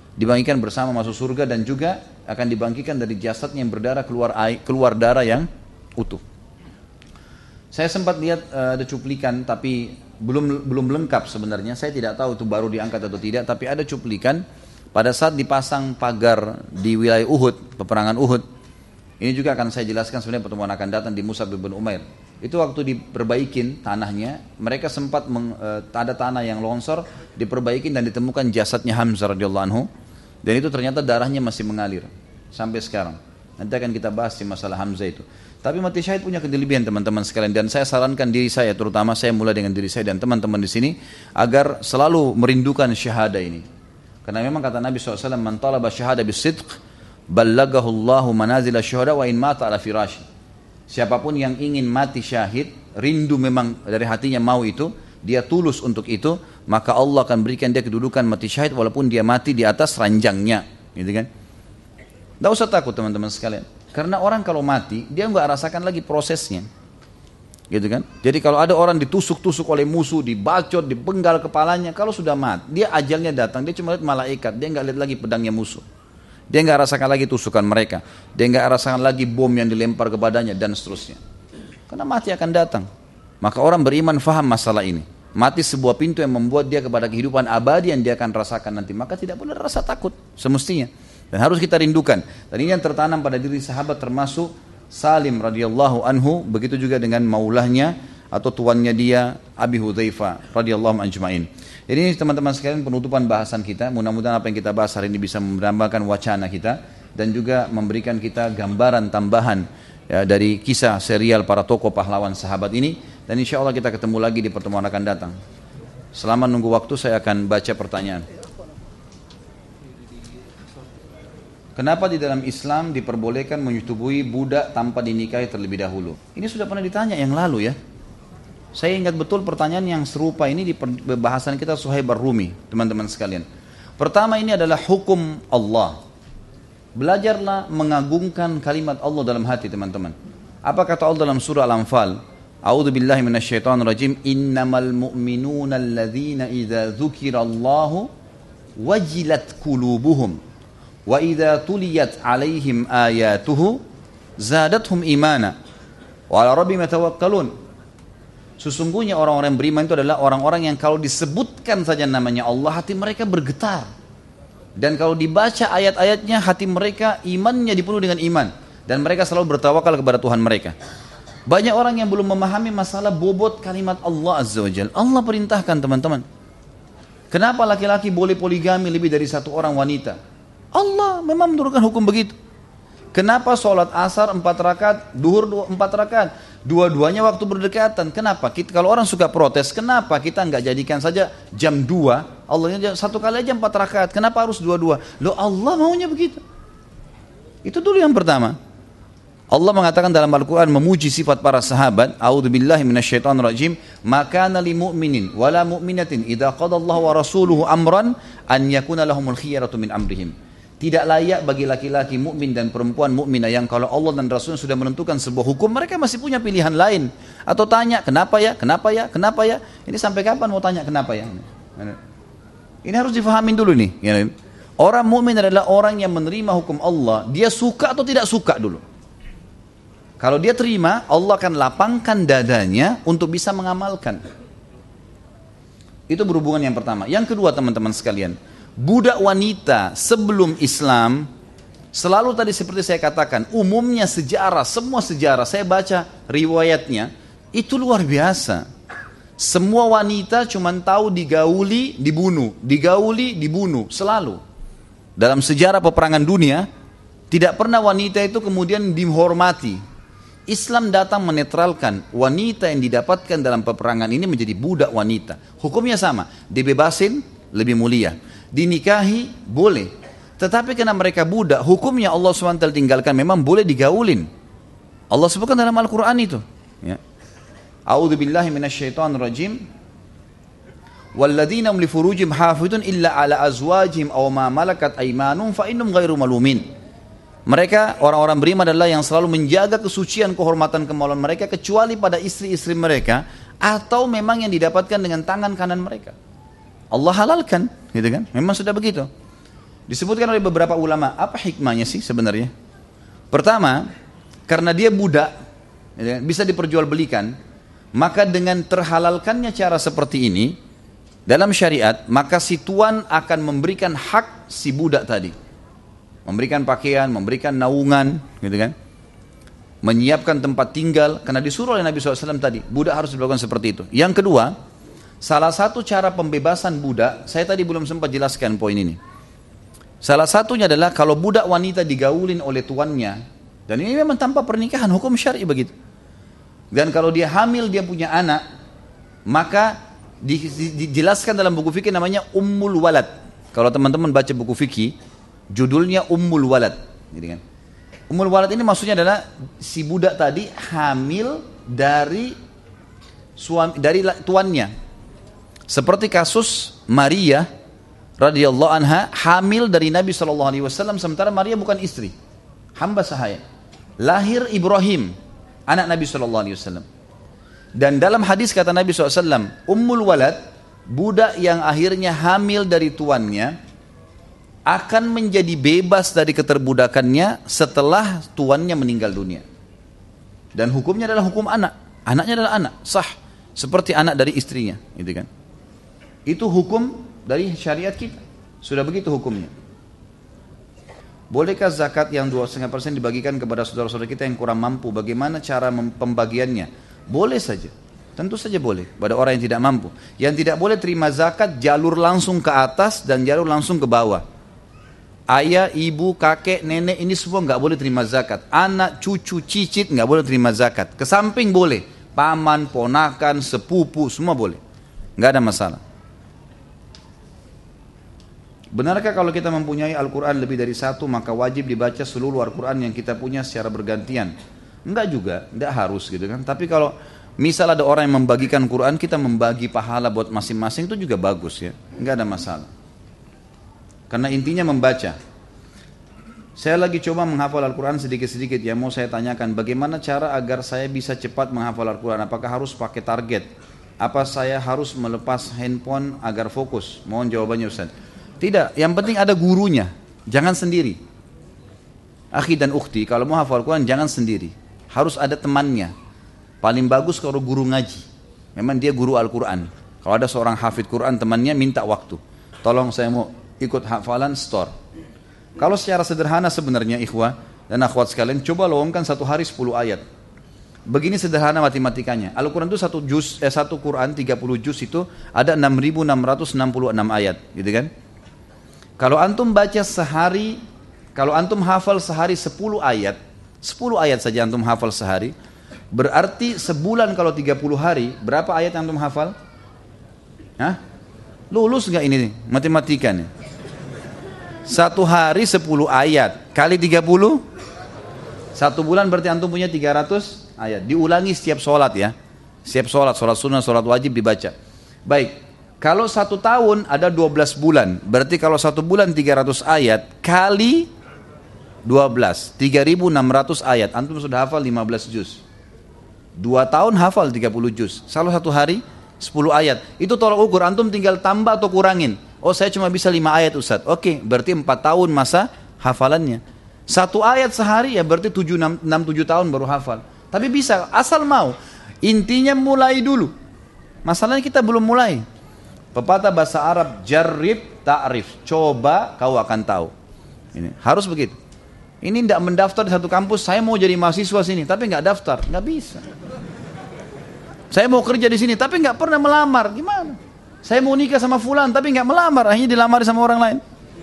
dibangkitkan bersama masuk surga, dan juga akan dibangkitkan dari jasadnya yang berdarah keluar darah yang utuh. Saya sempat lihat ada cuplikan, tapi belum lengkap sebenarnya. Saya tidak tahu itu baru diangkat atau tidak, tapi ada cuplikan pada saat dipasang pagar di wilayah Uhud, peperangan Uhud. Ini juga akan saya jelaskan sebenarnya pertemuan akan datang di Mus'ab bin Umair. Itu waktu diperbaikin tanahnya, mereka sempat ada tanah yang longsor, diperbaikin dan ditemukan jasadnya Hamzah radhiyallahu anhu. Dan itu ternyata darahnya masih mengalir sampai sekarang. Nanti akan kita bahas di masalah Hamzah itu. Tapi mati syahid punya kelebihan teman-teman sekalian, dan saya sarankan diri saya, terutama saya mulai dengan diri saya dan teman-teman di sini, agar selalu merindukan syahadah ini. Karena memang kata Nabi SAW, man talaba syahada bisidq ballagahu Allahu manazila syuhada wa in mata ala firashi. Siapapun yang ingin mati syahid, rindu memang dari hatinya mau itu, dia tulus untuk itu, maka Allah akan berikan dia kedudukan mati syahid walaupun dia mati di atas ranjangnya, gitu kan? Tidak usah takut teman-teman sekalian, karena orang kalau mati dia nggak rasakan lagi prosesnya, gitu kan? Jadi kalau ada orang ditusuk-tusuk oleh musuh, dibacot, dipenggal kepalanya, kalau sudah mati, dia ajalnya datang, dia cuma lihat malaikat, dia nggak lihat lagi pedangnya musuh. Dia nggak rasakan lagi tusukan mereka, dia nggak rasakan lagi bom yang dilempar kepadanya dan seterusnya. Karena mati akan datang. Maka orang beriman faham masalah ini. Mati sebuah pintu yang membuat dia kepada kehidupan abadi yang dia akan rasakan nanti. Maka tidak boleh rasa takut semestinya. Dan harus kita rindukan. Dan ini yang tertanam pada diri sahabat termasuk Salim radhiyallahu anhu. Begitu juga dengan maulahnya atau tuannya dia Abi Hudzaifah radhiyallahu ajma'in. Jadi ini teman-teman sekalian penutupan bahasan kita. Mudah-mudahan apa yang kita bahas hari ini bisa menambahkan wacana kita. Dan juga memberikan kita gambaran tambahan ya, dari kisah serial para tokoh pahlawan sahabat ini. Dan insya Allah kita ketemu lagi di pertemuan akan datang. Selama nunggu waktu saya akan baca pertanyaan. Kenapa di dalam Islam diperbolehkan menyetubui budak tanpa dinikahi terlebih dahulu? Ini sudah pernah ditanya yang lalu ya. Saya ingat betul pertanyaan yang serupa ini di bahasan kita Suhaib Ar-Rumi, teman-teman sekalian. Pertama, ini adalah hukum Allah. Belajarlah mengagungkan kalimat Allah dalam hati, teman-teman. Apa kata Allah dalam surah Al-Anfal? A'udzu billahi minasyaitonir rajim. Innamal mu'minuna alladzina idza dzukirallahu wajilat qulubuhum wa idza tuliyat 'alaihim ayatuhu zadatuhum imana wa 'ala rabbihim yatawakkalun. Sesungguhnya orang-orang yang beriman itu adalah orang-orang yang kalau disebutkan saja namanya Allah, hati mereka bergetar. Dan kalau dibaca ayat-ayatnya, hati mereka imannya dipenuhi dengan iman. Dan mereka selalu bertawakal kepada Tuhan mereka. Banyak orang yang belum memahami masalah bobot kalimat Allah Azza wa Jalla. Allah perintahkan teman-teman. Kenapa laki-laki boleh poligami lebih dari satu orang wanita? Allah memang menurunkan hukum begitu. Kenapa sholat asar 4 rakaat, duhur 4 rakaat? Dua-duanya waktu berdekatan. Kenapa? Kalau orang suka protes, kenapa kita nggak jadikan saja jam 2? Allahnya satu kali aja 4 rakaat. Kenapa harus dua-dua? Loh, Allah maunya begitu. Itu dulu yang pertama. Allah mengatakan dalam Al-Quran memuji sifat para sahabat. A'udzubillahi minasyaitonirrajim. Maka nali mu'minin wala mu'minatin idza qadallahu wa rasuluhu amran an yakuna lahumul khiyaratu min amrihim. Tidak layak bagi laki-laki mukmin dan perempuan mukminah yang kalau Allah dan Rasulnya sudah menentukan sebuah hukum, mereka masih punya pilihan lain. Atau tanya, kenapa ya, kenapa ya, kenapa ya? Ini sampai kapan mau tanya kenapa ya? Ini harus difahamin dulu nih. Orang mukmin adalah orang yang menerima hukum Allah. Dia suka atau tidak suka dulu. Kalau dia terima, Allah akan lapangkan dadanya untuk bisa mengamalkan. Itu berhubungan yang pertama. Yang kedua teman-teman sekalian, budak wanita sebelum Islam selalu tadi seperti saya katakan, umumnya sejarah, semua sejarah saya baca riwayatnya itu luar biasa. Semua wanita cuma tahu digauli, dibunuh, digauli, dibunuh, selalu. Dalam sejarah peperangan dunia tidak pernah wanita itu kemudian dihormati. Islam datang menetralkan wanita yang didapatkan dalam peperangan ini menjadi budak wanita. Hukumnya sama, dibebasin lebih mulia. Dinikahi boleh, tetapi karena mereka budak, hukumnya Allah SWT tinggalkan, memang boleh digaulin. Allah sebutkan dalam Al-Quran itu ya. A'udzubillahi minasyaitonirrajim. Walladzina hum li furujihim hafidun illa ala azwajihim aw ma malakat aymanuhum fa innahum ghairu malumin. Mereka orang-orang beriman adalah yang selalu menjaga kesucian, kehormatan, kemaluan mereka kecuali pada istri-istri mereka atau memang yang didapatkan dengan tangan kanan mereka. Allah halalkan, gitu kan? Memang sudah begitu. Disebutkan oleh beberapa ulama, apa hikmahnya sih sebenarnya? Pertama, karena dia budak, bisa diperjualbelikan, maka dengan terhalalkannya cara seperti ini dalam syariat, maka si tuan akan memberikan hak si budak tadi, memberikan pakaian, memberikan naungan, gitu kan, menyiapkan tempat tinggal, karena disuruh oleh Nabi SAW tadi, budak harus dilakukan seperti itu. Yang kedua, salah satu cara pembebasan budak, saya tadi belum sempat jelaskan poin ini. Salah satunya adalah kalau budak wanita digaulin oleh tuannya, dan ini memang tanpa pernikahan, hukum syar'i begitu. Dan kalau dia hamil, dia punya anak, maka dijelaskan dalam buku fikih namanya Ummul Walad. Kalau teman-teman baca buku fikih, judulnya Ummul Walad. Gitu kan? Ummul Walad ini maksudnya adalah si budak tadi hamil dari tuannya. Seperti kasus Maria radhiyallahu anha hamil dari Nabi SAW, sementara Maria bukan istri, hamba sahaya. Lahir Ibrahim, anak Nabi SAW. Dan dalam hadis kata Nabi SAW, Ummul Walad, budak yang akhirnya hamil dari tuannya, akan menjadi bebas dari keterbudakannya setelah tuannya meninggal dunia. Dan hukumnya adalah hukum anak. Anaknya adalah anak, sah. Seperti anak dari istrinya. Gitu kan? Itu hukum dari syariat kita. Sudah begitu hukumnya. Bolehkah zakat yang 2,5% dibagikan kepada saudara-saudara kita yang kurang mampu? Bagaimana cara pembagiannya? Boleh saja. Tentu saja boleh pada orang yang tidak mampu. Yang tidak boleh terima zakat jalur langsung ke atas dan jalur langsung ke bawah. Ayah, ibu, kakek, nenek ini semua nggak boleh terima zakat. Anak, cucu, cicit nggak boleh terima zakat. Ke samping boleh. Paman, ponakan, sepupu semua boleh. Nggak ada masalah. Benarkah kalau kita mempunyai Al-Quran lebih dari satu, maka wajib dibaca seluruh Al-Quran yang kita punya secara bergantian? Enggak juga, enggak harus gitu kan. Tapi kalau misal ada orang yang membagikan Quran, kita membagi pahala buat masing-masing, itu juga bagus ya. Enggak ada masalah. Karena intinya membaca. Saya lagi coba menghafal Al-Quran sedikit-sedikit ya. Mau saya tanyakan, bagaimana cara agar saya bisa cepat menghafal Al-Quran? Apakah harus pakai target? Apa saya harus melepas handphone agar fokus? Mohon jawabannya Ustaz. Tidak, yang penting ada gurunya, jangan sendiri. Akhi dan ukhti, kalau mau hafal Al-Quran jangan sendiri, harus ada temannya. Paling bagus kalau guru ngaji, memang dia guru Al-Quran. Kalau ada seorang hafid Quran, temannya minta waktu, tolong saya mau ikut hafalan store. Kalau secara sederhana sebenarnya ikhwah dan akhwat sekalian, coba lowongkan satu hari 10 ayat. Begini sederhana matematikanya, Al-Quran itu satu Quran 30 juz itu ada 6.666 ayat, gitu kan? Kalau antum baca sehari, kalau antum hafal sehari 10 ayat saja antum hafal sehari, berarti sebulan kalau 30 hari, berapa ayat antum hafal? Hah? Lulus nggak ini nih, matematikanya? Satu hari 10 ayat, kali 30, satu bulan berarti antum punya 300 ayat. Diulangi setiap sholat ya, setiap sholat sunnah, sholat wajib dibaca. Baik. Kalau 1 tahun ada 12 bulan, berarti kalau 1 bulan 300 ayat kali 12, 3.600 ayat, antum sudah hafal 15 juz. 2 tahun hafal 30 juz, salah 1 hari 10 ayat. Itu tolak ukur, antum tinggal tambah atau kurangin. Oh saya cuma bisa 5 ayat Ustaz, oke, berarti 4 tahun masa hafalannya. 1 ayat sehari ya berarti 6-7 tahun baru hafal. Tapi bisa, asal mau. Intinya mulai dulu. Masalahnya kita belum mulai. Pepatah bahasa Arab, jarrib ta'rif, coba kau akan tahu. Ini harus begitu. Ini tidak mendaftar di satu kampus, saya mau jadi mahasiswa sini, tapi nggak daftar, nggak bisa. Saya mau kerja di sini, tapi nggak pernah melamar, gimana? Saya mau nikah sama fulan, tapi nggak melamar, akhirnya dilamar sama orang lain.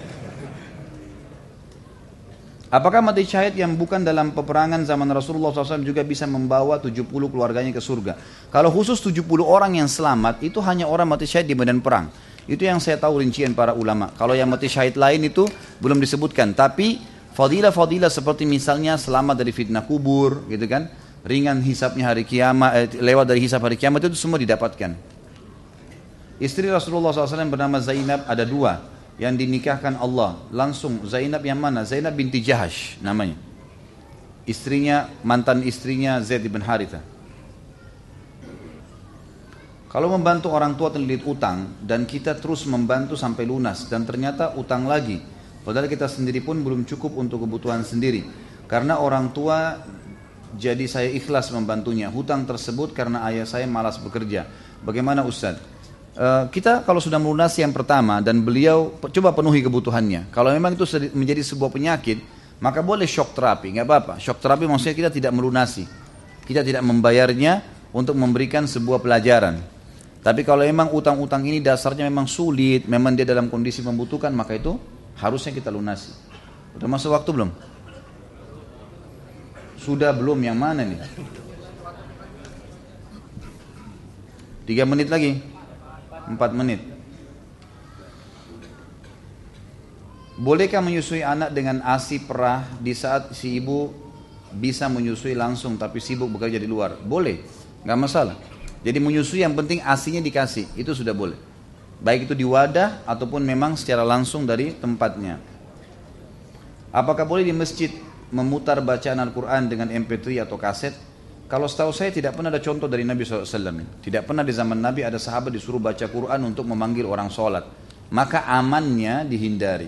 Apakah mati syahid yang bukan dalam peperangan zaman Rasulullah SAW juga bisa membawa 70 keluarganya ke surga? Kalau khusus 70 orang yang selamat, itu hanya orang mati syahid di medan perang. Itu yang saya tahu rincian para ulama. Kalau yang mati syahid lain itu belum disebutkan. Tapi fadilah-fadilah seperti misalnya selamat dari fitnah kubur, gitu kan? Ringan hisapnya hari kiamat, lewat dari hisap hari kiamat, itu semua didapatkan. Istri Rasulullah SAW bernama Zainab, ada 2. Yang dinikahkan Allah langsung. Zainab yang mana? Zainab binti Jahash namanya, istrinya, mantan istrinya Zaid bin Haritha. Kalau membantu orang tua terlilit utang dan kita terus membantu sampai lunas dan ternyata utang lagi, Padahal kita sendiri pun belum cukup untuk kebutuhan sendiri. Karena orang tua, jadi saya ikhlas membantunya. Hutang tersebut karena ayah saya malas bekerja. Bagaimana Ustaz? Kita kalau sudah melunasi yang pertama dan beliau coba penuhi kebutuhannya. Kalau memang itu menjadi sebuah penyakit, maka boleh shock terapi, nggak apa-apa. Shock terapi maksudnya kita tidak melunasi, kita tidak membayarnya untuk memberikan sebuah pelajaran. Tapi kalau memang utang-utang ini dasarnya memang sulit, memang dia dalam kondisi membutuhkan, maka itu harusnya kita lunasi. Udah masuk waktu belum? Sudah belum? Yang mana nih? 3 menit lagi? 4 menit. Bolehkah menyusui anak dengan ASI perah di saat si ibu bisa menyusui langsung tapi sibuk bekerja di luar? Boleh, nggak masalah. Jadi menyusui yang penting ASInya dikasih, itu sudah boleh. Baik itu di wadah ataupun memang secara langsung dari tempatnya. Apakah boleh di masjid memutar bacaan Al-Quran dengan MP3 atau kaset? Kalau setahu saya tidak pernah ada contoh dari Nabi SAW. Tidak pernah di zaman Nabi ada sahabat disuruh baca Quran untuk memanggil orang sholat. Maka amannya dihindari.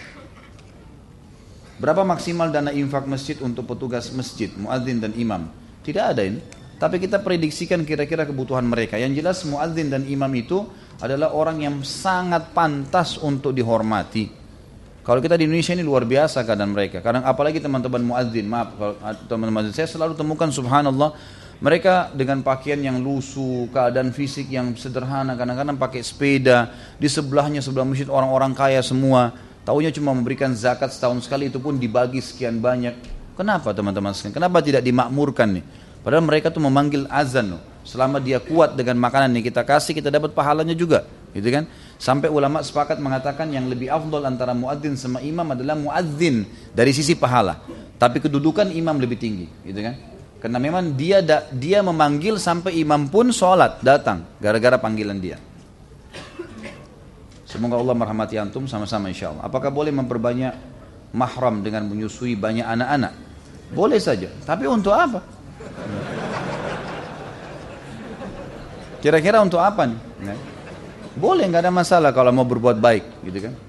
Berapa maksimal dana infak masjid untuk petugas masjid, muadzin dan imam? Tidak ada ini. Tapi kita prediksikan kira-kira kebutuhan mereka. Yang jelas muadzin dan imam itu adalah orang yang sangat pantas untuk dihormati. Kalau kita di Indonesia ini luar biasa keadaan mereka. Kadang apalagi teman-teman muadzin, maaf kalau teman-teman muadzin, saya selalu temukan subhanallah, mereka dengan pakaian yang lusuh, keadaan fisik yang sederhana, kadang-kadang pakai sepeda, di sebelahnya sebelah masjid orang-orang kaya semua. Taunya cuma memberikan zakat setahun sekali, itu pun dibagi sekian banyak. Kenapa teman-teman sekalian? Kenapa tidak dimakmurkan nih? Padahal mereka tuh memanggil azan loh. Selama dia kuat dengan makanan yang kita kasih, kita dapat pahalanya juga, gitu kan? Sampai ulama sepakat mengatakan yang lebih afdal antara muadzin sama imam adalah muadzin dari sisi pahala. Tapi kedudukan imam lebih tinggi, gitu kan? Karena memang dia memanggil sampai imam pun sholat datang gara-gara panggilan dia. Semoga Allah merahmati antum sama-sama insyaallah. Apakah boleh memperbanyak mahram dengan menyusui banyak anak-anak? Boleh saja, tapi untuk apa? Kira-kira untuk apa nih? Boleh, nggak ada masalah kalau mau berbuat baik, gitu kan?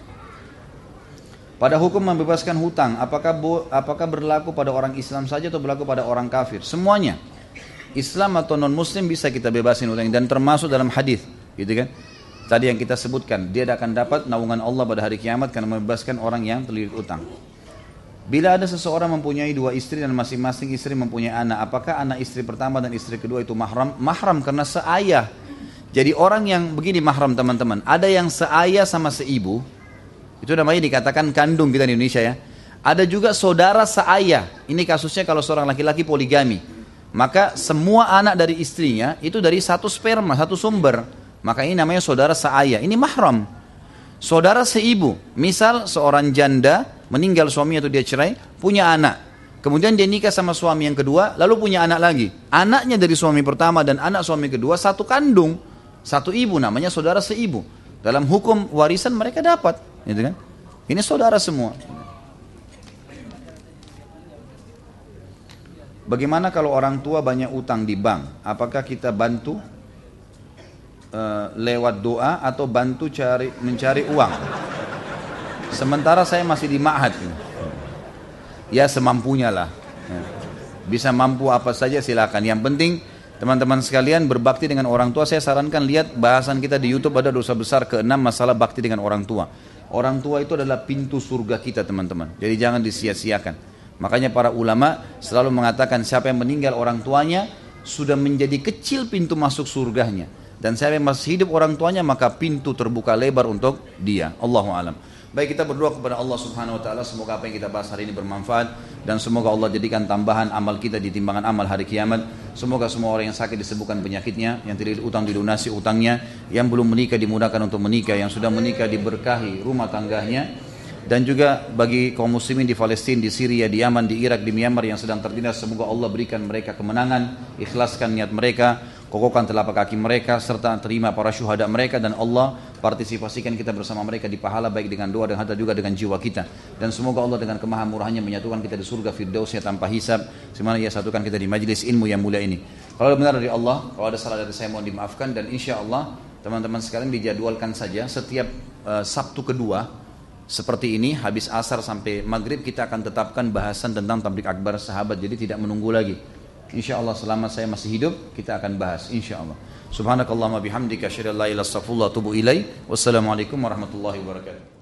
Pada hukum membebaskan hutang, apakah berlaku pada orang Islam saja atau berlaku pada orang kafir? Semuanya. Islam atau non Muslim bisa kita bebasin hutang dan termasuk dalam hadis, gitu kan? Tadi yang kita sebutkan, dia akan dapat naungan Allah pada hari kiamat karena membebaskan orang yang terlilit utang. Bila ada seseorang mempunyai 2 istri dan masing-masing istri mempunyai anak, apakah anak istri pertama dan istri kedua itu mahram? Mahram karena seayah. Jadi orang yang begini mahram teman-teman, ada yang seayah sama seibu, itu namanya dikatakan kandung kita di Indonesia ya. Ada juga saudara seayah, ini kasusnya kalau seorang laki-laki poligami. Maka semua anak dari istrinya itu dari satu sperma, satu sumber. Maka ini namanya saudara seayah, ini mahram. Saudara seibu, misal seorang janda meninggal suami atau dia cerai, punya anak. Kemudian dia nikah sama suami yang kedua, lalu punya anak lagi. Anaknya dari suami pertama dan anak suami kedua satu kandung, satu ibu, namanya saudara seibu. Dalam hukum warisan mereka dapat, gitu kan? Ini saudara semua. Bagaimana kalau orang tua banyak utang di bank? Apakah kita bantu lewat doa atau bantu mencari uang? Sementara saya masih di ma'had. Ya semampunya lah. Bisa mampu apa saja silakan. Yang penting teman-teman sekalian berbakti dengan orang tua. Saya sarankan lihat bahasan kita di YouTube, ada dosa besar ke-6 masalah bakti dengan orang tua. Orang tua itu adalah pintu surga kita teman-teman. Jadi jangan disia-siakan. Makanya para ulama selalu mengatakan siapa yang meninggal orang tuanya sudah menjadi kecil pintu masuk surganya. Dan siapa yang masih hidup orang tuanya maka pintu terbuka lebar untuk dia. Allahu a'lam. Baik, kita berdoa kepada Allah Subhanahu wa taala semoga apa yang kita bahas hari ini bermanfaat dan semoga Allah jadikan tambahan amal kita di timbangan amal hari kiamat. Semoga semua orang yang sakit disembuhkan penyakitnya, yang terlilit utang dilunasi utangnya, yang belum menikah dimudahkan untuk menikah, yang sudah menikah diberkahi rumah tangganya. Dan juga bagi kaum muslimin di Palestina, di Syria, di Yaman, di Irak, di Myanmar yang sedang tertindas, semoga Allah berikan mereka kemenangan, ikhlaskan niat mereka, kokohkan telapak kaki mereka, serta terima para syuhada mereka, dan Allah partisipasikan kita bersama mereka di pahala baik dengan doa dan harta juga dengan jiwa kita. Dan semoga Allah dengan kemahamurahannya menyatukan kita di surga firdausnya tanpa hisab, semana ia satukan kita di majlis ilmu yang mulia ini. Kalau benar dari Allah, kalau ada salah dari saya mohon dimaafkan, dan insya Allah teman-teman sekalian dijadwalkan saja setiap Sabtu kedua seperti ini, habis asar sampai maghrib kita akan tetapkan bahasan tentang tabligh akbar sahabat, jadi tidak menunggu lagi. Insya Allah selama saya masih hidup kita akan bahas, insya Allah. Subhanakallahumma bihamdika asyhadu an la ilaha illa anta astaghfiruka wa atubu ilaik. Wassalamualaikum warahmatullahi wabarakatuh.